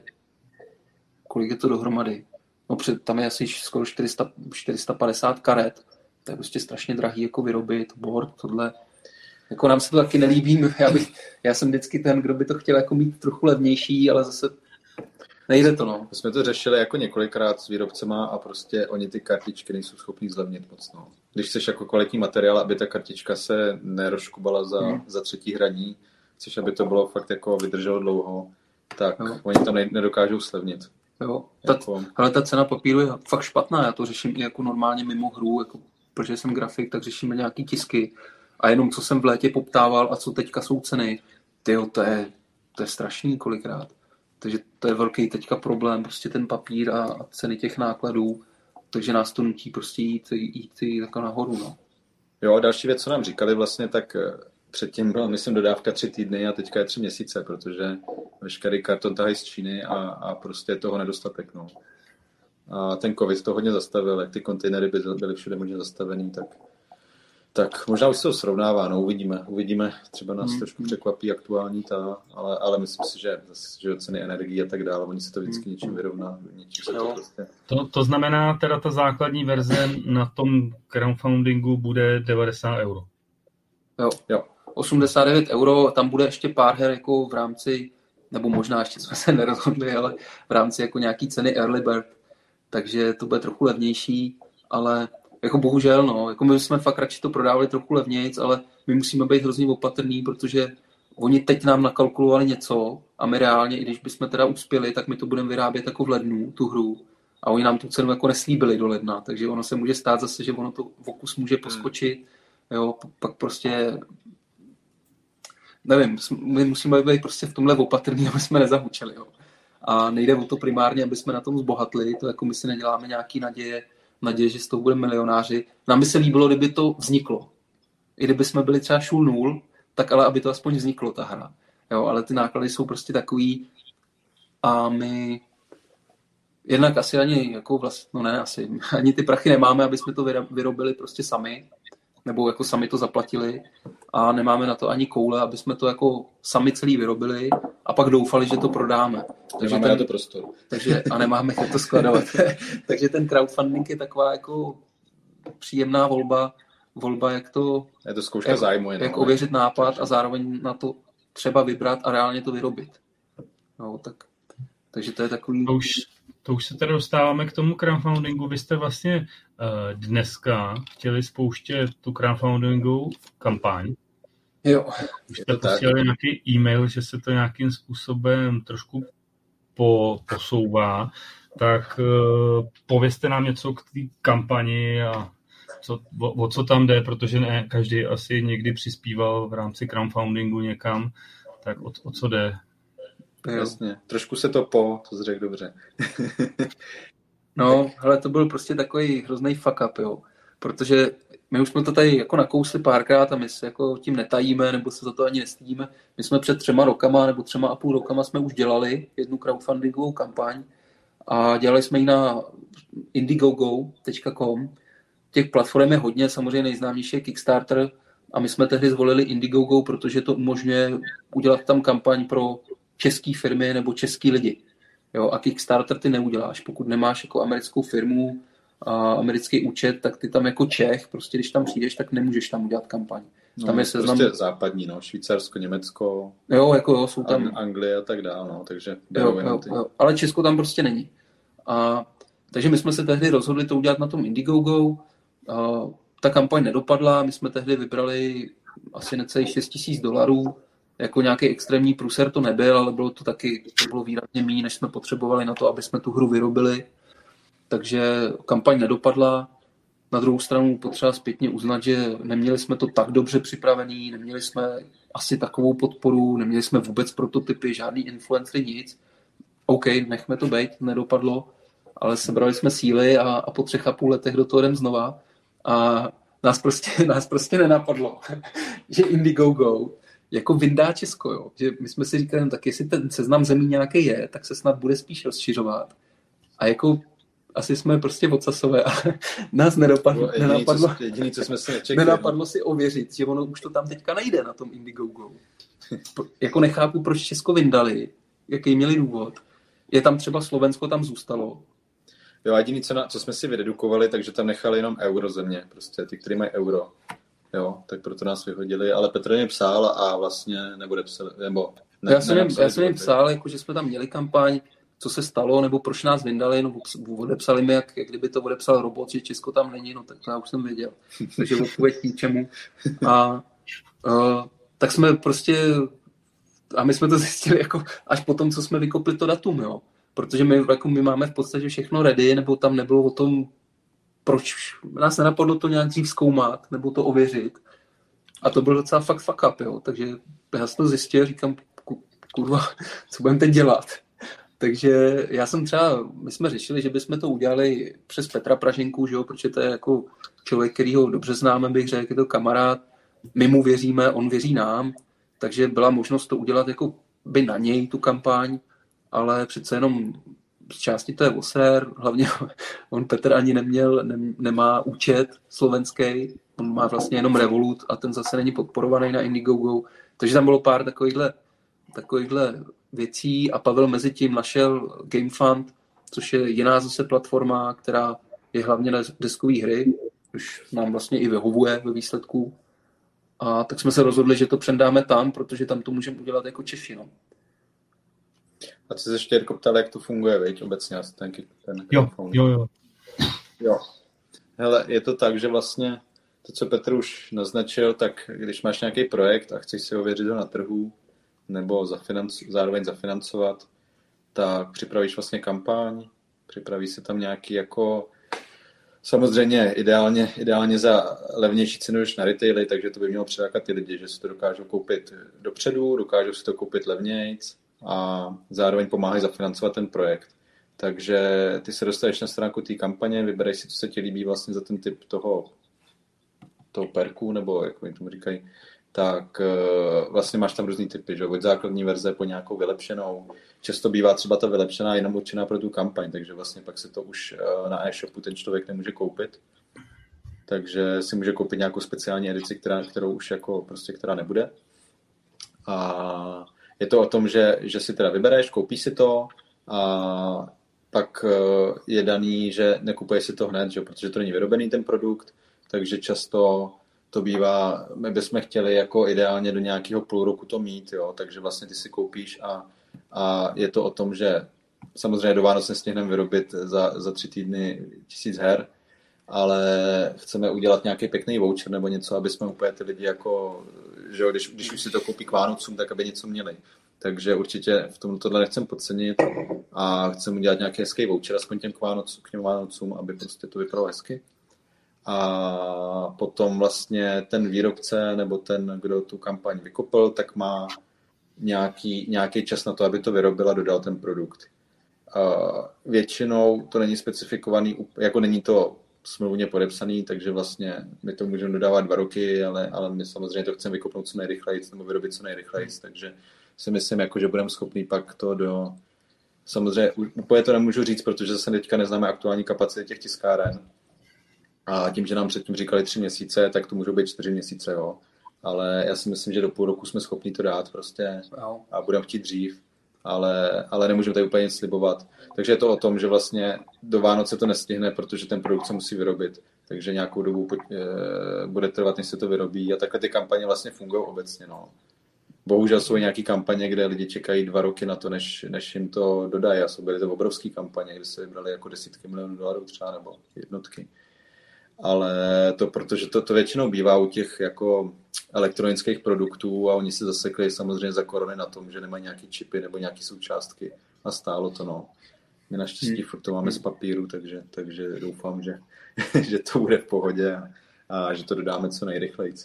Kolik je to dohromady? No, před, tam je asi skoro čtyři sta, čtyři sta padesát karet. To je prostě strašně drahý jako vyrobit, board, tohle. Jako nám se to taky nelíbí. Já, bych, já jsem vždycky ten, kdo by to chtěl jako mít trochu levnější, ale zase nejde to, no. My jsme to řešili jako několikrát s výrobcema a prostě oni ty kartičky nejsou schopní zlevnit moc, no. Když chceš jako kvalitní materiál, aby ta kartička se nerozškubala za, hmm. za třetí hraní, chceš, aby to bylo fakt jako vydrželo dlouho, tak jo. Oni tam nedokážou slevnit. Jo, ta, jako... ale ta cena papíru je fakt špatná, já to řeším i jako normálně mimo hru, jako, protože jsem grafik, tak řešíme nějaký tisky a jenom co jsem v létě poptával a co teďka jsou ceny, tyjo, to je, to je strašný kolikrát. Takže to je velký teďka problém, prostě ten papír a, a ceny těch nákladů, takže nás to nutí prostě jít, jít, jít jako nahoru. No. Jo, další věc, co nám říkali vlastně, tak předtím byla, myslím, dodávka tři týdny a teďka je tři měsíce, protože veškerý karton tahají z Číny a, a prostě je toho nedostatek. No. A ten covid to hodně zastavil, jak ty kontejnery byly, byly všude hodně zastavený, tak, tak možná už se to srovnává, no, uvidíme. Uvidíme, třeba nás hmm. trošku překvapí aktuální ta, ale, ale myslím si, že, že ceny energií a tak dále, oni se to vždycky něčím vyrovná. Něčím se to, prostě... to, to znamená, teda ta základní verze na tom crowdfundingu bude devadesát euro. Jo, jo. osmdesát devět euro, tam bude ještě pár her jako v rámci, nebo možná ještě jsme se nerozhodli, ale v rámci jako nějaký ceny early bird, takže to bude trochu levnější, ale jako bohužel, no, jako my jsme fakt radši to prodávali trochu levnějc, ale my musíme být hrozně opatrný, protože oni teď nám nakalkulovali něco a my reálně, i když bychom teda uspěli, tak my to budeme vyrábět jako v lednu, tu hru, a oni nám tu cenu jako neslíbili do ledna, takže ono se může stát zase, že ono to v okus může poskočit, jo, pak prostě nevím, my musíme být prostě v tomhle opatrný, aby jsme nezahučeli, jo. A nejde o to primárně, aby jsme na tom zbohatli, to jako my si neděláme nějaký naděje, naděje, že z toho budeme milionáři. Nám by se líbilo, kdyby to vzniklo. I kdyby jsme byli třeba šul nul, tak ale aby to aspoň vzniklo, ta hra. Jo, ale ty náklady jsou prostě takový a my jednak asi ani, jako vlastně, no ne, asi, ani ty prachy nemáme, aby jsme to vyrobili prostě sami, nebo jako sami to zaplatili a nemáme na to ani koule, aby jsme to jako sami celý vyrobili a pak doufali, že to prodáme. Takže nemáme ten, na to prostor. Takže, a nemáme jak to skladovat. Takže ten crowdfunding je taková jako příjemná volba, volba jak to, je to zkouška jak, zájmu, jenom, jak ověřit nápad a zároveň na to třeba vybrat a reálně to vyrobit. No, tak, takže to je takový... To už, to už se teda dostáváme k tomu crowdfundingu. Vy jste vlastně uh, dneska chtěli spouštět tu crowdfundingovou kampaň. Jo. Už jste posílali nějaký e-mail, že se to nějakým způsobem trošku po, posouvá. Tak uh, povězte nám něco k té kampani a co, o, o co tam jde, protože ne každý asi někdy přispíval v rámci crowdfundingu někam, tak o, o co jde? Jasně, trošku se to po, to jsi řekl dobře. No, hele, to byl prostě takový hrozný fuck up, jo, protože my už jsme to tady jako nakousli párkrát a my se jako tím netajíme, nebo se za to ani nestydíme. My jsme před třema rokama, nebo třema a půl rokama jsme už dělali jednu crowdfundingovou kampaň a dělali jsme ji na indiegogo tečka com. Těch platform je hodně, samozřejmě nejznámější je Kickstarter a my jsme tehdy zvolili Indiegogo, protože to umožňuje udělat tam kampaň pro české firmy nebo český lidi. Jo, a Kickstarter ty neuděláš. Pokud nemáš jako americkou firmu a americký účet, tak ty tam jako Čech, prostě když tam přijdeš, tak nemůžeš tam udělat kampaň. No, tam je seznam... prostě západní, no, Švýcarsko, Německo, jo, jako jo, jsou tam... Anglie a tak dále, no, takže... Jo, jo, jo, ale Česko tam prostě není. A, takže my jsme se tehdy rozhodli to udělat na tom Indiegogo. A, ta kampaň nedopadla, my jsme tehdy vybrali asi necelých šest tisíc dolarů. Jako nějaký extrémní průser to nebyl, ale bylo to taky, to bylo výrazně méně, než jsme potřebovali na to, aby jsme tu hru vyrobili. Takže kampaň nedopadla. Na druhou stranu potřeba zpětně uznat, že neměli jsme to tak dobře připravený, neměli jsme asi takovou podporu, neměli jsme vůbec prototypy, žádný influencery, nic. OK, nechme to být, nedopadlo, ale sebrali jsme síly a, a po třech a půl letech do toho jdem znova. A nás prostě, nás prostě nenapadlo, že Indiegogo jako vyndá Česko, jo. Že my jsme si říkali, no, tak jestli ten seznam zemí nějaký je, tak se snad bude spíš rozšiřovat. A jako asi jsme prostě odsasové a nás nedopadlo, jediný, nenapadlo, co, jediný, co jsme si nečekli, nenapadlo si ověřit, že ono už to tam teďka nejde na tom Indiegogo. Jako nechápu, proč Česko vyndali, jaký měli důvod. Je tam třeba Slovensko, tam zůstalo. Jo, a jediný, co, na, co jsme si vyredukovali, takže tam nechali jenom euro země, prostě ty, kteří mají euro. Jo, tak proto nás vyhodili, ale Petr mě psal a vlastně nebude psal, nebo... Ne, já jsem jim, já jsem jim psal, jako, že jsme tam měli kampaň, co se stalo, nebo proč nás vyndali, no odepsali mi, jak, jak kdyby to odepsal robot, že Česko tam není, no tak to já už jsem věděl. Takže odpověď k ničemu. A uh, tak jsme prostě, a my jsme to zjistili jako až po tom, co jsme vykopli to datum, jo. Protože my, jako my máme v podstatě všechno ready, nebo tam nebylo o tom, proč nás nenapadlo to nějak dřív zkoumat, nebo to ověřit. A to byl docela fakt fuck up, jo. Takže já jsem to zjistil, říkám, kurva, co budeme teď dělat? takže já jsem třeba, my jsme řešili, že bychom to udělali přes Petra Praženku, že jo, protože to je jako člověk, který ho dobře známe, bych řekl, je to kamarád, my mu věříme, on věří nám, takže byla možnost to udělat jako by na něj tu kampaň, ale přece jenom z části to je vosér, hlavně on Petr ani neměl, ne, nemá účet slovenský, on má vlastně jenom Revolut a ten zase není podporovaný na Indiegogo, takže tam bylo pár takovýchhle, takovýchhle věcí a Pavel mezi tím našel GameFund, což je jiná zase platforma, která je hlavně na deskové hry, už nám vlastně i vyhovuje ve výsledku. A tak jsme se rozhodli, že to předáme tam, protože tam to můžeme udělat jako Češi. No. A ty se ještě Jirko ptal, jak to funguje, viď, obecně asi ten, ten jo, jo, jo. Jo. Hele, je to tak, že vlastně to, co Petr už naznačil, tak když máš nějaký projekt a chceš si ověřit ho na trhu nebo zafinanc- zároveň zafinancovat, tak připravíš vlastně kampaň, připraví se tam nějaký jako samozřejmě ideálně, ideálně za levnější cenu než na retaily, takže to by mělo přilákat ty lidi, že si to dokážou koupit dopředu, dokážou si to koupit levnějc a zároveň pomáhají zafinancovat ten projekt. Takže ty se dostaneš na stránku té kampaně, vybereš si, co se ti líbí vlastně za ten typ toho, toho perku, nebo jak mi tomu říkají, tak vlastně máš tam různý typy, že? Od základní verze po nějakou vylepšenou. Často bývá třeba ta vylepšená jenom určená pro tu kampaň, takže vlastně pak se to už na e-shopu ten člověk nemůže koupit. Takže si může koupit nějakou speciální edici, která, kterou už jako prostě, která nebude. A je to o tom, že, že si teda vybereš, koupíš si to a pak je daný, že nekupuješ si to hned, že? Protože to není vyrobený ten produkt, takže často to bývá, my bychom chtěli jako ideálně do nějakého půl roku to mít, jo? Takže vlastně ty si koupíš a, a je to o tom, že samozřejmě do Vánoc nestihneme vyrobit za, za tři týdny tisíc her, ale chceme udělat nějaký pěkný voucher nebo něco, aby jsme úplně ty lidi jako, že jo, když, když už si to koupí k Vánocům, tak aby něco měli. Takže určitě v tom tohle nechcem podcenit a chceme udělat nějaký hezký voucher, aspoň těm k, Vánoc, k těm Vánocům, aby prostě to vypadalo hezky. A potom vlastně ten výrobce nebo ten, kdo tu kampaň vykopl, tak má nějaký, nějaký čas na to, aby to vyrobil a dodal ten produkt. A většinou to není specifikovaný, jako není to smluvně podepsaný, takže vlastně my to můžeme dodávat dva roky, ale, ale my samozřejmě to chceme vykopnout co nejrychleji nebo vyrobit co nejrychleji, takže si myslím, jako, že budeme schopný pak to do... Samozřejmě úplně to nemůžu říct, protože zase teďka neznáme aktuální kapacity těch tiskáren. A tím, že nám předtím říkali tři měsíce, tak to můžou být čtyři měsíce, jo. Ale já si myslím, že do půl roku jsme schopni to dát prostě a budeme chtít dřív, ale, ale nemůžeme tady úplně nic slibovat. Takže je to o tom, že vlastně do Vánoce to nestihne, protože ten produkt se musí vyrobit. Takže nějakou dobu bude trvat, než se to vyrobí a takhle ty kampaně vlastně fungují obecně, no. Bohužel jsou nějaké kampaně, kde lidi čekají dva roky na to, než, než jim to dodají. A jsou byly to obrovské kampaně, kde se vybrali jako desítky milionů dolarů třeba nebo jednotky. Ale to, protože to, to většinou bývá u těch jako elektronických produktů a oni se zasekli samozřejmě za korony na tom, že nemají nějaký čipy nebo nějaké součástky a stálo to, no. My naštěstí hmm. furt to máme z papíru, takže, takže doufám, že, že to bude v pohodě a, a že to dodáme co nejrychleji.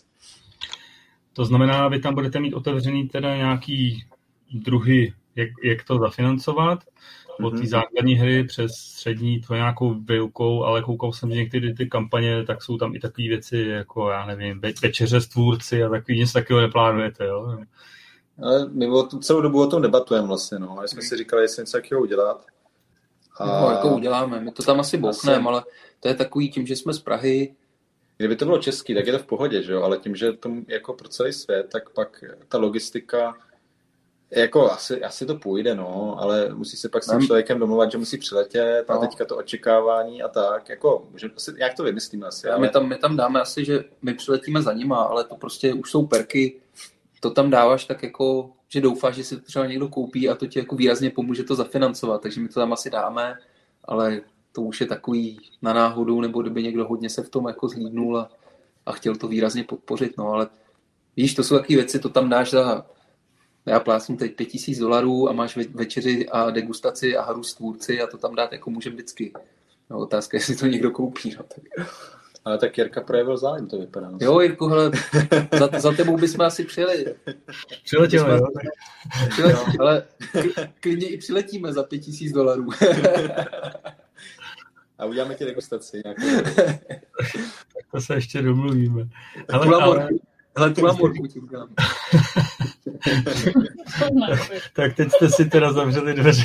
To znamená, vy tam budete mít otevřený teda nějaký druhy, jak, jak to zafinancovat, od té základní hry přes střední, to nějakou výukou, ale koukal jsem, že některé ty kampaně, tak jsou tam i takové věci, jako já nevím, večeře s tvůrci a takový něco takového neplánujete, jo? Ale my o tom, celou dobu o tom debatujeme vlastně, no. My jsme si říkali, jestli něco takového udělat. A... No, jako uděláme, my to tam asi bokneme, ale to je takový tím, že jsme z Prahy. Kdyby to bylo český, tak je to v pohodě, že jo, ale tím, že to jako pro celý svět, tak pak ta logistika jako asi, asi to půjde, no, ale musí se pak s tím člověkem domluvat, že musí přiletět a no. Teďka to očekávání a tak, jako, můžeme, asi, jak to vymyslíme asi. Ale... My, tam, my tam dáme asi, že my přiletíme za nima, ale to prostě už jsou perky, to tam dáváš tak jako, že doufáš, že si to třeba někdo koupí a to ti jako výrazně pomůže to zafinancovat, takže my to tam asi dáme, ale to už je takový na náhodu, nebo kdyby někdo hodně se v tom jako zhlídnul a, a chtěl to výrazně podpořit, no, ale víš, to jsou takové věci, to tam dáš za... Já plásnu teď pět tisíc dolarů a máš večeři a degustaci a hru s tvůrci a to tam dát jako může vždycky. No, otázka, jestli to někdo koupí. No, tak. Ale tak Jirka projevil zájem, to vypadá. Jo, Jirku, hele, za, za tebou bychom asi přijeli. Přiletěli, jo. Přiletí, ale klidně i přiletíme za pět tisíc dolarů. A uděláme ti degustaci. Nějakou. Tak to se ještě domluvíme. Ale, tu ale... Hele, tu lamorku ti udělám. Tak teď jste si teda zavřeli dveře.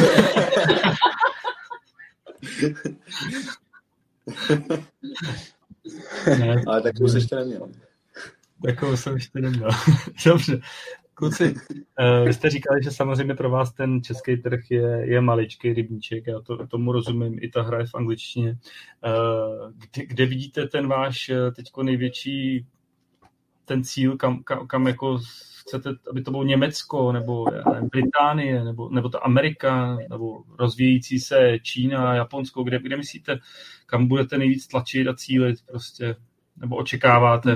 Ne, ale takovou jsi ještě neměl. Takovou jsem ještě neměl. Dobře. Kluci, vy jste říkali, že samozřejmě pro vás ten český trh je, je maličký rybníček, já to, tomu rozumím, i ta hra je v angličtině. Kde, kde vidíte ten váš teďko největší ten cíl, kam, kam, kam jako chcete, aby to bylo Německo, nebo nevím, Británie, nebo, nebo ta Amerika, nebo rozvíjející se Čína, Japonsko, kde, kde myslíte, kam budete nejvíc tlačit a cílit prostě, nebo očekáváte?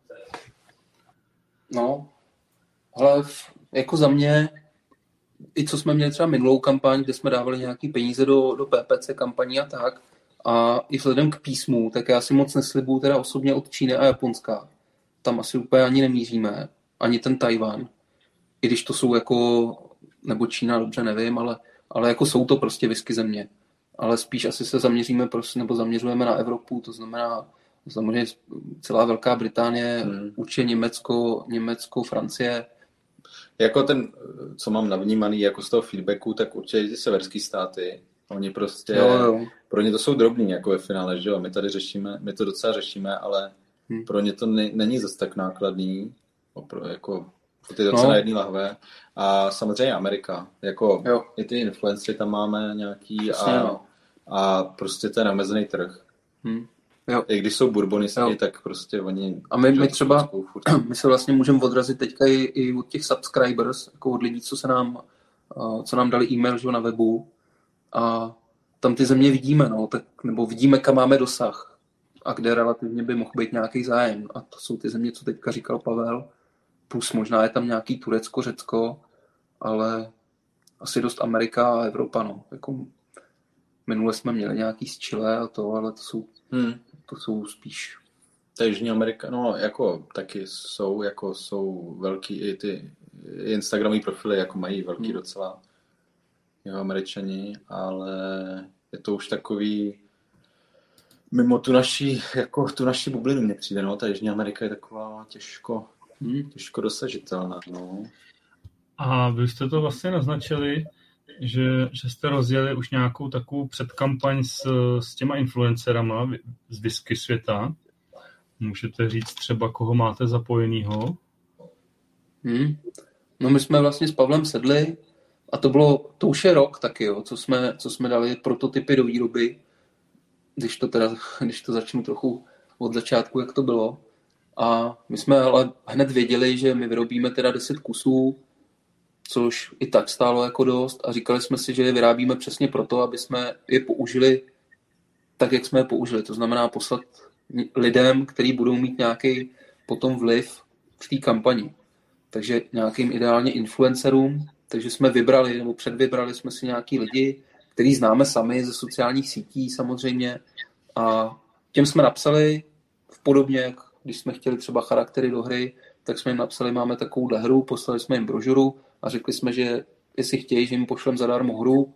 No, ale jako za mě, i co jsme měli třeba minulou kampaň, kde jsme dávali nějaký peníze do, do P P C kampaní a tak, a i vzhledem k písmu, tak já si moc neslibuju teda osobně od Číny a Japonska. Tam asi úplně ani nemíříme, ani ten Tajvan, i když to jsou jako, nebo Čína, dobře nevím, ale, ale jako jsou to prostě whisky země. Ale spíš asi se zaměříme, prostě, nebo zaměřujeme na Evropu, to znamená samozřejmě celá Velká Británie, hmm. určitě Německo, Německo, Francie. Jako ten, co mám navnímaný jako z toho feedbacku, tak určitě ty severský státy, oni prostě, jo, jo. pro ně to jsou drobný jako ve finále, že jo, my tady řešíme, my to docela řešíme, ale hmm. pro ně to ne, není zase tak nákladný, opro, jako ty docela no. jedný lahve. A samozřejmě Amerika, jako jo. i ty influencery tam máme nějaký a, no. a prostě ten omezený trh. Hmm. Jo. I když jsou bourbonisti, jo. tak prostě oni... A my, my třeba, my se vlastně můžeme odrazit teďka i, i od těch subscribers, jako od lidí, co se nám, co nám dali e-mail, že, na webu. A tam ty země vidíme, no, tak, nebo vidíme, kam máme dosah a kde relativně by mohl být nějaký zájem. A to jsou ty země, co teďka říkal Pavel. Plus možná je tam nějaký Turecko, Řecko, ale asi dost Amerika a Evropa, no. Jako minule jsme měli nějaký z Chile a to, ale to jsou, hmm. to jsou spíš... Ta Jižní Amerika, no jako taky jsou, jako jsou velký i ty Instagramový profily, jako mají velký hmm. docela jeho Američani, ale je to už takový mimo tu naší, jako tu naši bublinu mě přijde, no, ta Jižní Amerika je taková těžko, hmm. těžko dosažitelná, no. A vy jste to vlastně naznačili, že, že jste rozjeli už nějakou takovou předkampaň s, s těma influencerama z whisky světa. Můžete říct třeba, koho máte zapojenýho? Hmm. No my jsme vlastně s Pavlem sedli a to bylo, to už je rok taky, jo, co jsme, co jsme dali prototypy do výroby, když to teda, když to začnu trochu od začátku, jak to bylo. A my jsme ale hned věděli, že my vyrobíme teda deset kusů, což i tak stálo jako dost a říkali jsme si, že je vyrábíme přesně proto, aby jsme je použili tak, jak jsme je použili. To znamená poslat lidem, kteří budou mít nějaký potom vliv v té kampani. Takže nějakým ideálně influencerům, takže jsme vybrali, nebo předvybrali jsme si nějaký lidi, který známe sami ze sociálních sítí samozřejmě a těm jsme napsali v podobně, jak když jsme chtěli třeba charaktery do hry, tak jsme jim napsali, máme takovouhle hru, poslali jsme jim brožuru a řekli jsme, že jestli chtějí, že jim pošlem zadarmo hru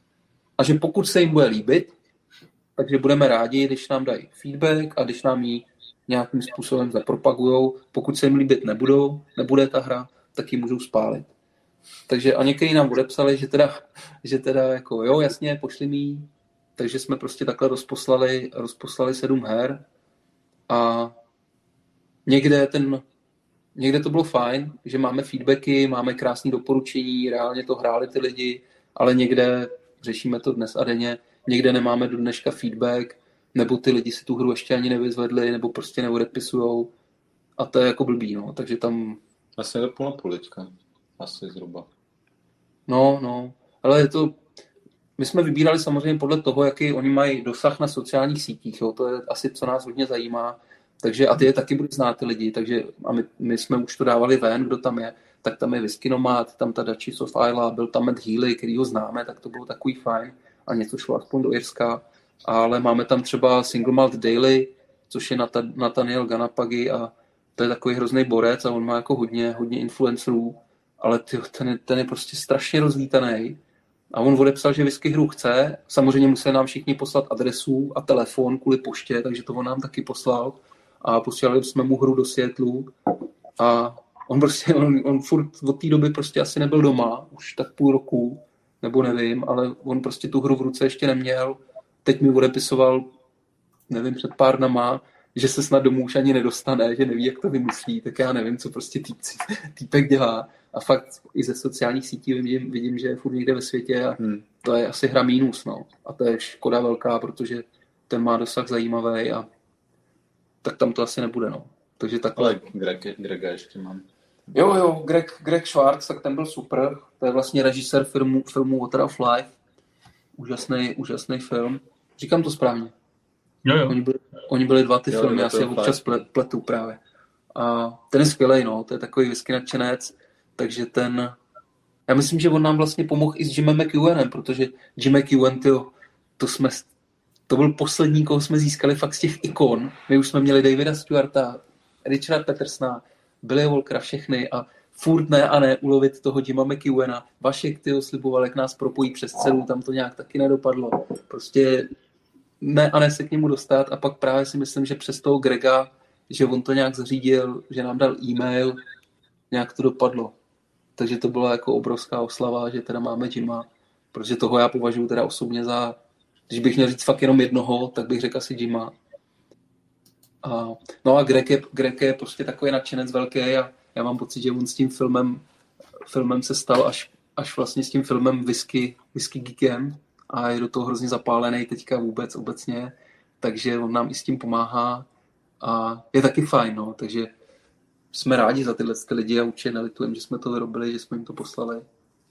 a že pokud se jim bude líbit, takže budeme rádi, když nám dají feedback a když nám ji nějakým způsobem zapropagujou. Pokud se jim líbit nebudou, nebude ta hra, tak ji můžou spálit. Takže a někteří nám odepsali, že teda, že teda jako jo, jasně, pošli mi. Takže jsme prostě takhle rozposlali, rozposlali sedm her a někde ten Někde to bylo fajn, že máme feedbacky, máme krásné doporučení, reálně to hráli ty lidi, ale někde, řešíme to dnes a denně, někde nemáme do dneška feedback, nebo ty lidi si tu hru ještě ani nevyzvedli, nebo prostě neodepisujou. A to je jako blbý, no. Takže tam... Asi je to půl na půl teďka. Asi zhruba. No, no. Ale je to... My jsme vybírali samozřejmě podle toho, jaký oni mají dosah na sociálních sítích. Jo. To je asi, co nás hodně zajímá. Takže a ty je taky bude znát ty lidi, takže a my, my jsme už to dávali ven, kdo tam je, tak tam je Whisky Nomad, tam ta Duchess of Islay, byl tam Matt Healy, který ho známe, tak to bylo takový fajn a něco šlo aspoň do Irska, ale máme tam třeba Single Malt Daily, což je Nata- Nathaniel Ganapagi a to je takový hrozný borec a on má jako hodně, hodně influencerů, ale tyjo, ten, je, ten je prostě strašně rozlítaný. A on odepsal, že whisky hru chce. Samozřejmě museli nám všichni poslat adresu a telefon kvůli poště, takže to on nám taky poslal. A posílali jsme mu hru do Seattlu. A on prostě, on, on furt od té doby prostě asi nebyl doma, už tak půl roku, nebo nevím, ale on prostě tu hru v ruce ještě neměl. Teď mi odepisoval, nevím, před pár dnama, že se snad domů už ani nedostane, že neví, jak to vymyslí, tak já nevím, co prostě týpci, týpek dělá. A fakt i ze sociálních sítí vidím, vidím že je furt někde ve světě a hmm. to je asi hra mínus, no. A to je škoda velká, protože ten má dosah zajímavý a tak tam to asi nebude, no. Takže takhle. Ale Greg, Grega ještě mám. Jo, jo, Greg, Greg Schwartz, tak ten byl super. To je vlastně režisér filmu, filmu Water of Life. Úžasný, úžasný film. Říkám to správně. Jo, jo. Oni byli, oni byli dva ty jo, filmy, já si je občas pletu právě. A ten je skvělej, no, to je takový whisky nadšenec, takže ten, já myslím, že on nám vlastně pomohl i s Jimem McEwenem, protože Jim McEwen, tyjo, to jsme, to byl poslední, koho jsme získali fakt z těch ikon. My už jsme měli Davida Stewarta, Richarda Petersona, Billy Walkera, všechny a furt ne a ne ulovit toho Jima McEwena. Vašek, tyjo, sliboval, jak nás propojí přes celu, tam to nějak taky nedopadlo. Prostě ne a ne se k němu dostat a pak právě si myslím, že přes toho Grega, že on to nějak zařídil, že nám dal e-mail, nějak to dopadlo. Takže to byla jako obrovská oslava, že teda máme Jima, protože toho já považuji teda osobně za, když bych měl říct fakt jenom jednoho, tak bych řekl asi Jima. A, no a Greg je, Greg je prostě takový nadšenec velký a já mám pocit, že on s tím filmem, filmem se stal až, až vlastně s tím filmem Whisky, Whisky Geekem a je do toho hrozně zapálený teďka vůbec obecně, takže on nám i s tím pomáhá a je taky fajn, no, takže jsme rádi za tyhle ty lidi a určitě nelitujeme, že jsme to vyrobili, že jsme jim to poslali.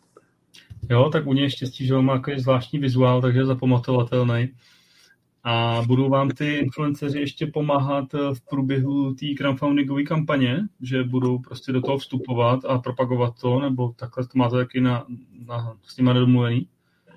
Jo, tak u něj je štěstí, že on má takový zvláštní vizuál, takže je zapamatovatelný. A budou vám ty influenceři ještě pomáhat v průběhu té crowdfundingové kampaně, že budou prostě do toho vstupovat a propagovat to, nebo takhle to máte taky na, na, s nimi nedomluvený?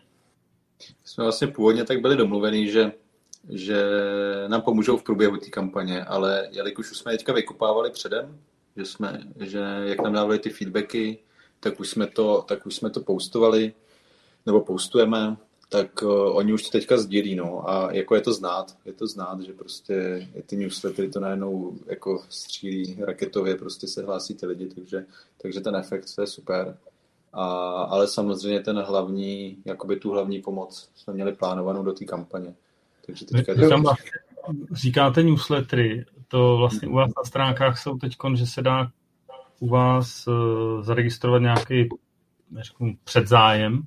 Jsme vlastně původně tak byli domluvený, že, že nám pomůžou v průběhu té kampaně, ale jelikož už jsme teďka vykopávali předem, že, jsme, že jak nám dávali ty feedbacky, tak už jsme to, tak už jsme to postovali, nebo postujeme, tak uh, oni už to teďka sdílí, no, a jako je to znát, je to znát, že prostě ty newslettery to najednou jako střílí raketově, prostě se hlásí ty lidi, takže, takže ten efekt, to je super. A, ale samozřejmě ten hlavní, jakoby tu hlavní pomoc jsme měli plánovanou do té kampaně. Takže teďka Vy tam vlastně říkáte newslettery, to vlastně u vás na stránkách jsou teď, že se dá u vás uh, zaregistrovat nějaký neřeknu, předzájem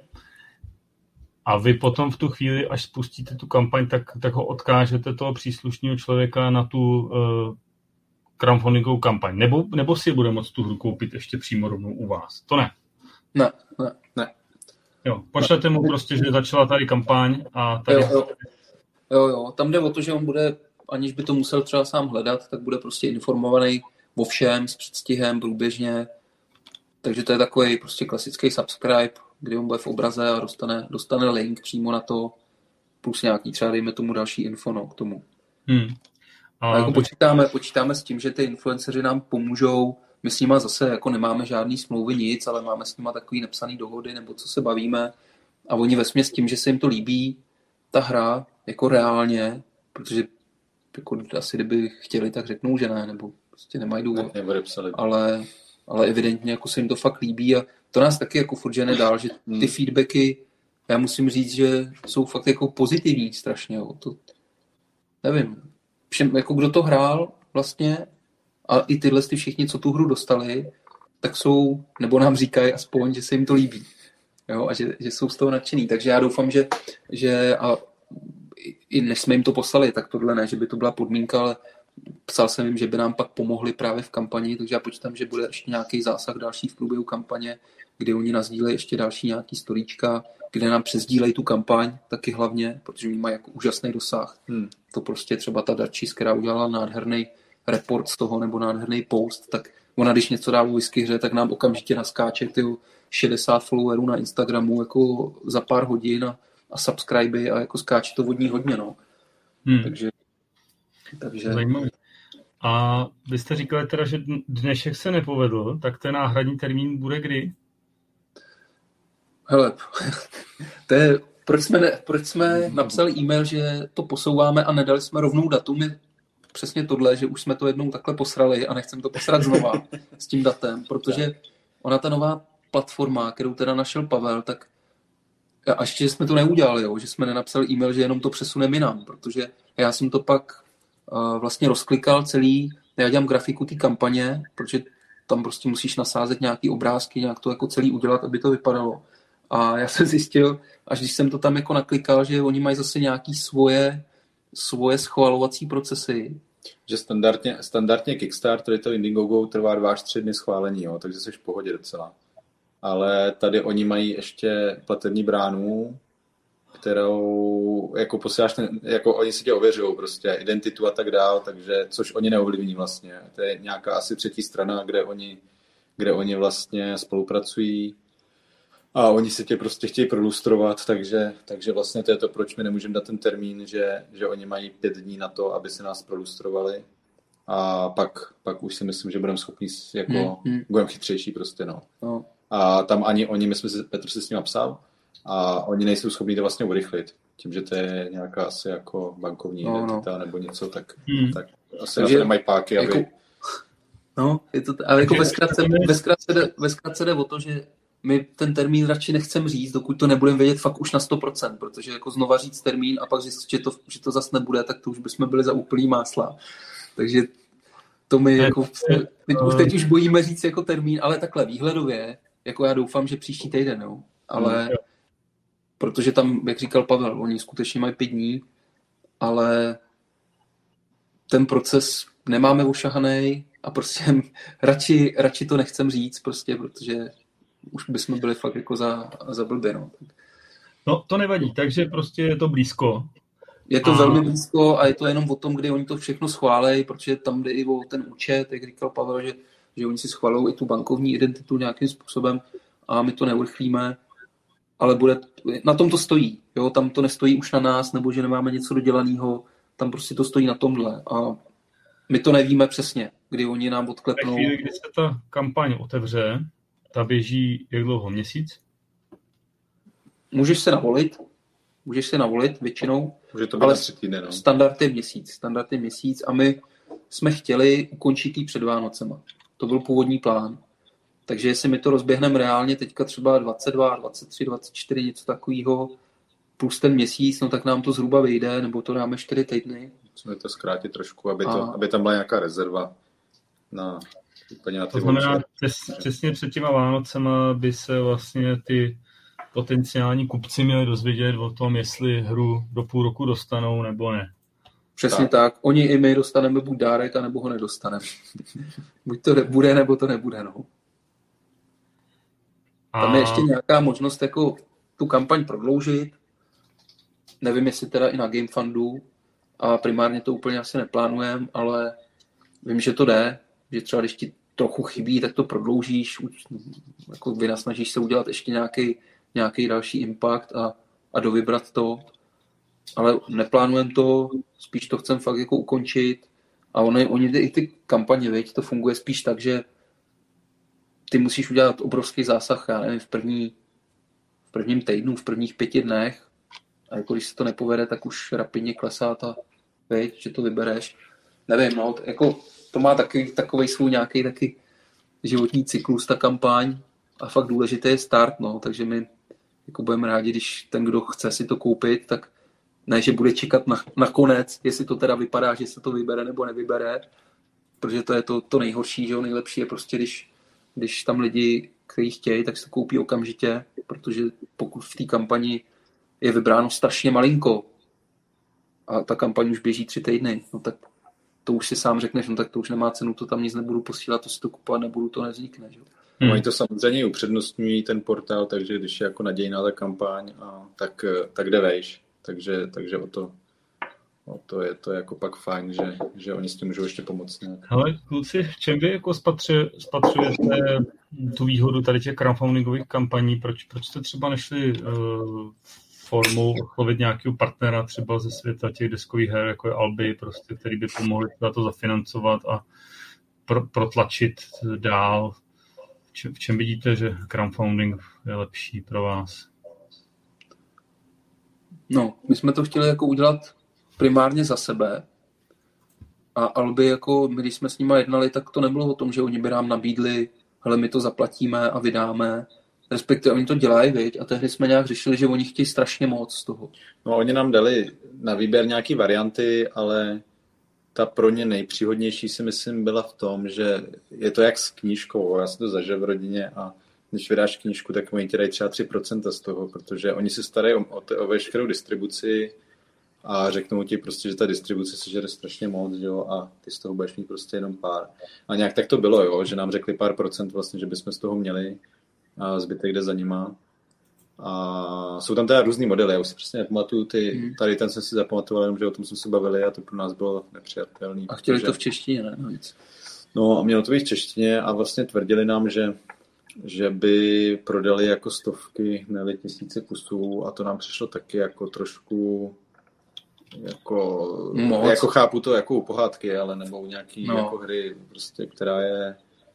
a vy potom v tu chvíli, až spustíte tu kampaň, tak, tak ho odkážete toho příslušného člověka na tu uh, crowdfundingovou kampaň. Nebo, nebo si bude moct tu hru koupit ještě přímo rovnou u vás. To ne. Ne, ne, ne. Jo, pošlete mu prostě, že začala tady kampaň a tady... Jo, jo. jo, jo. Tam jde o to, že on bude, aniž by to musel třeba sám hledat, tak bude prostě informovaný o všem s předstihem, průběžně. Takže to je takový prostě klasický subscribe, kdy on bude v obraze a dostane, dostane link přímo na to, plus nějaký třeba dejme tomu další info, no, k tomu. Hmm. A, a jako počítáme, počítáme s tím, že ty influenceři nám pomůžou. My s nima zase jako nemáme žádný smlouvy, nic, ale máme s nima takový nepsaný dohody, nebo co se bavíme. A oni vesměs tím, že se jim to líbí, ta hra, jako reálně, protože jako asi kdyby chtěli, tak řeknou, že ne, nebo prostě nemají důvod. Ale, ale evidentně jako se jim to fakt líbí a to nás taky jako furt žene dál, že ty feedbacky, já musím říct, že jsou fakt jako pozitivní strašně. Jo. To, nevím, všem, jako kdo to hrál vlastně a i tyhle ty všichni, co tu hru dostali, tak jsou, nebo nám říkají aspoň, že se jim to líbí. Jo, a že, že jsou z toho nadšený. Takže já doufám, že, že a i než jsme jim to poslali, tak tohle ne, že by to byla podmínka, ale psal jsem jim, že by nám pak pomohli právě v kampani, takže já počítám, že bude ještě nějaký zásah další v průběhu kampaně, kde oni nasdílejí ještě další nějaký storíčka, kde nám přesdílejí tu kampaň, taky hlavně, protože oni mají jako úžasný dosah. Hmm. To prostě třeba ta Darčis, která udělala nádherný report z toho, nebo nádherný post, tak ona, když něco dá o whisky hře, tak nám okamžitě naskáče ty šedesát followerů na Instagramu jako za pár hodin a, a subscriby a jako skáče to od ní hodně, no. Hmm. Takže Takže... Zajímavé. A vy jste říkali teda, že dnešek se nepovedl, tak ten náhradní termín bude kdy? Hele, to je, proč jsme, ne, proč jsme napsali e-mail, že to posouváme a nedali jsme rovnou datum, je přesně tohle, že už jsme to jednou takhle posrali a nechcem to posrat znova s tím datem, protože ona ta nová platforma, kterou teda našel Pavel, tak a ještě jsme to neudělali, jo, že jsme nenapsali e-mail, že jenom to přesuneme jinam, protože já jsem to pak uh, vlastně rozklikal celý, já dělám grafiku té kampaně, protože tam prostě musíš nasázet nějaký obrázky, nějak to jako celý udělat, aby to vypadalo. A já jsem zjistil, až když jsem to tam jako naklikal, že oni mají zase nějaký svoje, svoje schvalovací procesy. Že standardně, standardně Kickstarter, to Indiegogo trvá dva až tři dny schválení, jo, takže jsi v pohodě docela. Ale tady oni mají ještě platební bránu, kterou jako posíláš, jako oni si tě ověřují prostě identitu a tak dál, takže což oni neovlivní vlastně. To je nějaká asi třetí strana, kde oni, kde oni vlastně spolupracují a oni si tě prostě chtějí prolustrovat, takže, takže vlastně to je to, proč my nemůžeme dát ten termín, že, že oni mají pět dní na to, aby si nás prolustrovali a pak, pak už si myslím, že budeme schopni jako, hmm, hmm. budeme chytřejší prostě, no. no. A tam ani oni, my jsme si, Petr si s ním napsal, a oni nejsou schopni to vlastně urychlit. Tím, že to je nějaká asi jako bankovní no, identita no. nebo něco, tak, hmm. tak asi takže, na to nemají páky, aby... Jako, no, je to, ale jako ve zkratce, ve, zkratce jde, ve zkratce jde o to, že my ten termín radši nechceme říct, dokud to nebudeme vědět fakt už na sto procent, protože jako znova říct termín a pak říct, že to, že to zase nebude, tak to už bychom byli za úplný másla. Takže to my jako... Teď, teď už bojíme říct jako termín, ale takhle výhledově, jako já doufám, že příští týden, jo. Ale... Hmm. Protože tam, jak říkal Pavel, oni skutečně mají pět dní, ale ten proces nemáme ošahanej a prostě radši, radši to nechcem říct, prostě, protože už bychom byli fakt jako za, za blbě. No. no to nevadí, takže prostě je to blízko. Je to a... velmi blízko a je to jenom o tom, kdy oni to všechno schválejí, protože tam jde i o ten účet, jak říkal Pavel, že, že oni si schvalují i tu bankovní identitu nějakým způsobem a my to neurychlíme. Ale bude, na tom to stojí. Jo? Tam to nestojí už na nás, nebo že nemáme něco dodělaného. Tam prostě to stojí na tomhle. A my to nevíme přesně, kdy oni nám odklepnou. V chvíli, kdy se ta kampaň otevře, ta běží jak dlouho? Měsíc? Můžeš se navolit. Můžeš se navolit většinou. Může to být ale tři týdny, no. Standard je měsíc. Standard je měsíc a my jsme chtěli ukončit jí před Vánocema. To byl původní plán. Takže jestli my to rozběhneme reálně teďka třeba dvacet dva, dvacet tři, dvacet čtyři, něco takového, plus ten měsíc, no tak nám to zhruba vyjde, nebo to dáme čtyři týdny. Musíme to zkrátit trošku, aby, to, a... aby tam byla nějaká rezerva na, úplně na ty to znamená, přes, přesně před těma Vánocema by se vlastně ty potenciální kupci měli dozvědět o tom, jestli hru do půl roku dostanou, nebo ne. Přesně tak. tak. Oni i my dostaneme buď dárek, anebo ho nedostaneme. Buď to bude, nebo to nebude, no. Tam je ještě nějaká možnost jako tu kampaň prodloužit. Nevím, jestli teda i na GameFundu a primárně to úplně asi neplánujeme, ale vím, že to jde, že třeba když ti trochu chybí, tak to prodloužíš, jako vynasnažíš se udělat ještě nějaký, nějaký další impact a, a dovybrat to. Ale neplánujeme to, spíš to chcem fakt jako ukončit a oni, oni i ty kampaně, viď, to funguje spíš tak, že ty musíš udělat obrovský zásah, já nevím, v, první, v prvním týdnu, v prvních pěti dnech. A jako když se to nepovede, tak už rapidně klesá ta věc, že to vybereš. Nevím, no, jako to má taky, takovej svůj nějaký taky životní cyklus, ta kampaň. A fakt důležité je start, no, takže my jako budeme rádi, když ten, kdo chce si to koupit, tak ne, že bude čekat na, na konec, jestli to teda vypadá, že se to vybere nebo nevybere, protože to je to, to nejhorší, že jo, nejlepší je prostě, když když tam lidi, kteří chtějí, tak se to koupí okamžitě, protože pokud v té kampani je vybráno strašně malinko a ta kampaň už běží tři týdny, no tak to už si sám řekneš, no tak to už nemá cenu, to tam nic nebudu posílat, to si to kupovat nebudu, to nevznikne. Že? Hmm. Oni to samozřejmě upřednostňují ten portál, takže když je jako nadějná ta kampaň, a tak, tak jde vejš. Takže, takže o to, o to je to jako pak fajn, že, že oni s tím můžou ještě pomoct nějak. Hele, kluci, v čem vy jako spatřujete, spatřujete tu výhodu tady těch crowdfundingových kampaní? Proč, proč jste třeba nešli uh, formou oslovit nějakého partnera třeba ze světa těch deskových her, jako je Albi, prostě, který by pomohli za to zafinancovat a pro, protlačit dál. V čem, v čem vidíte, že crowdfunding je lepší pro vás? No, my jsme to chtěli jako udělat primárně za sebe. A Albi, jako my, když jsme s nimi jednali, tak to nebylo o tom, že oni by nám nabídli, hele, my to zaplatíme a vydáme. Respektive oni to dělají, viď? A tehdy jsme nějak řešili, že oni chtějí strašně moc z toho. No, oni nám dali na výběr nějaký varianty, ale ta pro ně nejpříhodnější si myslím byla v tom, že je to jak s knížkou. Já jsem to zažil v rodině a když vydáš knížku, tak oni ti dají třeba tři procenta z toho, protože oni se starají o, o, o veškerou distribuci a řeknou ti prostě, že ta distribuce se žere strašně moc, jo, a ty z toho budeš mít prostě jenom pár. A nějak tak to bylo, jo, že nám řekli pár procent vlastně, že bychom z toho měli a zbytek jde za nima. A jsou tam teda různý modely, já už si přesně nepamatuju, ty, tady ten jsem si zapamatoval, jenom že o tom jsme se bavili a to pro nás bylo nepřijatelné. A chtěli protože... to v češtině, ne? No, no a mělo to být v češtině a vlastně tvrdili nám, že, že by prodali jako stovky, ne tisíce kusů a to nám přišlo taky jako trošku jako, jako chápu to jako u pohádky, ale nebo u nějaký no. jako hry, prostě, která je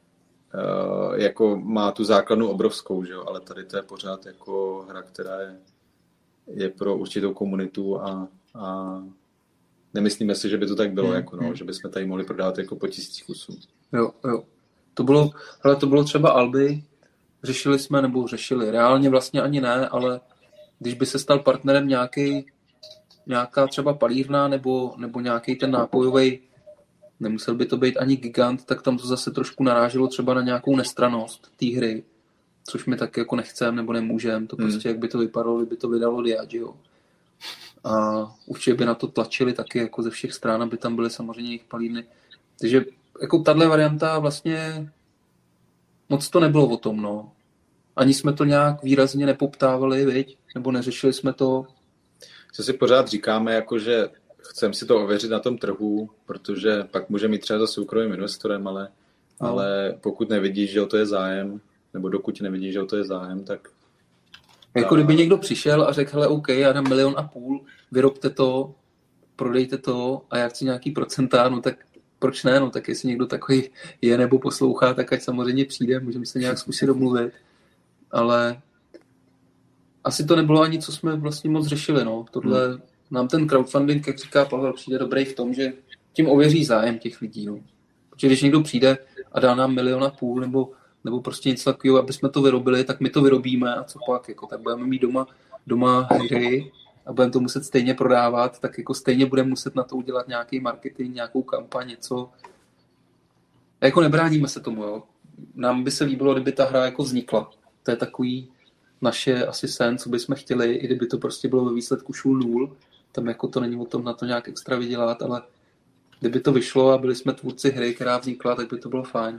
uh, jako má tu základnu obrovskou, že jo? Ale tady to je pořád jako hra, která je, je pro určitou komunitu a, a nemyslíme si, že by to tak bylo, hmm. jako no, že bychom tady mohli prodávat jako po tisíc kusů. Jo, jo. To bylo, hele, to bylo třeba Albi, řešili jsme, nebo řešili, reálně vlastně ani ne, ale když by se stal partnerem nějaký nějaká třeba palírna nebo, nebo nějaký ten nápojový, nemusel by to být ani gigant, tak tam to zase trošku naráželo třeba na nějakou nestrannost té hry, což my taky jako nechcem nebo nemůžem, to prostě hmm. jak by to vypadalo, kdyby to vydalo Diageo. A určitě by na to tlačili taky jako ze všech stran, aby tam byly samozřejmě jejich palírny. Takže jako tahle varianta vlastně moc to nebylo o tom, no. Ani jsme to nějak výrazně nepoptávali, viď? Nebo neřešili jsme to. Co si pořád říkáme, jako že chcem si to ověřit na tom trhu, protože pak může mít třeba za soukromým investorem, ale, no. ale pokud nevidíš, že o to je zájem, nebo dokud nevidíš, že o to je zájem, tak... Jako kdyby někdo přišel a řekl, hele, OK, já dám milion a půl, vyrobte to, prodejte to a já chci nějaký procentá, no tak proč ne, no tak jestli někdo takový je nebo poslouchá, tak ať samozřejmě přijde, můžeme se nějak zkusit domluvit, ale asi to nebylo ani, co jsme vlastně moc řešili, no, tohle, hmm. nám ten crowdfunding, jak říká Pavel, přijde dobrý v tom, že tím ověří zájem těch lidí, no, protože když někdo přijde a dá nám milion a půl, nebo, nebo prostě něco takového, aby jsme to vyrobili, tak my to vyrobíme a co pak, jako, tak budeme mít doma, doma hry a budeme to muset stejně prodávat, tak jako stejně budeme muset na to udělat nějaký marketing, nějakou kampaň, něco. A jako nebráníme se tomu, jo. Nám by se líbilo, kdyby ta hra jako vznikla. To je takový naše asi sen, co bychom chtěli, i kdyby to prostě bylo ve výsledku šul nul, tam jako to není o tom na to nějak extra vydělat, ale kdyby to vyšlo a byli jsme tvůrci hry, která vznikla, tak by to bylo fajn.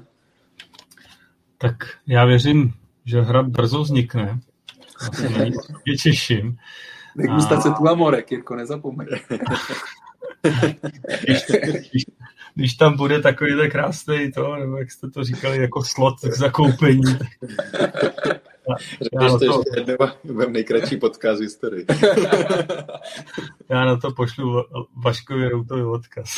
Tak já věřím, že hra brzo vznikne. Je těším. Degustace tu amorek, Jirko, nezapomeň. když, když, když tam bude takový tak krásný to, nebo jak jste to říkali, jako slot k zakoupení. Řekneš to ještě jednou, budeme nejkratší podcast v historii. Já na to pošlu Vaškovi Routovi odkaz.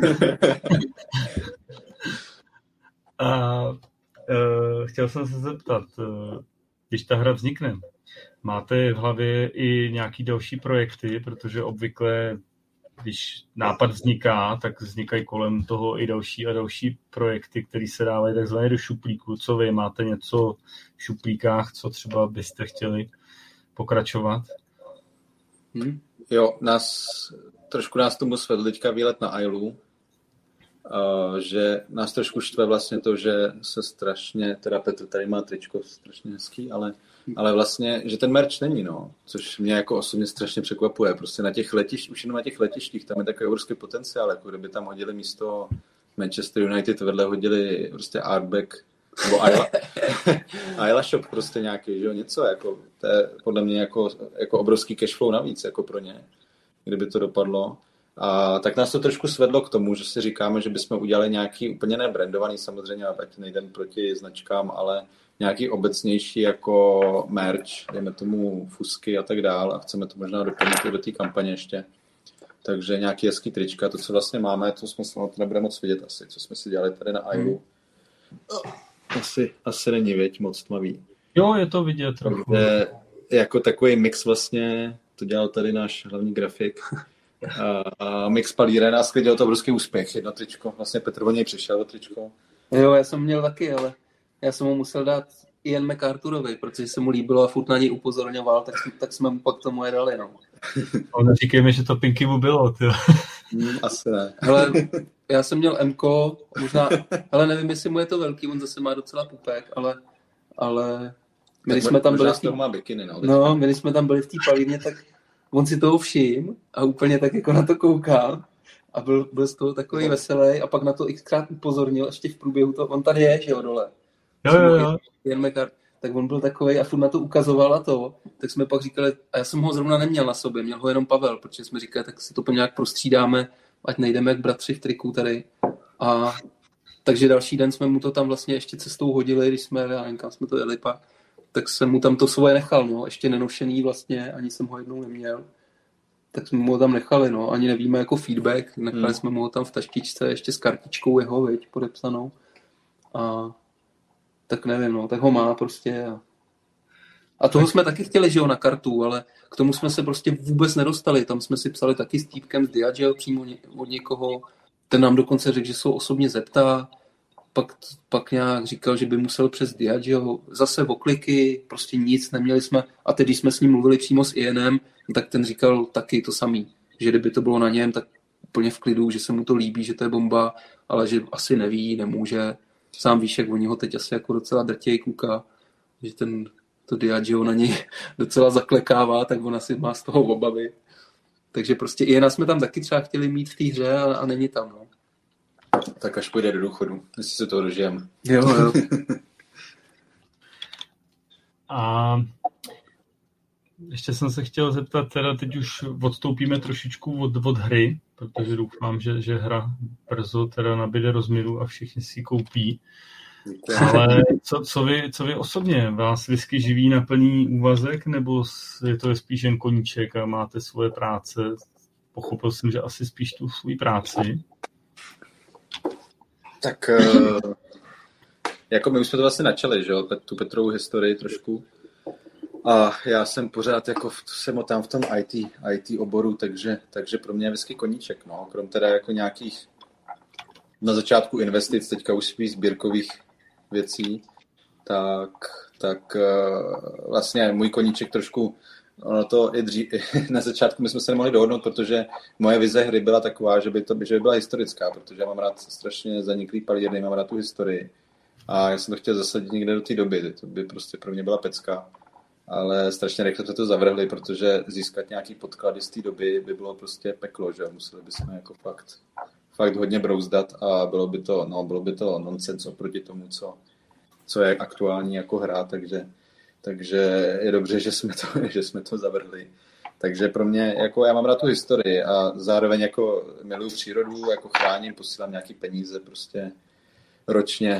A uh, chtěl jsem se zeptat, uh, když ta hra vznikne, máte v hlavě i nějaký další projekty, protože obvykle, když nápad vzniká, tak vznikají kolem toho i další a další projekty, které se dávají takzvaně do šuplíku. Co vy, máte něco v šuplíkách, co třeba byste chtěli pokračovat? Hmm. Jo, nás, trošku nás tomu svedl teďka výlet na Ailu, uh, že nás trošku štve vlastně to, že se strašně, teda Petr tady má tričko strašně hezký, ale Ale vlastně, že ten merch není, no, což mě jako osobně strašně překvapuje. Prostě na těch letištích, už jenom na těch letištích, tam je takový obrovský potenciál, jako kdyby tam hodili místo Manchester United, vedle hodili prostě Artback, nebo Ayla, Ayla Shop prostě nějaký, že jo, něco, jako, to je podle mě jako, jako obrovský cashflow navíc, jako pro ně, kdyby to dopadlo. A tak nás to trošku svedlo k tomu, že si říkáme, že bychom udělali nějaký úplně nebrandovaný samozřejmě, ať nejdem proti značkám, ale nějaký obecnější jako merch, dejme tomu fusky a tak dál a chceme to možná doplnit do té kampaně ještě. Takže nějaký hezký trička, to, co vlastně máme, to jsme to nebude moc vidět asi, co jsme si dělali tady na I U. Asi, asi není, věď, moc tmavý. Jo, je to vidět trochu. Takže jako takový mix vlastně, to dělal tady náš hlavní grafik. A, a mix palíren a sklidil to obrovský úspěch. Jedno tričko, vlastně Petr o něj přišel, to tričko. Jo, já jsem měl taky, ale já jsem mu musel dát Ian McArthurovi, protože se mu líbilo a furt na něj upozorňoval, tak, tak jsme mu pak tomu je dali, no. Ale říkejme, že to Pinky mu bylo, ty. Hmm, asi ne. Hele, já jsem měl M-ko, možná, ale nevím, jestli mu je to velký, on zase má docela pupek, ale, ale my když jsme tam byli v tý... má bikiny, no. No, my když jsme tam byli v té palírně, tak on si toho všim a úplně tak jako na to koukal a byl, byl z toho takový veselý a pak na to xkrát upozornil, ještě v průběhu toho, on tady je, že jo, dole. Jo, jo, jo. Jen Mekar, tak on byl takovej a furt na to ukazoval a to, tak jsme pak říkali, a já jsem ho zrovna neměl na sobě, měl ho jenom Pavel, protože jsme říkali, tak si to po nějak prostřídáme, ať nejdeme jak bratři v triku tady. A takže další den jsme mu to tam vlastně ještě cestou hodili, když jsme, já nevím, kam jsme to jeli pak, tak jsem mu tam to svoje nechal, no, ještě nenošený vlastně, ani jsem ho jednou neměl. Tak jsme mu ho tam nechali, no, ani nevíme jako feedback, nechali hmm. jsme mu ho tam v taštičce, ještě s kartičkou jeho, viď, podepsanou. A tak nevím, no, tak ho má prostě. A, a toho tak jsme taky chtěli, že jo, na kartu, ale k tomu jsme se prostě vůbec nedostali. Tam jsme si psali taky s týpkem z Diageo přímo od někoho. Ten nám dokonce řekl, že se ho osobně zeptá. Pak, pak nějak říkal, že by musel přes Diageo zase okliky, prostě nic, neměli jsme. A teď, když jsme s ním mluvili přímo s Ianem, tak ten říkal taky to samý, že kdyby to bylo na něm, tak úplně v klidu, že se mu to líbí, že to je bomba, ale že asi neví, nemůže. Sám víš, jak oni ho teď asi jako docela drtěj kluka, že ten, to Diageo na něj docela zaklekává, tak on asi má z toho obavy. Takže prostě Iana jsme tam taky třeba chtěli mít v té hře a, a není tam, no. Tak až půjde do důchodu, jestli se toho dožijeme. Jo, jo. A ještě jsem se chtěl zeptat, teda teď už odstoupíme trošičku od, od hry, protože doufám, že, že hra brzo teda nabíde rozměru a všichni si ji koupí. Ale co, co, vy, co vy osobně? Vás whisky živí na plný úvazek, nebo je to spíš jen koníček a máte svoje práce? Pochopil jsem, že asi spíš tu svou práci. Tak jako my už jsme to vlastně načali, že jo, tu Petrovou historii trošku. A já jsem pořád jako v, se motám v tom í té, í té oboru, takže, takže pro mě je whisky koníček, no. Krom teda jako nějakých na začátku investic, teďka už spíš sbírkových věcí, tak, tak vlastně můj koníček trošku, ono to i dřív, na začátku my jsme se nemohli dohodnout, protože moje vize hry byla taková, že by to že by byla historická, protože já mám rád strašně zaniklý palírny, mám rád tu historii a já jsem to chtěl zasadit někde do té doby, to by prostě pro mě byla pecka. Ale strašně rychle se to zavrhli, protože získat nějaký podklady z té doby by bylo prostě peklo, že museli bychom jako fakt, fakt hodně brouzdat a bylo by to, no, bylo by to nonsense oproti tomu, co, co je aktuální jako hra, takže, takže je dobře, že jsme to, že jsme to zavrhli. Takže pro mě, jako já mám rád tu historii a zároveň jako miluju přírodu, jako chráním, posílám nějaký peníze prostě ročně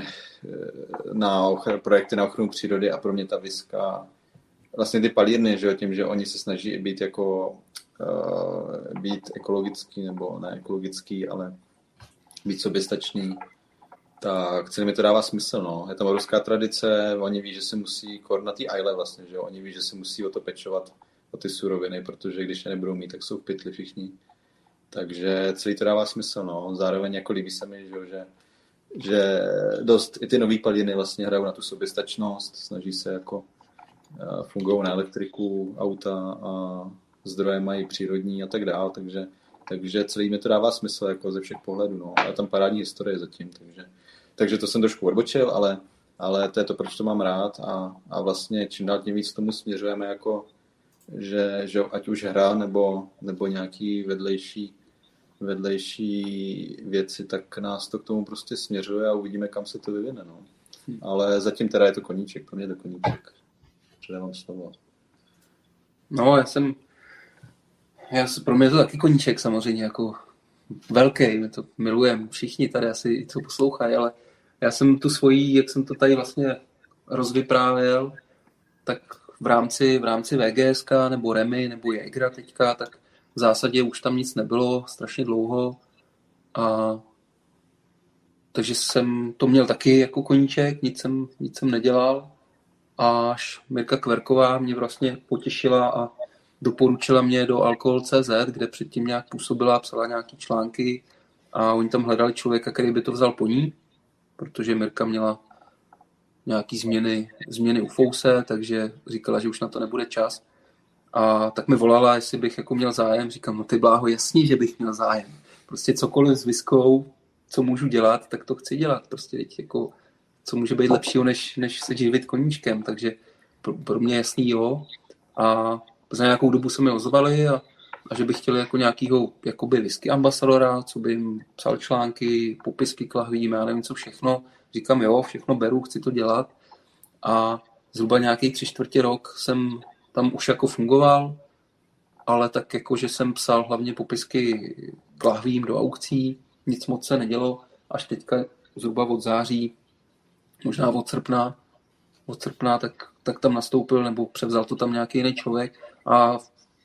na ochr- projekty na ochranu přírody a pro mě ta whisky vlastně ty palírny, že jo, tím, že oni se snaží být jako uh, být ekologický nebo ne ekologický, ale být soběstačný, tak celý mi to dává smysl, no. Je tam obrovská tradice, oni ví, že se musí, kor na té Isle vlastně, že jo, oni ví, že se musí o to pečovat, o ty suroviny, protože když je nebudou mít, tak jsou v pytli všichni. Takže celý to dává smysl, no. Zároveň jako líbí se mi, že jo, že, že dost i ty nový palírny vlastně hrajou na tu soběstačnost, snaží se jako fungují na elektriku, auta a zdroje mají přírodní a tak dále, takže, takže celý mi to dává smysl jako ze všech pohledů, no. A tam parádní historie zatím, takže, takže to jsem trošku odbočil, ale, ale to je to, proč to mám rád a, a vlastně čím dál tím víc tomu směřujeme jako, že, že ať už hra nebo, nebo nějaký vedlejší, vedlejší věci, tak nás to k tomu prostě směřuje a uvidíme, kam se to vyvine, no. Ale zatím teda je to koníček, pro mě je to koníček. Předávám slovo. No, já jsem... Já, pro mě je to taky koníček samozřejmě, jako velký, my to milujeme všichni tady asi, co poslouchají, ale já jsem tu svojí, jak jsem to tady vlastně rozvyprávěl, tak v rámci, v rámci V G S K nebo Remy nebo Jägera teďka, tak v zásadě už tam nic nebylo strašně dlouho. A takže jsem to měl taky jako koníček, nic jsem, nic jsem nedělal. Až Mirka Kverková mě vlastně potěšila a doporučila mě do Alkohol tečka cé zet, kde předtím nějak působila, psala nějaký články a oni tam hledali člověka, který by to vzal po ní, protože Mirka měla nějaký změny, změny u Fouse, takže říkala, že už na to nebude čas. A tak mi volala, jestli bych jako měl zájem. Říkám, no ty bláho, jasný, že bych měl zájem. Prostě cokoliv s whiskou, co můžu dělat, tak to chci dělat. Prostě teď jako, co může být lepšího, než, než se živit koníčkem. Takže pro, pro mě jasný jo. A za nějakou dobu se mi ozvali a, a že bych chtěl jako nějakýho jakoby whisky ambasadora, co by jim psal články, popisky k lahvím, já nevím co všechno. Říkám jo, všechno beru, chci to dělat. A zhruba nějaký tři čtvrtě rok jsem tam už jako fungoval, ale tak jako, že jsem psal hlavně popisky k lahvím do aukcí, nic moc se nedělo, až teďka zhruba od září, možná od srpna, od srpna, tak, tak tam nastoupil, nebo převzal to tam nějaký jiný člověk a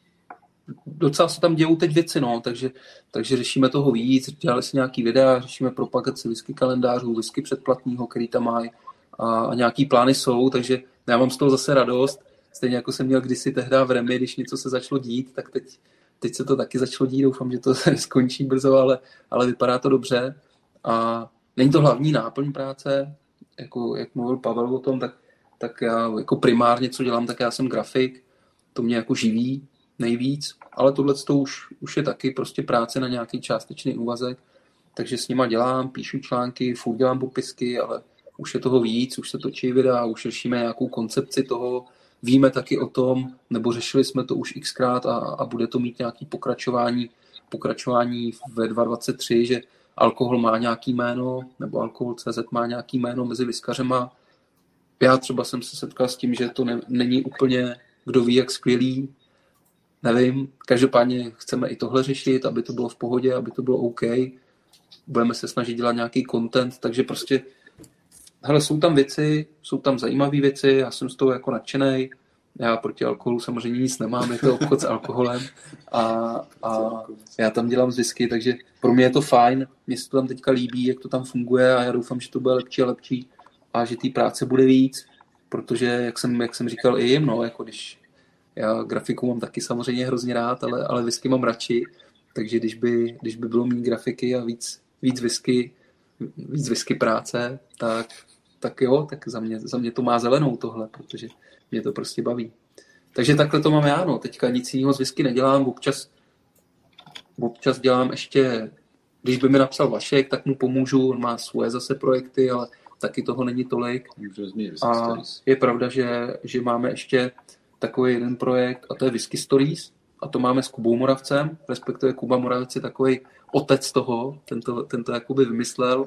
docela se tam dějou teď věci, no, takže, takže řešíme toho víc, dělali si nějaký videa, řešíme propagaci whisky kalendářů, whisky předplatného, který tam mají a, a nějaký plány jsou, takže já mám z toho zase radost, stejně jako jsem měl kdysi tehdy v Remy, když něco se začalo dít, tak teď, teď se to taky začalo dít, doufám, že to skončí brzo, ale, ale vypadá to dobře a není to hlavní náplň práce, jako, jak mluvil Pavel o tom, tak, tak já jako primárně, co dělám, tak já jsem grafik, to mě jako živí nejvíc, ale tohle to už, už je taky prostě práce na nějaký částečný úvazek, takže s nima dělám, píšu články, furt dělám popisky, ale už je toho víc, už se točí videa, už řešíme nějakou koncepci toho, víme taky o tom, nebo řešili jsme to už xkrát a, a bude to mít nějaké pokračování, pokračování ve dvacet tři, že alkohol má nějaký jméno, nebo Alkohol tečka cé zet má nějaký jméno mezi whiskařema. Já třeba jsem se setkal s tím, že to ne, není úplně, kdo ví, jak skvělý, nevím. Každopádně chceme i tohle řešit, aby to bylo v pohodě, aby to bylo OK. Budeme se snažit dělat nějaký content, takže prostě hele, jsou tam věci, jsou tam zajímavé věci, já jsem z toho jako nadšenej, já proti alkoholu samozřejmě nic nemám, je to obchod s alkoholem a, a já tam dělám z whisky, takže pro mě je to fajn, mně se to tam teďka líbí, jak to tam funguje a já doufám, že to bude lepší a lepší a že té práce bude víc, protože jak jsem, jak jsem říkal i jim, no, jako když já grafiku mám taky samozřejmě hrozně rád, ale, ale whisky mám radši, takže když by, když by bylo méně grafiky a víc, víc whisky, víc whisky práce, tak, tak jo, tak za mě, za mě to má zelenou tohle, protože mě to prostě baví. Takže takhle to mám já, no. Teďka nic jiného z whisky nedělám, občas, občas dělám ještě, když by mi napsal Vašek, tak mu pomůžu, on má svoje zase projekty, ale taky toho není tolik. A je pravda, že, že máme ještě takový jeden projekt, a to je Whisky Stories, a to máme s Kubou Moravcem, respektive Kuba Moravec je takový otec toho, tento, tento jakoby vymyslel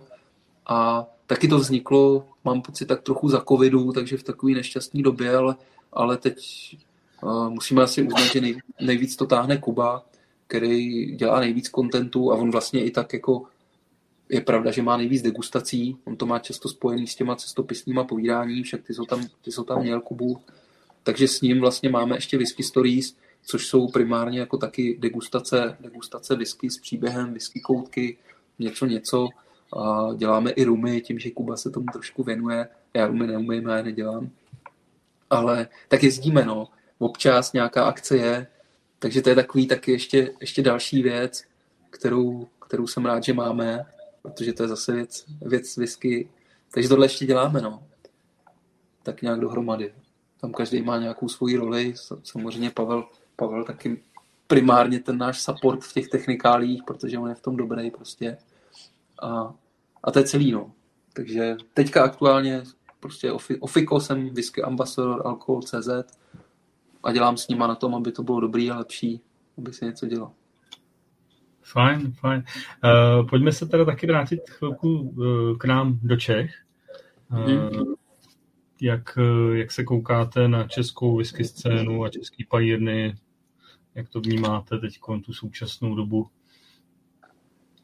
a taky to vzniklo, mám pocit, tak trochu za covidu, takže v takové nešťastné době, ale, ale teď uh, musíme asi uznat, že nej, nejvíc to táhne Kuba, který dělá nejvíc kontentu a on vlastně i tak jako je pravda, že má nejvíc degustací, on to má často spojený s těma cestopisníma povídání, však ty jsou tam, ty jsou tam měl Kubu, takže s ním vlastně máme ještě Whisky Stories, což jsou primárně jako taky degustace, degustace whisky s příběhem, whisky koutky, něco něco. A děláme i rumy, tím, že Kuba se tomu trošku věnuje. Já rumy neumím, já je nedělám. Ale tak jezdíme, no. Občas nějaká akce je, takže to je takový taky ještě, ještě další věc, kterou, kterou jsem rád, že máme, protože to je zase věc, věc whisky. Takže tohle ještě děláme, no. Tak nějak dohromady. Tam každý má nějakou svoji roli. Samozřejmě Pavel, Pavel taky primárně ten náš support v těch technikálích, protože on je v tom dobrý prostě. A, a to je celý, no. Takže teďka aktuálně prostě Ofiko jsem whisky ambassador Alkohol tečka cé zet a dělám s nima na tom, aby to bylo dobrý a lepší, aby se něco dělo. Fajn, fajn. Uh, pojďme se teda taky vrátit chvilku uh, k nám do Čech. Uh, mm-hmm. jak, jak se koukáte na českou whisky scénu a český pajírny? Jak to vnímáte teď tu současnou dobu?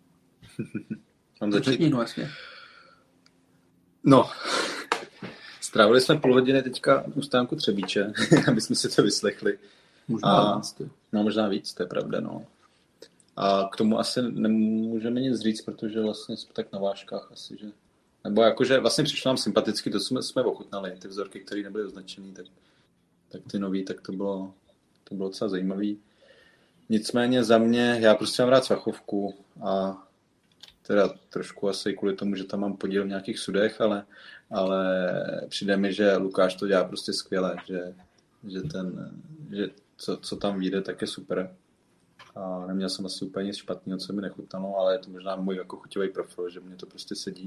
Mám začít? No, jasně. No, strávili jsme půl hodiny teďka u stánku Třebíče, aby jsme si to vyslechli. Možná a, víc. No, možná víc, to je pravda, no. A k tomu asi nemůžeme nic říct, protože vlastně jsme tak na vážkách asi, že... Nebo jakože vlastně přišlo nám sympaticky, to jsme, jsme ochutnali, ty vzorky, které nebyly označený, tak, tak ty nový, tak to bylo, to bylo docela zajímavý. Nicméně za mě, já prostě mám rád Svachovku a teda trošku asi kvůli tomu, že tam mám podíl v nějakých sudech, ale, ale přijde mi, že Lukáš to dělá prostě skvěle, že, že, ten, že co, co tam vyjde, tak je super. A neměl jsem asi úplně nic špatného, co mi nechutnalo, ale je to možná můj jako chuťový profil, že mě to prostě sedí.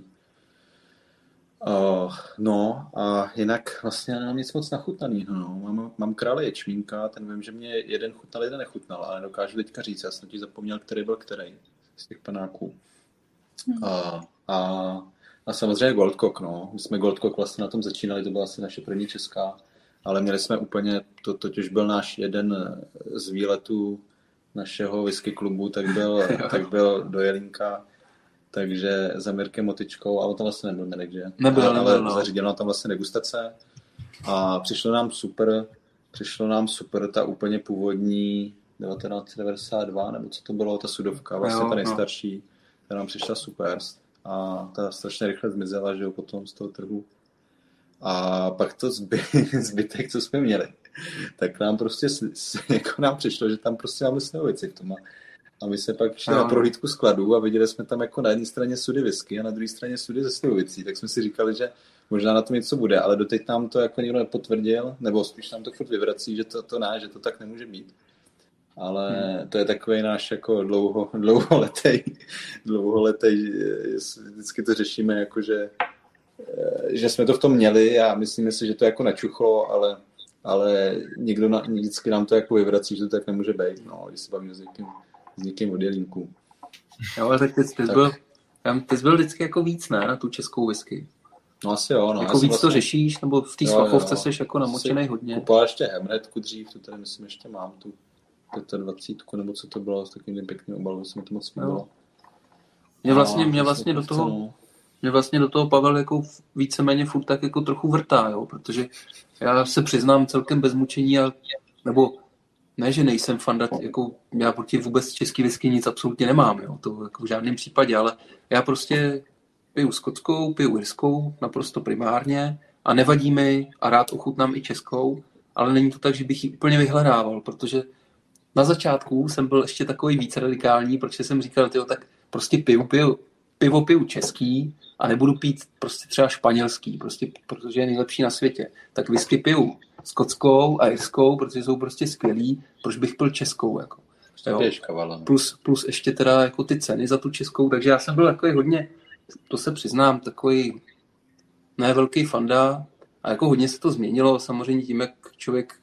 Uh, no a jinak vlastně nemám nic moc nachutnaného. No. Mám, mám krále ječmínka, ten vím, že mě jeden chutnal, jeden nechutnal, ale nedokážu teďka říct, já jsem ti zapomněl, který byl který z těch panáků. Hmm. Uh, a, a samozřejmě Goldcock, no. My jsme Goldcock vlastně na tom začínali, to byla asi naše první česká, ale měli jsme úplně, to totiž byl náš jeden z výletů našeho whisky klubu, tak byl, tak byl do Jelínka, takže za Mirkem Motičkou, ale tam vlastně nebyl Mirek, že? Nebyl, ale, nebyl, ale no. zařídila tam vlastně degustace a přišlo nám super, přišlo nám super ta úplně původní devatenáct set devadesát dva, nebo co to bylo, ta sudovka, vlastně jo, ta nejstarší, no. Ta nám přišla super a ta strašně rychle zmizela, že jo, potom z toho trhu. A pak to zby, zbytek, co jsme měli, tak nám prostě jako nám přišlo, že tam prostě máme Slivovici v tom. A my jsme pak šli no. na prohlídku skladů a viděli jsme tam jako na jedné straně sudy whisky a na druhé straně sudy ze Slivovicí. Tak jsme si říkali, že možná na tom něco bude, ale doteď nám to jako nikdo nepotvrdil, nebo spíš nám to furt vyvrací, že to, to ne, že to tak nemůže být. Ale hmm. to je takový náš jako dlouho, dlouholetej, dlouholetej, vždycky to řešíme jako, že že jsme to v tom měli a myslíme si, že to jako načuchlo, ale, ale někdo na, vždycky nám to jako vyvrací, že to tak nemůže být, no, když se bavíme s někým, s někým od Jelínku. Jo, ale tak ty jsi byl, byl vždycky jako víc, ne, na tu českou whisky. No asi jo, no. Jako víc vlastně... to řešíš, nebo v té Svachovce jsi jako namočenej hodně. Kupoval ještě Hemretku dřív, tu tady myslím ještě mám, tu dvacítku, nebo co to bylo, s takovým pěkným obalem, se mi to moc líbilo. Mě vlastně, mě vlastně do toho... No. Mě vlastně do toho Pavel jako víceméně furt tak jako trochu vrtá, jo, protože já se přiznám celkem bez mučení, a, nebo ne, že nejsem fanda, jako já proti vůbec český whisky nic absolutně nemám, jo, to jako v žádném případě, ale já prostě piju skotskou, piju irskou, naprosto primárně a nevadí mi a rád ochutnám i českou, ale není to tak, že bych ji úplně vyhledával, protože na začátku jsem byl ještě takový víc radikální, protože jsem říkal, tyjo, tak prostě piju, piju, pivo piju český a nebudu pít prostě třeba španělský, prostě, protože je nejlepší na světě. Tak whisky piju skotskou a irskou, protože jsou prostě skvělý, proč bych pil českou, jako. Plus, plus ještě teda jako ty ceny za tu českou, takže já jsem byl takový hodně, to se přiznám, takový ne velký fanda a jako hodně se to změnilo, samozřejmě tím, jak člověk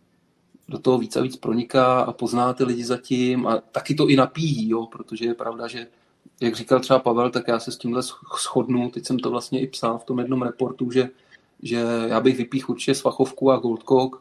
do toho víc a víc proniká a pozná ty lidi zatím a taky to i napíjí, jo, protože je pravda, že jak říkal třeba Pavel, tak já se s tímhle shodnu, teď jsem to vlastně i psal v tom jednom reportu, že, že já bych vypích určitě Svachovku a Goldcock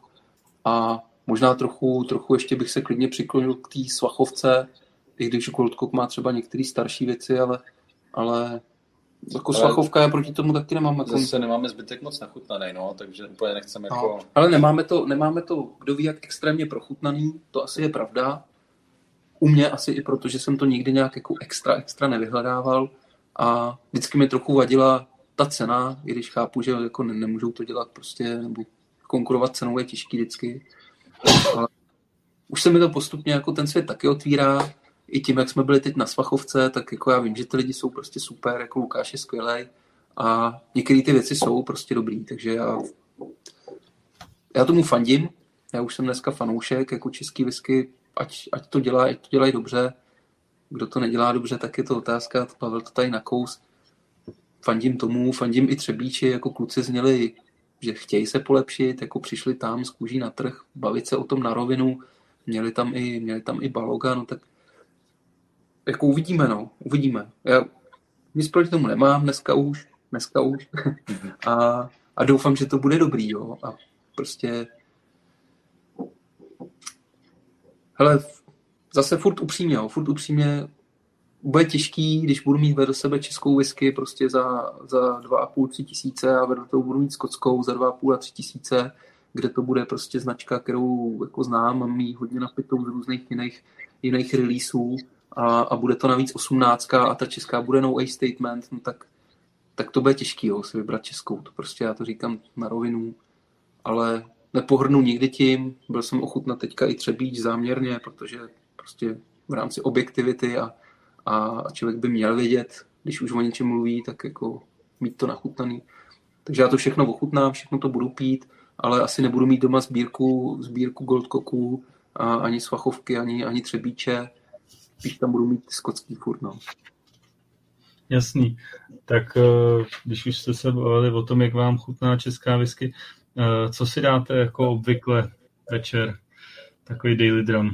a možná trochu, trochu ještě bych se klidně přiklonil k té Svachovce, i když Goldcock má třeba některé starší věci, ale, ale jako ale Svachovka já proti tomu taky nemám. Jako... Zase nemáme zbytek moc nachutnaný, no, takže úplně nechceme no, jako... Ale nemáme to, nemáme to, kdo ví, jak extrémně prochutnaný, to asi je pravda. U mě asi i proto, že jsem to nikdy nějak jako extra, extra nevyhledával a vždycky mi trochu vadila ta cena, i když chápu, že jako ne, nemůžou to dělat prostě, nebo konkurovat cenou je těžký vždycky. Ale už se mi to postupně jako ten svět taky otvírá, i tím, jak jsme byli teď na Svachovce, tak jako já vím, že ty lidi jsou prostě super, jako Lukáš je skvělej a některé ty věci jsou prostě dobrý, takže já, já tomu fandím, já už jsem dneska fanoušek, jako český whisky, ať, ať to dělá, ať to dělají dobře, kdo to nedělá dobře, tak je to otázka, Pavel to tady nakous, fandím tomu, fandím i Třebíči, jako kluci zněli, že chtějí se polepšit, jako přišli tam z kůží na trh, bavit se o tom na rovinu, měli tam i, měli tam i Baloga, no tak jako uvidíme, no, uvidíme. Já nic proti tomu nemám dneska už, dneska už a, a doufám, že to bude dobrý, jo, a prostě hele, zase furt upřímně, jo, furt upřímně bude těžký, když budu mít vedle sebe českou whisky prostě za, za dva a půl, tři tisíce a vedle toho budu mít skotskou za dva a půl a tři tisíce, kde to bude prostě značka, kterou jako znám, mám jí hodně napitou z různých jiných, jiných releaseů a, a bude to navíc osmnáctka a ta česká bude no age statement, no tak, tak to bude těžký, jo, si vybrat českou, to prostě já to říkám na rovinu, ale nepohrnu nikdy tím, byl jsem ochutnat teďka i Třebíč záměrně, protože prostě v rámci objektivity a, a člověk by měl vědět, když už o něčem mluví, tak jako mít to nachutnaný. Takže já to všechno ochutnám, všechno to budu pít, ale asi nebudu mít doma sbírku, sbírku Goldcocků, a ani Svachovky, ani, ani Třebíče, když tam budu mít skotský furt, no. Jasný. Tak když už jste se bavili o tom, jak vám chutná česká whisky, co si dáte jako obvykle večer? Takový daily drum.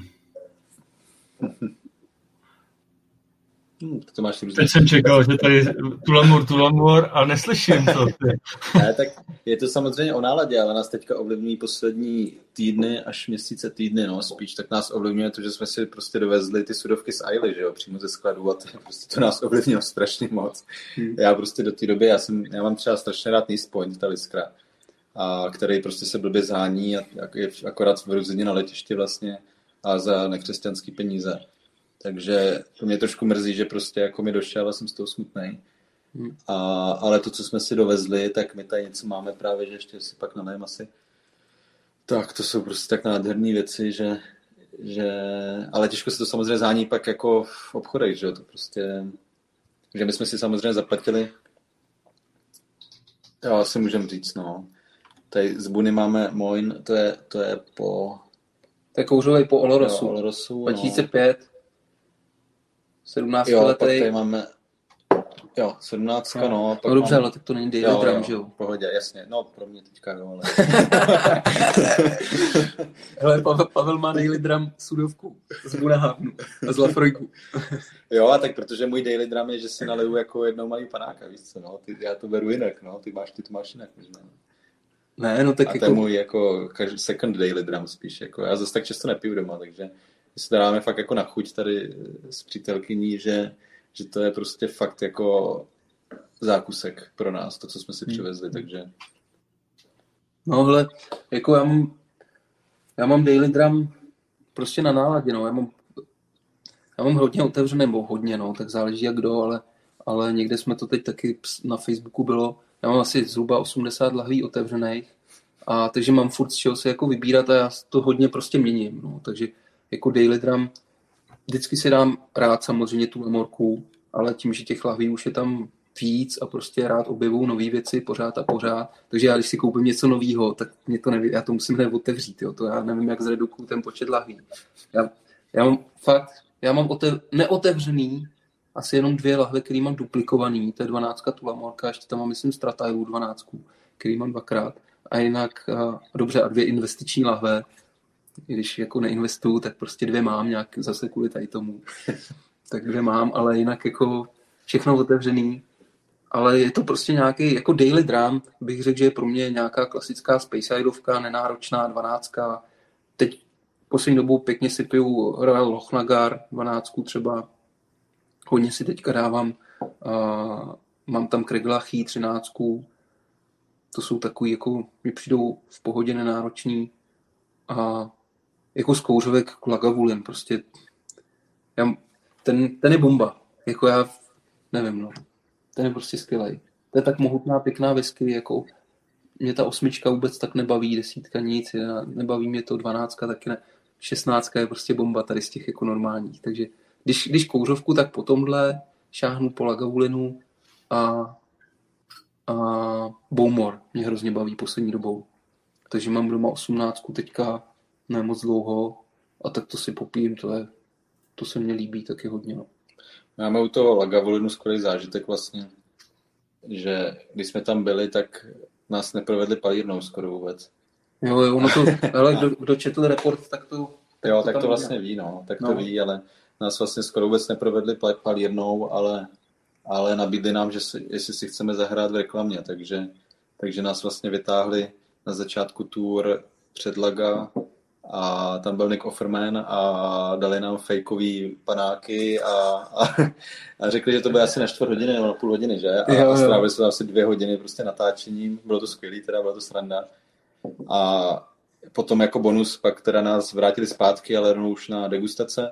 Hmm, to máš Teď jsem čekal, že tady tulamor, tulamor a neslyším to. Ne, tak je to samozřejmě o náladě, ale nás teďka ovlivňují poslední týdny až měsíce týdny, no spíš, tak nás ovlivňuje to, že jsme si prostě dovezli ty sudovky z Islay, že jo, přímo ze skladu a to, prostě to nás ovlivnilo strašně moc. Hmm. Já prostě do té doby, já, jsem, já mám třeba strašně rád East Point, ta Liskra, a který prostě se blbě zhání a je akorát v Ruzině na letišti vlastně a za nekřesťanský peníze. Takže to mě trošku mrzí, že prostě jako mi došel a jsem z toho smutnej. Hmm. A, ale to, co jsme si dovezli, tak my tady něco máme právě, že ještě si pak nalejeme asi. Tak to jsou prostě tak nádherné věci, že, že... Ale těžko se to samozřejmě zhání pak jako v obchodech, že jo, to prostě... Že my jsme si samozřejmě zaplatili... Jo, asi můžem říct, no. Tady z Buny máme Moin, to je, to je po... To je kouřovej po Olorosu. Jo, Olorosu, dva tisíce pět. No. sedmnáct jo, letý. Pak tady máme... Jo, sedmnáctka, no. No, pak no dobře, mám... ale tak to není daily drum, že jo? V pohodě, jasně. No, pro mě teďka, jo, ale... Hele, Pavel, Pavel má daily drum sudovku z Bunahavnu a z Lafroiku. Jo, a tak protože můj daily drum je, že si naliju jako jednou malý panáka, víš co, no. Ty, já to beru jinak, no. Ty máš, ty to máš jinak, možná. Ne, no tak a jako... to je můj jako second daily drum spíš, jako. Já zase tak často nepiju doma, takže my si to dáme fakt jako na chuť tady s přítelkyní, že, že to je prostě fakt jako zákusek pro nás, to, co jsme si přivezli, takže... No hele, jako já mám, já mám daily drum prostě na náladě, no, já mám, já mám hodně otevřené, nebo hodně, no, tak záleží jak kdo, ale, ale někde jsme to teď taky na Facebooku bylo, já mám asi zhruba osmdesát lahví otevřených, a takže mám furt z čeho se jako vybírat a já to hodně prostě měním, no, takže jako daily drum vždycky si dám rád samozřejmě tu memorku, ale tím, že těch lahví už je tam víc a prostě rád objevuju nové věci pořád a pořád. Takže já, když si koupím něco nového, tak mě to neví, já to musím hned otevřít. Jo. To já nevím, jak zredukuju ten počet lahví. Já, já mám fakt, já mám otev, neotevřený asi jenom dvě lahve, které mám duplikovaný. To je dvanáctka Tulamorka, ještě tam mám, myslím, Stratailu dvanáctku, který mám dvakrát. A jinak, a, dobře, a dvě investiční lahve. Když jako neinvestuju, tak prostě dvě mám nějak zase kvůli tady tomu. Tak dvě mám, ale jinak jako všechno otevřený. Ale je to prostě nějaký, jako daily drum, bych řekl, že je pro mě nějaká klasická Spacesideovka, nenáročná dvanáctka. Teď poslední dobou pěkně si piju Royal Lochnagar dvanáctku třeba. Hodně si teďka dávám. Uh, mám tam Kreglachy třináctku. To jsou takový, jako mi přijdou v pohodě nenáročný. A jako z kouřovek k Lagavulin, prostě já, ten, ten je bomba. Jako já nevím, no. Ten je prostě skvělej. To je tak mohutná, pěkná whisky, jako mě ta osmička vůbec tak nebaví, desítka nic, nebaví mě to, dvanáctka taky ne, šestnáctka je prostě bomba tady z těch jako normálních. Takže když, když kouřovku, tak po tomhle šáhnu po Lagavulinu a, a Bowmore mě hrozně baví poslední dobou. Takže mám doma osmnáctku teďka ne moc dlouho a tak to si popijím, to, je, to se mně líbí taky hodně. No. Máme u toho Lagavulinu skvělý zážitek vlastně, že když jsme tam byli, tak nás neprovedli palírnou skoro vůbec. Jo, jo, no to, ale kdo, kdo četl report, tak to... Tak jo, to tak to vlastně ví, no, tak to no. ví, ale nás vlastně skoro vůbec neprovedli palírnou, ale, ale nabídli nám, že si, jestli si chceme zahrát v reklamě, takže, takže nás vlastně vytáhli na začátku tour před Laga a tam byl Nick Offerman a dali nám fejkový panáky a, a, a řekli, že to bude asi na čtvrt hodiny nebo na půl hodiny, že? A, a strávili jsme asi dvě hodiny prostě natáčením, bylo to skvělý, teda byla to sranda. A potom jako bonus pak teda nás vrátili zpátky, ale rovnou už na degustace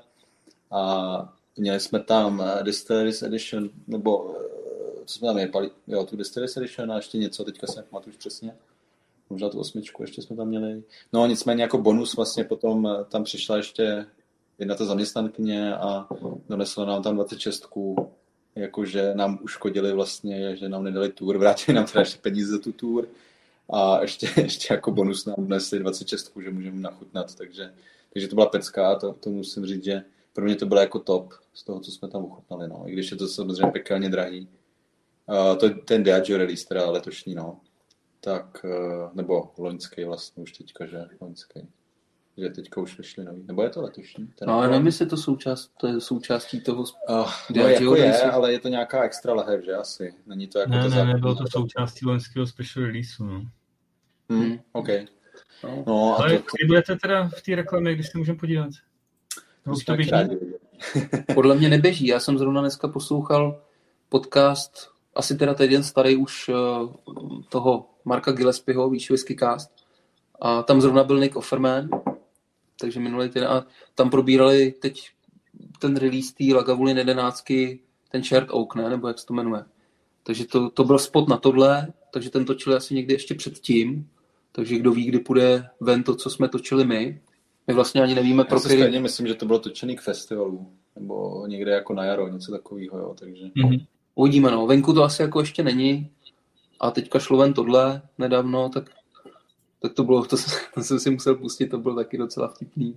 a měli jsme tam Distilleries Edition, nebo co jsme tam jepali, jo, tu Distilleries Edition a ještě něco, teďka se nepamatuji už přesně. Možná tu osmičku ještě jsme tam měli. No nicméně jako bonus vlastně potom tam přišla ještě jedna ta zaměstnankyně a donesla nám tam dvacet šest, jakože nám uškodili vlastně, že nám nedali tour, vrátili nám teda ještě peníze za tu tour a ještě, ještě jako bonus nám donesli dvacet šest, že můžeme nachutnat, takže, takže to byla pecka a to, to musím říct, že pro mě to bylo jako top z toho, co jsme tam ochutnali, no, i když je to samozřejmě pekelně drahý. Uh, to ten Diageo release, teda letošní, no. Tak, nebo loňský vlastně už teďka, že loňský. Že teďka už vyšli nový. Nebo je to letošní? Ten no, ale nevím, jestli to součást, to je součástí toho uh, no, jako je, ale je to nějaká extra lahev, že asi. Není to jako ne, to ne, nebylo to součástí loňského special releaseu, no. Hmm, OK. No, no ale to... kdy budete teda v té reklamě, když se můžeme podívat? Už to běží? Podle mě neběží. Já jsem zrovna dneska poslouchal podcast, asi teda ten starý už uh, toho Marka Gillespieho, víš, Whiskycast. A tam zrovna byl Nick Offerman, takže minulý týden. A tam probírali teď ten release té Lagavulin jedenáctky, ten Shared Oak, ne? Nebo jak se to jmenuje. Takže to, to byl spot na tohle, takže ten točili asi někdy ještě předtím. Takže kdo ví, kdy půjde ven to, co jsme točili my. My vlastně ani nevíme, pro který... Já si myslím, že to bylo točený k festivalu. Nebo někde jako na jaro, něco takového, jo, takže... Mm-hmm. Uvidíme, no. Venku to asi jako ještě není. A teďka šlo ven tohle nedávno, tak, tak to bylo, to, to jsem si musel pustit, to bylo taky docela vtipný.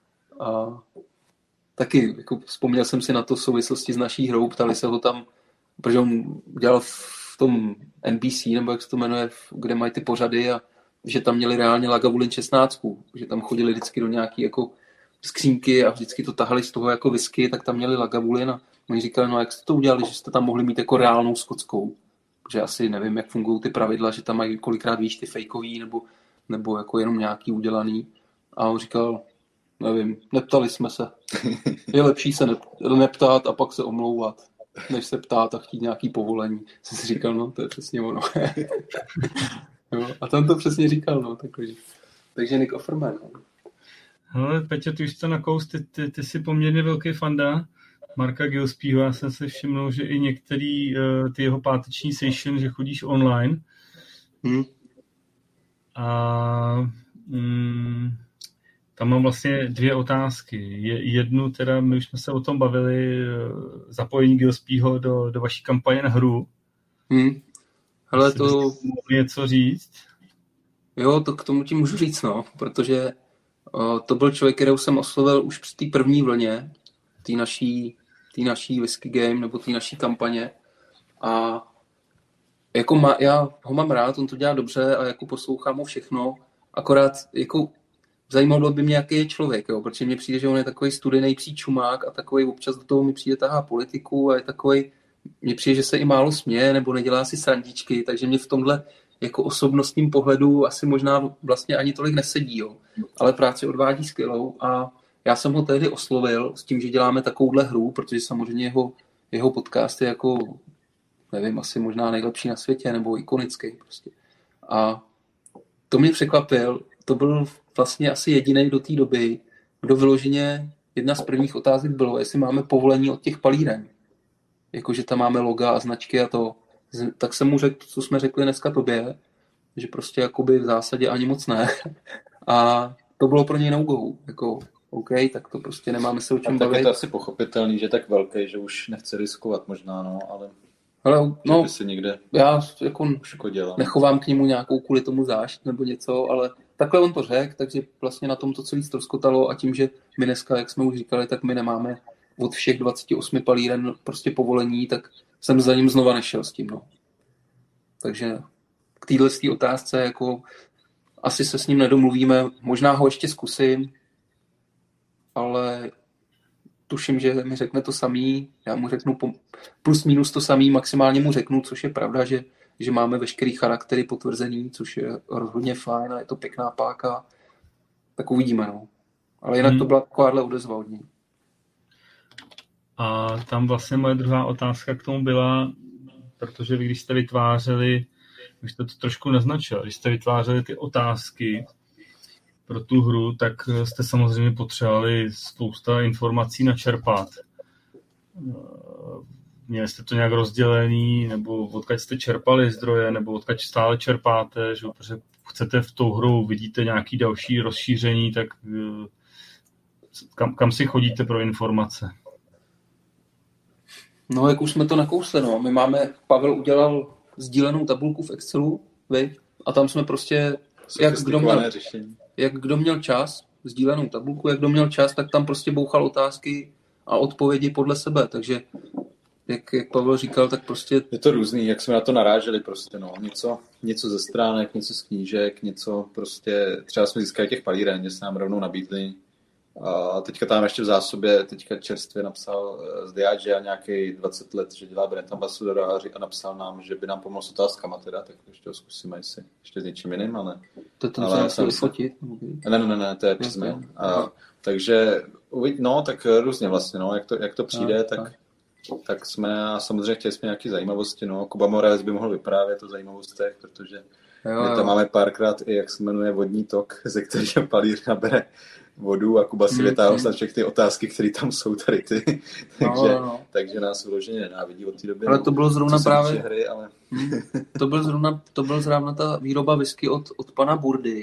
A taky, jako vzpomněl jsem si na to v souvislosti s naší hrou, ptali se ho tam, protože on dělal v tom N B C, nebo jak se to jmenuje, kde mají ty pořady a že tam měli reálně Lagavulin šestnáct, že tam chodili vždycky do nějaký jako skřínky a vždycky to tahali z toho jako whisky, tak tam měli Lagavulin a oni říkali, no jak jste to udělali, že jste tam mohli mít jako reálnou skotskou. Že asi nevím, jak fungují ty pravidla, že tam mají kolikrát víš ty fejkový nebo, nebo jako jenom nějaký udělaný. A on říkal, nevím, neptali jsme se. Je lepší se neptát a pak se omlouvat, než se ptát a chtít nějaký povolení. Jsem si říkal, no to je přesně ono. Jo, a tam to přesně říkal, no, takže, takže Nick Offerman. No. Hele, Peťo, ty už to nakous, ty, ty, ty jsi poměrně velký fanda Marka Gillespieho. Já jsem si všiml, že i některý uh, ty jeho páteční session, že chodíš online. Hmm. A mm, tam mám vlastně dvě otázky. Je, jednu teda, my už jsme se o tom bavili, zapojení Gillespieho do, do vaší kampaně na hru. Hmm. Hele, to... Mohli něco říct? Jo, to k tomu ti můžu říct, no, protože uh, to byl člověk, kterou jsem oslovil už při té první vlně, té naší, té naší whisky game, nebo té naší kampaně. A jako má, já ho mám rád, on to dělá dobře a jako poslouchám ho všechno, akorát jako zajímalo by mě, jaký je člověk, jo, protože mně přijde, že on je takový studený psí čumák a takový občas do toho mi přijde tahá politiku a je takový, mně přijde, že se i málo směje nebo nedělá si srandičky, takže mě v tomhle jako osobnostním pohledu asi možná vlastně ani tolik nesedí, jo. Ale práci odvádí skvělou a já jsem ho tehdy oslovil s tím, že děláme takovouhle hru, protože samozřejmě jeho, jeho podcast je jako, nevím, asi možná nejlepší na světě nebo ikonický prostě. A to mě překvapil, to byl vlastně asi jediný do té doby, kdo vyloženě, jedna z prvních otázek bylo, jestli máme povolení od těch palíren. Jakože tam máme loga a značky a to. Tak jsem mu řekl, co jsme řekli dneska tobě, že prostě jakoby v zásadě ani moc ne. A to bylo pro něj no-go. Jako, OK, tak to prostě nemáme se o čem bavit. Tak je to asi pochopitelný, že tak velký, že už nechce riskovat možná, no, ale... Ale, no, si někde já jako škodila. Nechovám k němu nějakou kvůli tomu zášť nebo něco, ale takhle on to řekl, takže vlastně na tom to celý ztroskotalo a tím, že my dneska, jak jsme už říkali, tak my nemáme od všech dvacet osm palíren prostě povolení, tak jsem za ním znova nešel s tím, no. Takže k téhle otázce jako asi se s ním nedomluvíme, možná ho ještě zkusím, ale tuším, že mi řekne to samý, já mu řeknu plus minus to samý, maximálně mu řeknu, což je pravda, že, že máme veškerý charaktery potvrzený, což je rozhodně fajn a je to pěkná páka. tak uvidíme, no. Ale jinak hmm. to byla takováhle odezva od něj. A tam vlastně moje druhá otázka k tomu byla, protože vy, když jste vytvářeli, když jste to trošku naznačil, když jste vytvářeli ty otázky pro tu hru, tak jste samozřejmě potřebovali spousta informací načerpat. Měli jste to nějak rozdělený, nebo odkud jste čerpali zdroje, nebo odkud stále čerpáte, že? Protože chcete v tou hrou, vidíte nějaké další rozšíření, tak kam, kam si chodíte pro informace? No, jak už jsme to nakousli, no. My máme, Pavel udělal sdílenou tabulku v Excelu, vy, a tam jsme prostě, jak kdo, měl, jak kdo měl čas, sdílenou tabulku, jak kdo měl čas, tak tam prostě bouchal otázky a odpovědi podle sebe, takže jak, jak Pavel říkal, tak prostě... Je to různý, jak jsme na to naráželi prostě, no. Něco, něco ze stránek, něco z knížek, něco prostě, třeba jsme získali těch palíren, že se nám rovnou nabídli. A teďka tam ještě v zásobě, teďka čerstvě napsal z Diagea nějaký dvacet let, že dělá brand ambassadora a napsal nám, že by nám pomohl s otázkama teda, tak ještě ho zkusíme, jestli ještě s něčím jiným, ale... To je to, co jsem vyfotit? Ne, ne, ne, ne, to je přes mail. Takže, no, tak různě vlastně, no, jak to, jak to přijde, no, tak, tak jsme, a samozřejmě chtěli jsme nějaké zajímavosti, no, Kuba Moraes by mohl vyprávět o zajímavostech, protože jo, my tam jo. máme párkrát i, jak se jmenuje, vodní tok, ze kterého palíř nabere vodu a Kuba si vytáhl mm, všechny ty otázky, které tam jsou tady ty. takže, no, no. takže nás vyloženě nenávidí od té doby. Ale to bylo zrovna právě... Hry, ale... to, byl zrovna, to byl zrovna ta výroba whisky od, od pana Burdy.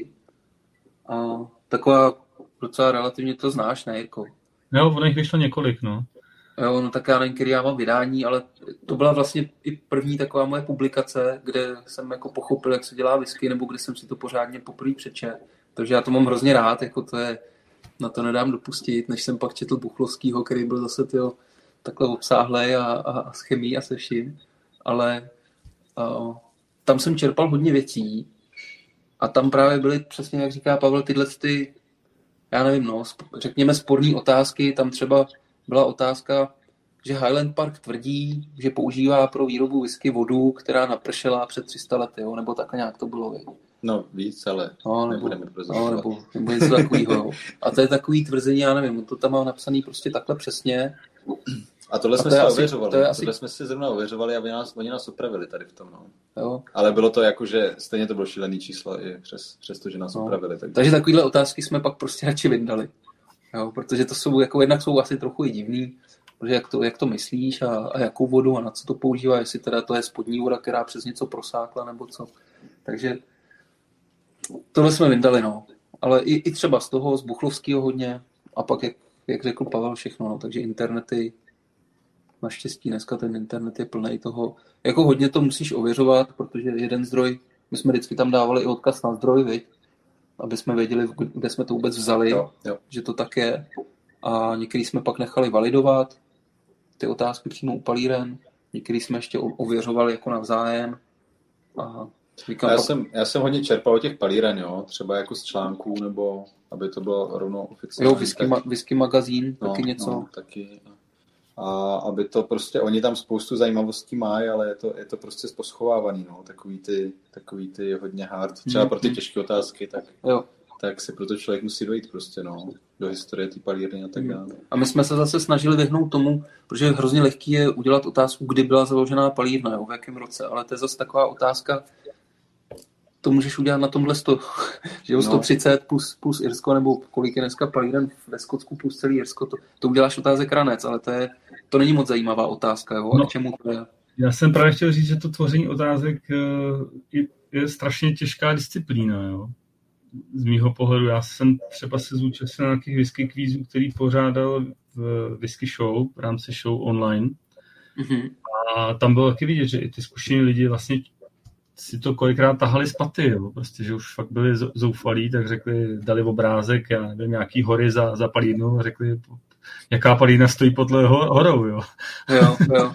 A taková docela relativně to znáš, ne, Jirko? Jo, ono jich vyšlo několik, no. Jo, no tak já nevím, který já mám vydání, ale to byla vlastně i první taková moje publikace, kde jsem jako pochopil, jak se dělá whisky, nebo kde jsem si to pořádně poprvé přečet. Takže já to mám hrozně rád, jako to je, na to nedám dopustit, než jsem pak četl Buchlovskýho, který byl zase tyjo, takhle obsáhlej a, a, a s chemií a se vším. Ale a, tam jsem čerpal hodně věcí a tam právě byly přesně, jak říká Pavel, tyhle ty, já nevím, no, řekněme sporné otázky. Tam třeba byla otázka, že Highland Park tvrdí, že používá pro výrobu whisky vodu, která napršela před tři sta lety, jo? Nebo tak nějak to bylo. Jo? No víc, ale no, nebo, no, nebo, nebo něco takového. A to je takový tvrzení, já nevím, to tam má napsaný prostě takhle přesně. A tohle a jsme to si asi, ověřovali. To tohle asi... jsme si zrovna ověřovali a oni nás, oni nás opravili tady v tom. No. Jo. Ale bylo to jako, že stejně to bylo šílený číslo i přes, přes to, že nás no. opravili. Tak... Takže takovýhle otázky jsme pak prostě radši vyndali. Jo, protože to jsou, jako jednak jsou asi trochu i divný, protože jak to, jak to myslíš a, a jakou vodu a na co to používá, jestli teda to je spodní voda, která přes něco prosákla nebo co. Takže tohle jsme vyndali, no. Ale i, i třeba z toho, z Buchlovského hodně a pak, jak, jak řekl Pavel, všechno, no. Takže internety, naštěstí dneska ten internet je plný toho, jako hodně to musíš ověřovat, protože jeden zdroj, my jsme vždycky tam dávali i odkaz na zdroj, viď? Aby jsme věděli, kde jsme to vůbec vzali, jo, jo. že to tak je. A některý jsme pak nechali validovat, ty otázky přímo u palíren, některý jsme ještě ověřovali jako navzájem. A říkám, já, pak... jsem, já jsem hodně čerpal o těch palíren, jo, třeba jako z článků, nebo aby to bylo rovnou oficiální. Jo, whisky, ma- whisky magazín, no, taky něco. No, taky. A aby to prostě, oni tam spoustu zajímavostí mají, ale je to, je to prostě poschovávaný, no, takový ty, takový ty hodně hard, třeba pro ty těžké otázky, tak, jo. tak si proto člověk musí dojít prostě, no, do historie té palírny a tak dále. A my jsme se zase snažili vyhnout tomu, protože hrozně lehký je udělat otázku, kdy byla založená palírna, jo, v jakém roce, ale to je zase taková otázka, to můžeš udělat na tomhle sto, že jo, sto třicet plus, plus Irsko, nebo kolik je dneska palíren ve Skotsku plus celý Irsko, to, to uděláš otázek ranec, ale to, je, to není moc zajímavá otázka, jo, no, a k čemu to je. Já jsem právě chtěl říct, že to tvoření otázek je, je strašně těžká disciplína, jo. Z mýho pohledu, já jsem třeba se zúčastnil na nějakých whisky kvízů, který pořádal v Whisky Show, v rámci show online. Mm-hmm. A tam bylo taky vidět, že i ty zkušení lidi vlastně si to kolikrát tahali z paty, jo. Prostě, že už fakt byli zoufalí, tak řekli, dali obrázek, já nevím, nějaký hory za, za palírnu a řekli, jaká palírna stojí pod horou, jo. Jo, jo.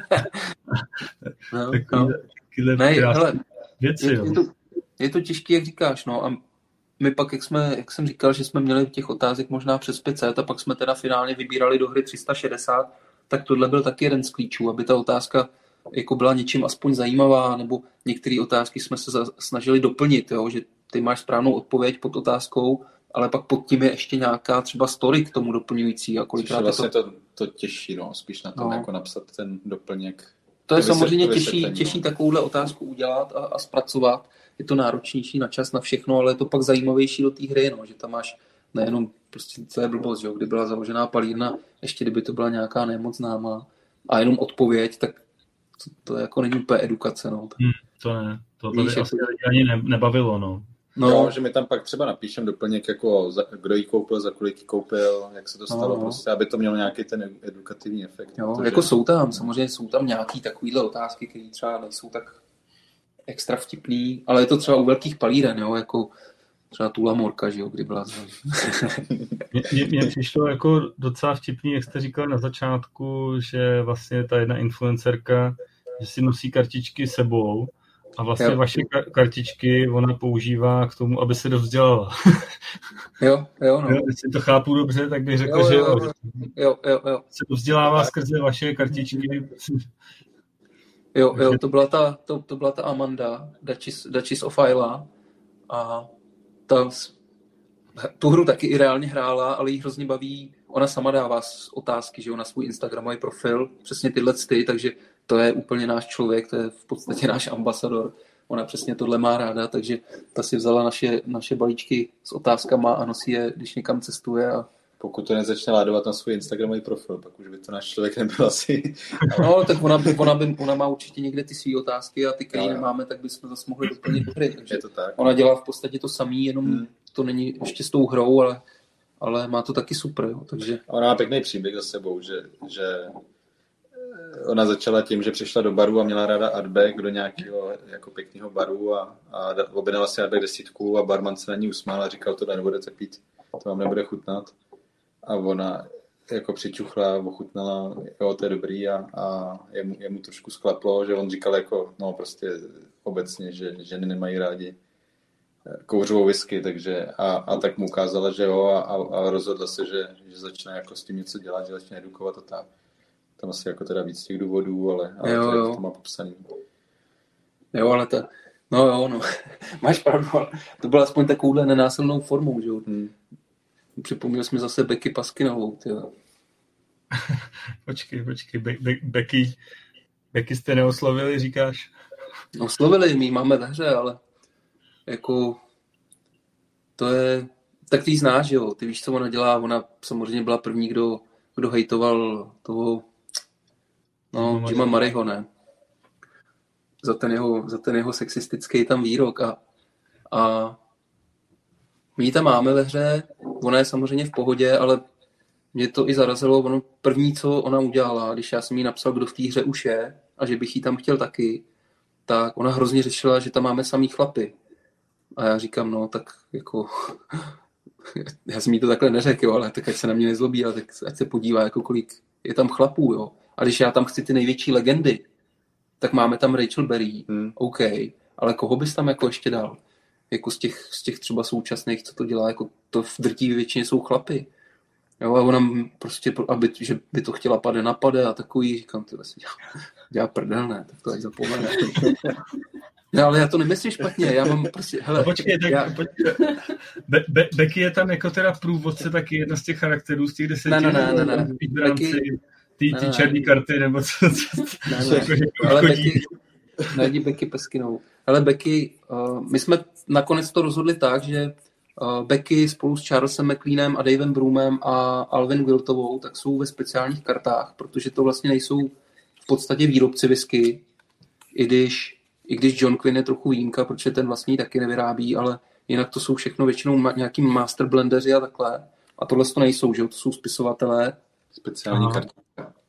no, Takový, no. Ne, hele, věci, je, jo. Je to, je to těžký, jak říkáš, no, a my pak, jak, jsme, jak jsem říkal, že jsme měli těch otázek možná přes pět set a pak jsme teda finálně vybírali do hry tři sta šedesát, tak tohle byl taky jeden z klíčů, aby ta otázka jako byla něčím aspoň zajímavá, nebo některé otázky jsme se snažili doplnit, jo, že ty máš správnou odpověď pod otázkou, ale pak pod tím je ještě nějaká třeba story k tomu doplňující. A kolikrát vlastně to... to, to těžší, no, spíš na tom, no. jako napsat ten doplněk. To je samozřejmě těžší, těžší takovouhle otázku udělat a, a zpracovat. Je to náročnější na čas, na všechno, ale je to pak zajímavější do té hry, no, že tam máš nejenom prostě celé blbost, že? Kdy byla založená palírna, ještě kdyby to byla nějaká nemoc známá a jenom odpověď, tak to, to jako není úplně edukace. No. Hmm, to ne, to tady asi to... ani ne, nebavilo. No. No, no, že mi tam pak třeba napíšem doplněk, jako za, kdo ji koupil, za kolik ji koupil, jak se to stalo, no, prostě, aby to mělo nějaký ten edukativní efekt. Jo, protože... jako jsou tam, samozřejmě jsou tam nějaký takovýhle otázky, které třeba nejsou tak extra vtipný, ale je to třeba u velkých palíren, jo, jako třeba Tula Morka, že jo, kdy byla. Mně, mně přišlo jako docela vtipný, jak jste říkal na začátku, že vlastně ta jedna influencerka, že si nosí kartičky sebou a vlastně jo. vaše kartičky ona používá k tomu, aby se dovzdělala. Jo, jo, no. Jo, jestli to chápu dobře, tak bych řekl, jo, že jo, jo, jo, jo. se dovzdělává skrze vaše kartičky. Jo, jo, to byla ta, to, to byla ta Amanda, Duchess, Duchess of Isla a ta, tu hru taky i reálně hrála, ale jí hrozně baví, ona sama dává otázky, že jo, na svůj instagramový profil, přesně tyhle ty, takže to je úplně náš člověk, to je v podstatě náš ambasador, ona přesně tohle má ráda, takže ta si vzala naše, naše balíčky s otázkama a nosí je, když někam cestuje a pokud to nezačne ládovat na svůj instagramový profil, pak už by to náš člověk nebyl asi. No, tak ona, ona, by, ona má určitě někde ty své otázky a ty, které no, nemáme, tak bychom zase mohli doplnit do hry. Takže je to tak. Ona dělá v podstatě to samý, jenom hmm. to není ještě s tou hrou, ale, ale má to taky super. Jo, takže... Ona má pěkný příběh za sebou, že, že ona začala tím, že přišla do baru a měla ráda Artback do nějakého jako pěkného baru a, a objednala si Artback desítku a barman se na ní usmál a říkal, tohle nebudete pít, to vám nebude chutnat. A ona jako přičuchla, ochutnala, jo, to je dobrý a, a jemu, jemu trošku sklaplo, že on říkal jako, no prostě obecně, že ženy nemají rádi kouřovou whisky, takže a, a tak mu ukázala, že jo a, a rozhodla se, že, že začne jako s tím něco dělat, že začne edukovat a tak. Tam asi jako teda víc těch důvodů, ale, ale jo, to, jo. to má popsaný. Jo, ale to, no jo, no, máš pravdu, ale to byla aspoň takovouhle nenásilnou formou, že jo. Hmm. Připomněl jsme zase Becky Paskinovou, tyjo. počkej, počkej, Be- Be- Becky, Becky jste neoslovili, říkáš? Oslovili, my máme ve hře, ale jako to je, tak ty znáš, jo, ty víš, co ona dělá, ona samozřejmě byla první, kdo, kdo hejtoval toho, no, Jima Murrayho, ne? Za ten jeho, za ten jeho sexistický tam výrok a, a my ji tam máme ve hře, ona je samozřejmě v pohodě, ale mě to i zarazilo, ono první, co ona udělala, když já jsem jí napsal, kdo v té hře už je a že bych ji tam chtěl taky, tak ona hrozně řešila, že tam máme samý chlapy. A já říkám, no tak jako, já jsem jí to takhle neřekl, jo, ale tak ať se na mě nezlobí, ale tak ať se podívá, jako kolik je tam chlapů, jo. A když já tam chci ty největší legendy, tak máme tam Rachel Berry, hmm. OK, ale koho bys tam jako ještě dal? Jako z těch, z těch třeba současných, co to dělá, jako to v drtivé většině jsou chlapy. Jo, a ona prostě, aby, že by to chtěla pade na pade a takový, říkám, ty si dělá, dělá prdel, ne, tak to ať zapomene. No, ale já to nemyslím špatně, já mám prostě, hele. No, počkej, tak, já... počkej. Be, Be, Becky je tam jako teda průvodce taky jedna z těch charakterů z těch deseti. Ne, ne, ne, ne, ne. Becky... Ty, ty černý karty, nebo co, co, co ne, ne. Jako, že ale Becky, najdi Becky Peskinovou. Ale Becky, uh, my jsme nakonec to rozhodli tak, že uh, Becky spolu s Charlesem McLeanem a Davem Broomem a Alvin Wiltovou tak jsou ve speciálních kartách, protože to vlastně nejsou v podstatě výrobci whisky, i když, i když John Quinn je trochu výjimka, protože ten vlastně taky nevyrábí, ale jinak to jsou všechno většinou ma- nějaký master blendeři a takhle. A tohle to nejsou, že jo? To jsou spisovatelé. Speciální Aha. karty.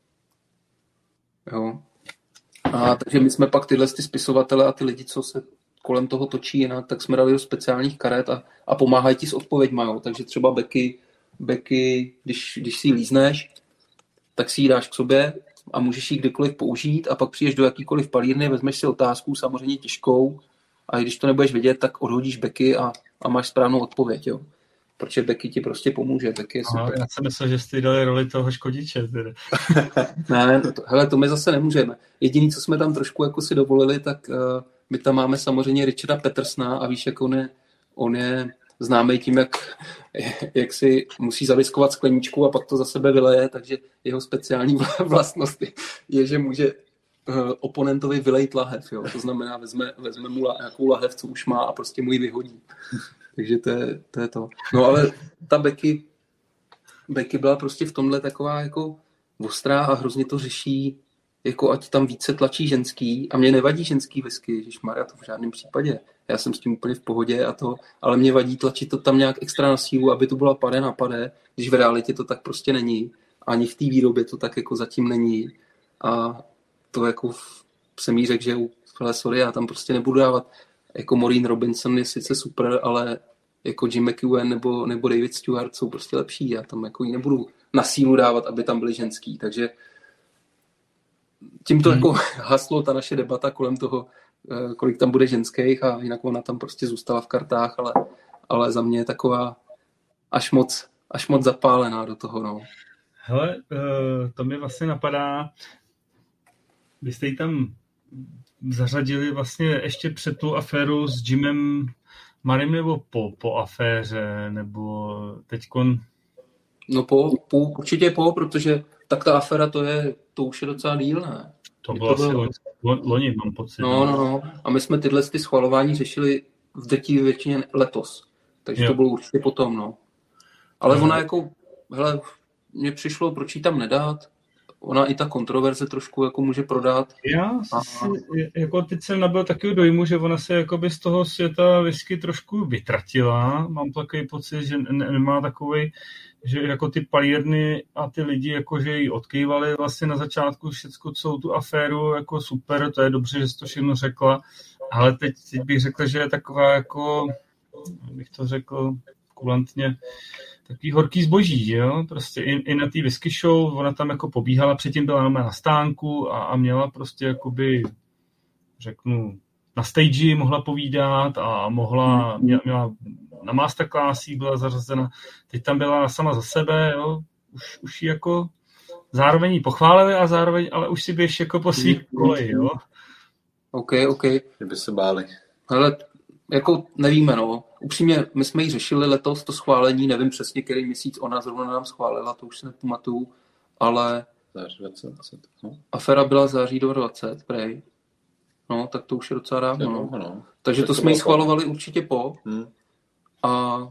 Jo. A takže my jsme pak tyhle ty spisovatele a ty lidi, co se kolem toho točí jinak, tak jsme dali do speciálních karet a, a pomáhají ti s odpověďma. Jo. Takže třeba Becky, Becky když, když si ji lízneš, tak si ji dáš k sobě a můžeš ji kdykoliv použít a pak přijdeš do jakýkoliv palírny, vezmeš si otázku, samozřejmě těžkou, a když to nebudeš vidět, tak odhodíš Becky a, a máš správnou odpověď. Jo. Protože Becky ti prostě pomůže. Becky je super. Aha, já jsem myslel, že jste dali roli toho škodiče. ne, to, hele, to my zase nemůžeme. Jediný, co jsme tam trošku jako si dovolili, tak uh, my tam máme samozřejmě Richarda Petersona a víš, jak on je, on je známý tím, jak, jak si musí zaviskovat skleničku a pak to za sebe vyleje, takže jeho speciální vlastnost je, že může oponentovi vylejt lahev. Jo? To znamená, vezme, vezme mu nějakou lahev, co už má a prostě mu ji vyhodí. Takže to je, to je to. No ale ta Becky, Becky byla prostě v tomhle taková jako ostrá a hrozně to řeší, jako ať tam více tlačí ženský. A mě nevadí ženský whisky, ježišmarja, to v žádném případě. Já jsem s tím úplně v pohodě a to, ale mě vadí tlačit to tam nějak extra na sílu, aby to byla pade na pade, když v realitě to tak prostě není. Ani v té výrobě to tak jako zatím není. A to jako jsem jí řekl, že hele, sorry, já tam prostě nebudu dávat. Jako Maureen Robinson je sice super, ale jako Jim McEwen nebo, nebo David Stewart jsou prostě lepší. Já tam jako jí nebudu na sílu dávat, aby tam byli ženský. Takže tím to hmm. jako haslo ta naše debata kolem toho, kolik tam bude ženských a jinak ona tam prostě zůstala v kartách, ale, ale za mě je taková až moc, až moc zapálená do toho. No. Hele, to mi vlastně napadá, vy jste ji tam zařadili vlastně ještě před tu aféru s Jimem Marem nebo po, po aféře, nebo teďkon? No po, po, určitě po, protože tak ta aféra to je, to už je docela díl, ne? To bylo asi loni, mám pocit. No, no, no. A my jsme tyhle ty schvalování řešili v drtivé většině letos. Takže jo. To bylo určitě potom, no. Ale no. Ona jako, hele, mně přišlo, proč jí tam nedát. Ona i ta kontroverze trošku jako může prodat. Já si, jako teď jsem nabyl takový dojmu, že ona se jakoby z toho světa whisky trošku vytratila. Mám takový pocit, že nemá takovej, že jako ty palírny a ty lidi, jako že ji odkývali vlastně na začátku všecko, celou tu aféru, jako super, to je dobře, že jsi to všechno řekla, ale teď, teď bych řekl, že je taková jako, bych to řekl kulantně, takový horký zboží, jo, prostě i, i na té whisky show, ona tam jako pobíhala, předtím byla jenom na stánku a, a měla prostě jakoby, řeknu, na stage mohla povídat a mohla, měla, měla na masterclassí byla zařazena, teď tam byla sama za sebe, jo, už, už ji jako zároveň ji pochválili a zároveň, ale už si běž jako po svých koleji, jo. OK, OK. Kdyby se báli. Hele, jako nevíme, no. Upřímně, my jsme ji řešili letos, to schválení, nevím přesně, který měsíc ona zrovna nám schválila, to už se nepamatuju, ale září dvacet dvacet, no. Aféra byla září dvacet, prej. No, tak to už je docela dávno, no. no. Takže tak to, to jsme ji schvalovali po. určitě po. Hmm. A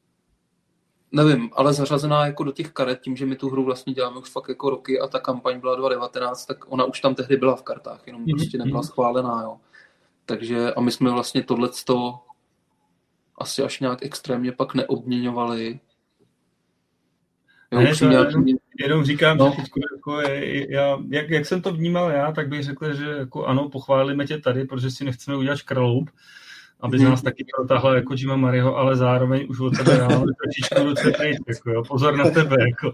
nevím, ale zařazená jako do těch karet, tím, že my tu hru vlastně děláme už fakt jako roky a ta kampaň byla dva tisíce devatenáct, tak ona už tam tehdy byla v kartách, jenom mm-hmm. prostě nebyla schválená, jo. Takže a my jsme vlastně tohleto asi až nějak extrémně pak neobměňovali. Jo, ne, to jenom, jenom říkám, no. že teď jako je, já, jak, jak jsem to vnímal já, tak bych řekl, že jako ano, pochválíme tě tady, protože si nechceme udělat škraloup, aby z nás taky protáhla jako Jima Mariho, ale zároveň už od tebe dáme trošičku ruce pryč, jako jo, pozor na tebe, jako.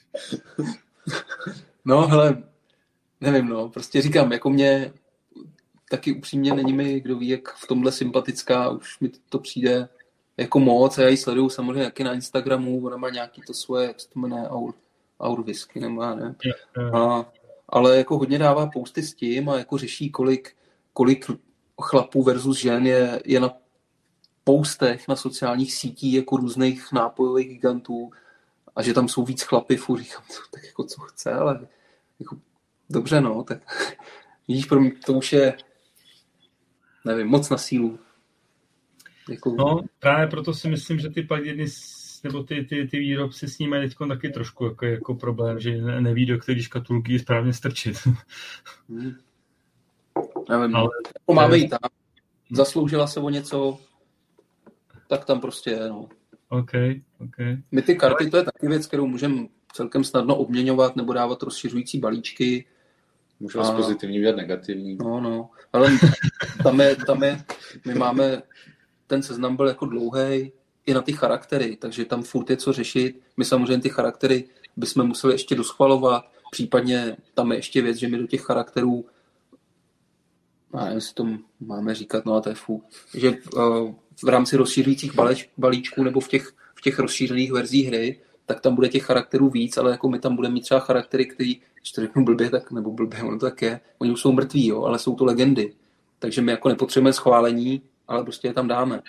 No, hele, nevím, no, prostě říkám, jako mě taky upřímně není mi, kdo ví, jak v tomhle sympatická, už mi to přijde jako moc a já ji sleduju samozřejmě taky na Instagramu, ona má nějaký to svoje, jak se to jmenuje, Our, Our Whisky, nebo já ne. A, ale jako hodně dává posty s tím a jako řeší, kolik, kolik chlapů versus žen je, je na postech na sociálních sítích jako různých nápojových gigantů a že tam jsou víc chlapy, furt říkám, tak jako co chce, ale jako dobře, no, tak víš, pro mě to už je, nevím, moc na sílu. Jako... No, právě proto si myslím, že ty palírny nebo ty, ty, ty výrobci s nimi teď taky trošku jako, jako problém, že neví, do který škatulky správně strčit. Hmm. Nevím, ale máme ji tam. Zasloužila se o něco, tak tam prostě je, no. OK, OK. My ty karty, to je taky věc, kterou můžeme celkem snadno obměňovat nebo dávat rozšiřující balíčky. Můžeme z pozitivní udělat negativní. No, no. Ale tam je, tam je, my máme, ten seznam byl jako dlouhý i na ty charaktery, takže tam furt je co řešit. My samozřejmě ty charaktery bychom museli ještě doschvalovat, případně tam je ještě věc, že my do těch charakterů já nevím, si to máme říkat, no a to je fů, že uh, v rámci rozšířujících balíč, balíčků nebo v těch, v těch rozšířených verzích hry, tak tam bude těch charakterů víc, ale jako my tam budeme mít třeba charaktery, který, když to řeknu blbě, tak, nebo blbě, ono to tak je, oni už jsou mrtví, jo, ale jsou to legendy. Takže my jako nepotřebujeme schválení, ale prostě je tam dáme.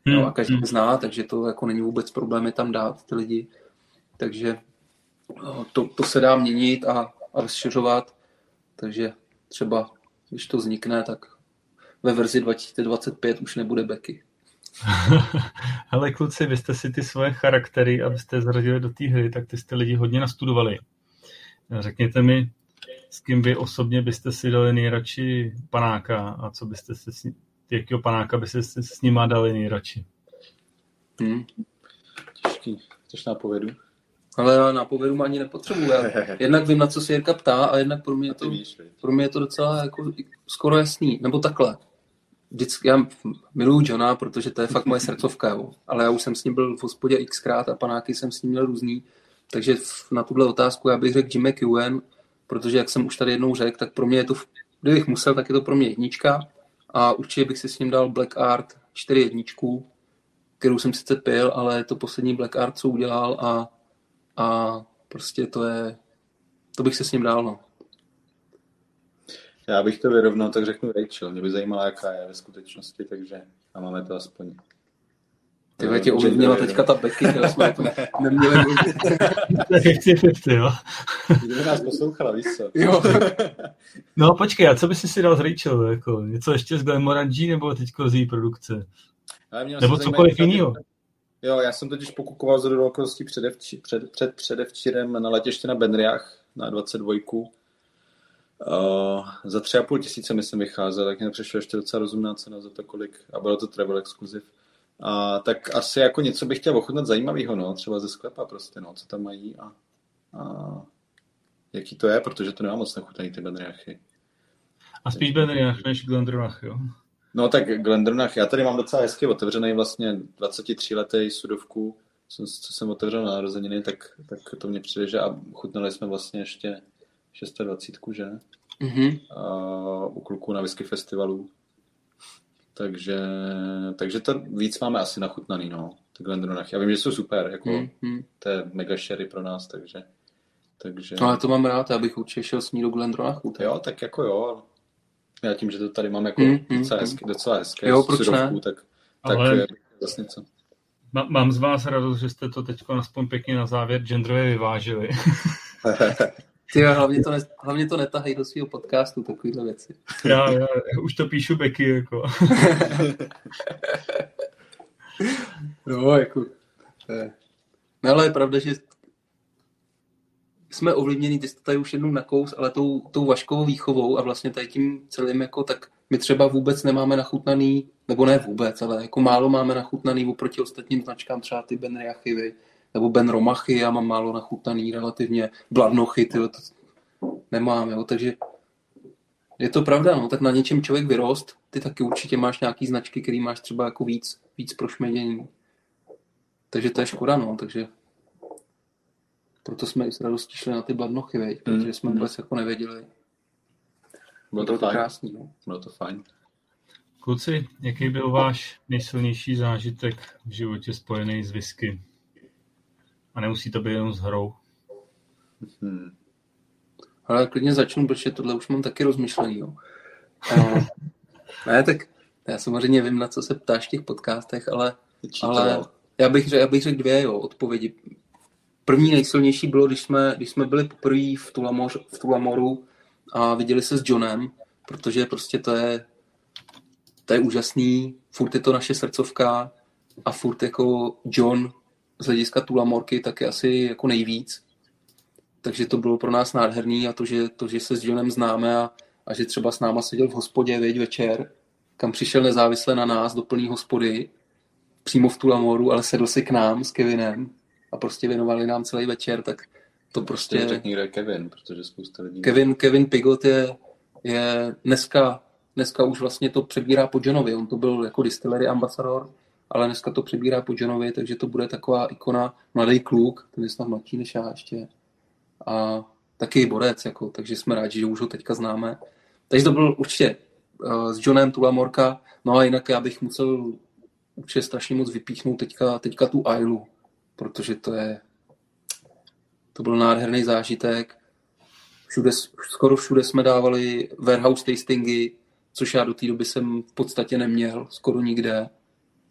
Hmm. No, a každý hmm. zná, takže to jako není vůbec problém je tam dát ty lidi. Takže to, to se dá měnit a, a rozšiřovat. Takže třeba, když to vznikne, tak ve verzi dva tisíce dvacet pět už nebude Becky. Hele kluci, vy jste si ty svoje charaktery, abyste je zařadili do té hry, tak ty jste lidi hodně nastudovali. Řekněte mi, s kým vy osobně byste si dali nejradši panáka a co byste si s ním, jakýho panáka byste si s nima dali nejradši? Hmm. Těžký. Chceš nápovědu? Ale já nápovědu ani nepotřebuji. Já jednak vím, na co se Jirka ptá a jednak pro mě je to, pro mě je to docela jako skoro jasný. Nebo takhle. Vždycky, já miluju Johna, protože to je fakt moje srdcovka, jo. Ale já už jsem s ním byl v hospodě xkrát a panáky jsem s ním měl různý. Takže na tuhle otázku já bych řekl Jim McEwen, protože jak jsem už tady jednou řekl, tak pro mě je to, kdybych musel, tak je to pro mě jednička a určitě bych si s ním dal Black Art čtyři jedničku, kterou jsem sice pil, ale je to poslední Black Art, co udělal a, a prostě to je, to bych se s ním dal, no. Já bych to vyrovnal, tak řeknu Rachel. Mě by zajímala, jaká je ve skutečnosti, takže a máme to aspoň. Tyhle tě ovlivnila teďka ta Becky, která jsme to neměli mluvit. fifty fifty, jo. Kdyby nás poslouchala, víš co? Jo. No počkej, a co bys si dal z Rachel? Jako, něco ještě z Glenmorangie nebo teďko z její produkce? Nebo cokoliv jiného? Jo, já jsem totiž pokukoval z okolností předevči, před, před předevčírem na letiště na Benriach na dvacet dva. Uh, za tři a půl tisíce myslím vycházel, tak mě přišlo ještě docela rozumná cena za to kolik a bylo to travel exclusive. Uh, tak asi jako něco bych chtěl ochutnat zajímavého, no, třeba ze sklepa prostě, no, co tam mají a, a jaký to je, protože to nemá moc nachutaný ty Benriachy. A spíš Benriach než Glendronach, jo? No tak Glendronach, já tady mám docela hezky otevřený vlastně dvacetitříletý sudovku, co, co jsem otevřel na narozeniny, tak, tak to mě přijde, že a chutnali jsme vlastně ještě dvacet šest, že? Mm-hmm. A u kluků na whisky festivalu. Takže, takže to víc máme asi nachutnaný, no. Ty Glendronach. Já vím, že jsou super, jako mm-hmm. to je mega sherry pro nás, takže... takže... No ale to mám rád, já bych určitě šel s ní do Glendronachu. Jo, tak jako jo. Já tím, že to tady mám jako mm-hmm. docela hezky, docela hezké jo, proč sudovku, ne? tak, tak ale... vlastně co. Mám z vás radost, že jste to teď aspoň pěkně na závěr genderově vyvážili. Ty hlavně to, ne, hlavně to netahej do svého podcastu, takovýhle věci. Já, já, já už to píšu Becky, jako. No, jako... No, ale je pravda, že jsme ovlivněni, ty jste tady už jednou nakous, ale tou, tou vaškovou výchovou a vlastně tady tím celým, jako tak my třeba vůbec nemáme nachutnaný, nebo ne vůbec, ale jako málo máme nachutnaný oproti ostatním značkám, třeba ty Benriachy, nebo Ben Romachy, já mám málo nachutnaný relativně, Bladnochy, tyjo, to nemám, jo, takže je to pravda, no, tak na něčem člověk vyrost, ty taky určitě máš nějaký značky, který máš třeba jako víc, víc prošmědění. Takže to je škoda, no, takže proto jsme i s radostí šli na ty Bladnochy, veď, mm. protože jsme vůbec jako nevěděli. Bylo to, to fajn. Krásný, no. Bylo to fajn. Kluci, jaký byl váš nejsilnější zážitek v životě spojený s whisky? A nemusí to být jenom s hrou. Hmm. Ale klidně začnu, protože tohle už mám taky rozmyšlený. Jo. A, ne, tak já samozřejmě vím, na co se ptáš v těch podcastech, ale, ale já bych řekl, já bych řekl dvě jo, odpovědi. První nejsilnější bylo, když jsme, když jsme byli poprvé v, Tulamor, v Tulamoru a viděli se s Johnem, protože prostě to je, to je úžasný, furt je to naše srdcovka a furt jako John z hlediska Tulamorky tak je asi jako nejvíc. Takže to bylo pro nás nádherný a to, že, to, že se s Johnem známe a, a že třeba s náma seděl v hospodě věď večer, kam přišel nezávisle na nás do plný hospody, přímo v Tulamoru, ale sedl si k nám s Kevinem a prostě věnovali nám celý večer, tak to prostě... Řekni, kde je Kevin, protože spousta lidí... Kevin, Kevin Pigot je, je dneska, dneska už vlastně to přebírá po Johnovi, on to byl jako distillery ambasador, ale dneska to přebírá po Johnovi, takže to bude taková ikona, mladý kluk, ten je snad mladší než já ještě. A taky borec, jako, takže jsme rádi, že už ho teďka známe. Takže to byl určitě uh, s Johnem Tulamorka, no a jinak já bych musel určitě strašně moc vypíchnout teďka, teďka tu Ailu, protože to je, to byl nádherný zážitek. Všude, skoro všude jsme dávali warehouse tastingy, což já do té doby jsem v podstatě neměl, skoro nikde.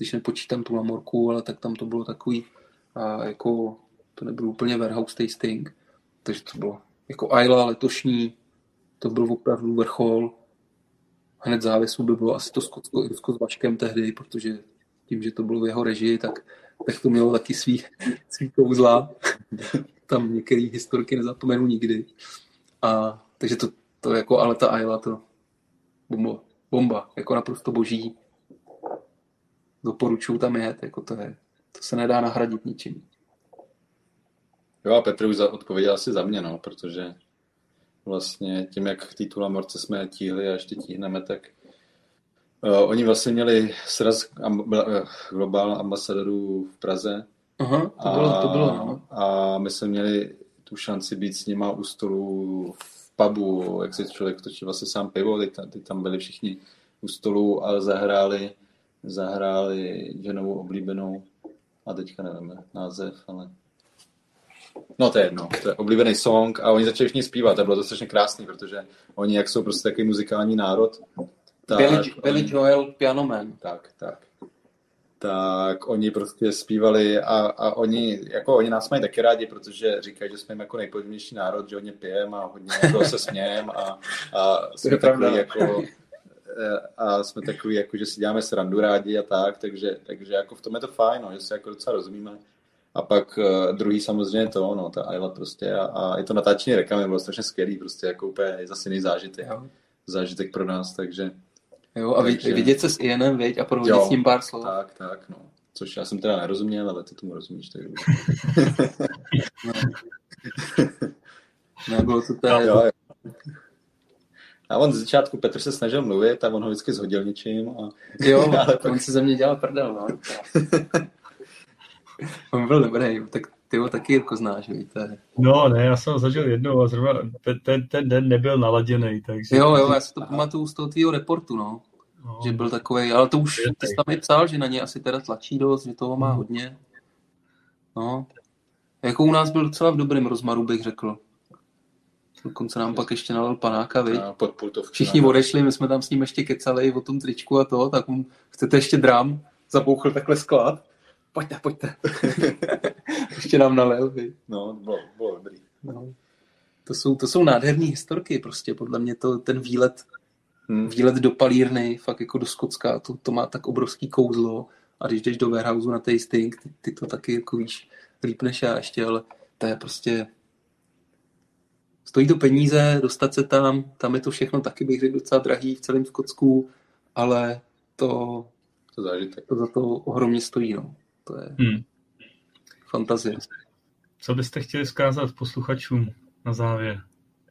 když nepočítám tu Lamorku, ale tak tam to bylo takový, a jako to nebyl úplně warehouse tasting, takže to bylo jako Isla letošní, to byl opravdu vrchol. Hned závěsu by bylo asi to Skotsko, Irsko s Vaškem tehdy, protože tím, že to bylo v jeho režii, tak, tak to mělo taky svý, svý kouzla. Tam některé historiky nezapomenu nikdy. A, takže to, to jako, ale ta Isla, to bomba, bomba, jako naprosto boží. Doporučuju tam jet, jako to je, to se nedá nahradit ničím. Jo a Petr už odpověděl asi za mě, no, protože vlastně tím, jak v té Tulamorce jsme tíhli a ještě tíhneme, tak uh, oni vlastně měli sraz amb- globál ambasadorů v Praze. Aha, to bylo, a, to bylo, no. A my jsme měli tu šanci být s nima u stolu v pubu, jak si člověk točí vlastně sám pivo, teď tam, teď tam byli všichni u stolu a zahráli, zahráli ženovou oblíbenou a teďka nevím název, ale no to je jedno, to je oblíbený song a oni začali všichni zpívat a bylo to strašně krásný, protože oni, jak jsou prostě takový muzikální národ, tak Billy, oni, Billy Joel, Piano Man. Tak, tak. Tak oni prostě zpívali a, a oni, jako oni nás mají taky rádi, protože říkají, že jsme jim jako nejpodivnější národ, že hodně pijeme a hodně jako se smějem a, a jsme takový jako a jsme takový jako, že si děláme srandu rádi a tak, takže, takže jako v tom je to fajn, no, že se jako docela rozumíme. A pak uh, druhý samozřejmě to, no, ta Isla prostě a, a i to natáčení reklamy bylo strašně skvělý, prostě jako úplně zase jiný zážitek, jo. zážitek pro nás, takže... Jo, a takže... vidět se s Ianem, viď, a prohodit jo, s ním pár slov. Tak, tak, no. Což já jsem teda nerozuměl, ale ty tomu rozumíš, tak no. Nebylo to tady... Jo, jo. A on z začátku, Petr se snažil mluvit a on ho vždycky zhodil něčím. A... Jo, ale on si ze mě dělal prdel, no. On byl dobrý, tak ty ho taky Jirko znáš, víte. No ne, já jsem ho zažil jednou a zrovna ten, ten den nebyl naladěnej, takže... Jo, jo, já si to pamatuju z toho tvýho reportu, no. no. Že byl takovej, ale to už, ty jsi tam i psal, že na ně asi teda tlačí dost, že toho má hodně. No. Jako u nás byl docela v dobrém rozmaru, bych řekl. Dokonce nám pak ještě nalil panáka, viď? Všichni odešli, my jsme tam s ním ještě kecali o tom tričku a to, tak mu, chcete ještě dram? Zabouchl takhle sklad. Pojďte, pojďte. ještě nám nalil, viď? No, bylo, bylo dobrý. No. To jsou, to jsou nádherný historky, prostě podle mě to, ten výlet, hmm. výlet do palírny, fakt jako do Skotska, to, to má tak obrovský kouzlo a když jdeš do warehouse na tasting, ty, ty to taky jako víš, líp než já ještě, ale to je prostě... Stojí to peníze, dostat se tam, tam je to všechno taky, bych řekl, docela drahý v celém Skotsku, ale to, to, zážitek. to za to ohromně stojí, no. To je hmm. fantazie. Co byste chtěli vzkázat posluchačům na závěr?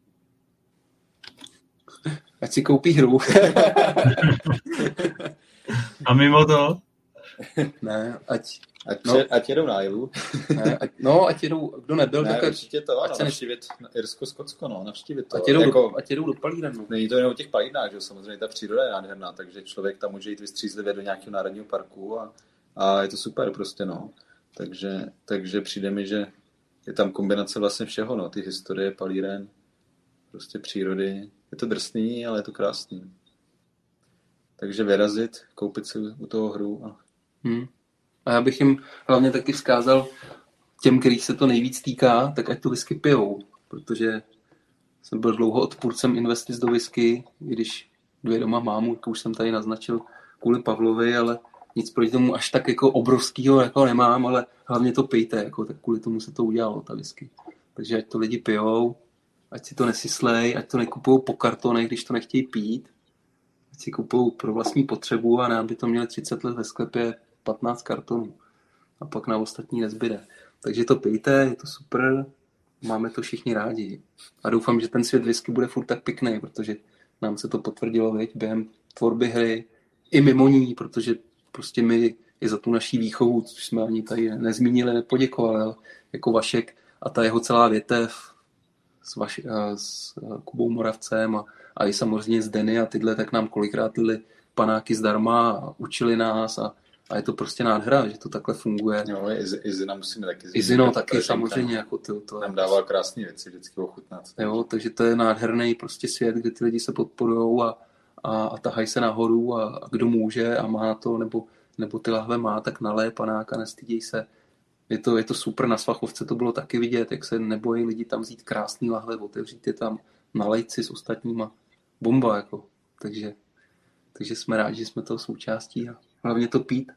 Ať si koupí hru. A mimo to? Ne, ať... Ať, no. ať jedou na Ilu. Ne, ať, no, ať jedou, kdo nebyl, ne, tak ať... určitě to, ať se navštívit Irsko-Skotsko, no, navštívit to. Ať jedou, jako, do, ať jedou do palíren, no. Není to jenom o těch palírnách, že samozřejmě ta příroda je nádherná, takže člověk tam může jít vystřízlivě do nějakého národního parku a, a je to super prostě, no. Takže, takže přijde mi, že je tam kombinace vlastně všeho, no, ty historie, palíren, prostě přírody. Je to drsný, ale je to krásný. Takže vyrazit, koupit si u toho hru a... Hmm. A já bych jim hlavně taky vzkázal těm, kterých se to nejvíc týká, tak ať to whisky pijou, protože jsem byl dlouho odpůrcem investic do whisky, i když dvě doma mám, to už jsem tady naznačil kvůli Pavlovi, ale nic proti tomu až tak jako obrovskýho jako nemám, ale hlavně to pijte, jako, tak kvůli tomu se to udělalo, ta whisky. Takže ať to lidi pijou, ať si to nesyslej, ať to nekupujou po kartonech, když to nechtějí pít, ať si kupujou pro vlastní potřebu a nám by to měli třicet let ve sklepě patnáct kartonů a pak na ostatní nezbyde. Takže to pijte, je to super, máme to všichni rádi. A doufám, že ten svět whisky bude furt tak pěkný, protože nám se to potvrdilo, viď, během tvorby hry, i mimo ní, protože prostě my i za tu naší výchovu, což jsme ani tady nezmínili, nepoděkovali, ale jako Vašek a ta jeho celá větev s, Vaš, s Kubou Moravcem a, a i samozřejmě s Denny a tyhle, tak nám kolikrát tyhle panáky zdarma a učili nás a A je to prostě nádhera, že to takhle funguje. Jo, Izina musíme taky zmínit. Izino taky samozřejmě. Jako to, to nám dává krásné věci, vždycky ochutnat. Jo, takže to je nádherný prostě svět, kde ty lidi se podporujou a, a, a tahají se nahoru a, a kdo může a má to, nebo nebo ty lahve má, tak nalej panák a nestyděj se. Je to, je to super, na Svachovce to bylo taky vidět, jak se nebojí lidi tam vzít krásný lahve, otevřít je tam, nalejt si s ostatníma. Bomba, jako. Takže, takže jsme rádi, že jsme toho součástí a hlavně to pít.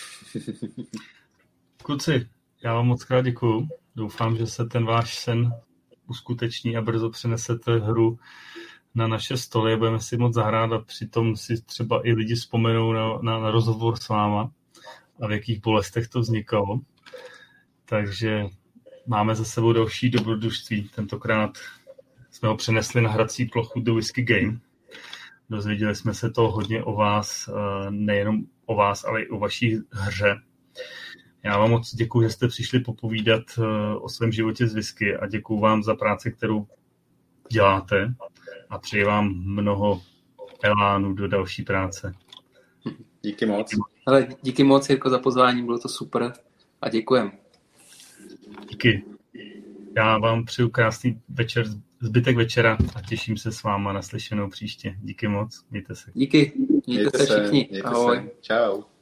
Kluci, já vám moc krát děkuju. Doufám, že se ten váš sen uskuteční a brzo přenesete hru na naše stoly a budeme si moc zahrát a přitom si třeba i lidi vzpomenou na, na, na rozhovor s váma a v jakých bolestech to vznikalo. Takže máme za sebou další dobrodružství. Tentokrát jsme ho přenesli na hrací plochu do Whisky Game. Dozvěděli jsme se to hodně o vás, nejenom o vás, ale i o vaší hře. Já vám moc děkuji, že jste přišli popovídat o svém životě z whisky a děkuji vám za práci, kterou děláte a přeji vám mnoho elánu do další práce. Díky moc. Ale díky moc, Jirko, za pozvání, bylo to super a děkujem. Díky. Já vám přeju krásný večer, zbytek večera a těším se s váma na slyšenou příště. Díky moc, mějte se. Díky, mějte, mějte se všichni. Mějte Ahoj. Se. Čau.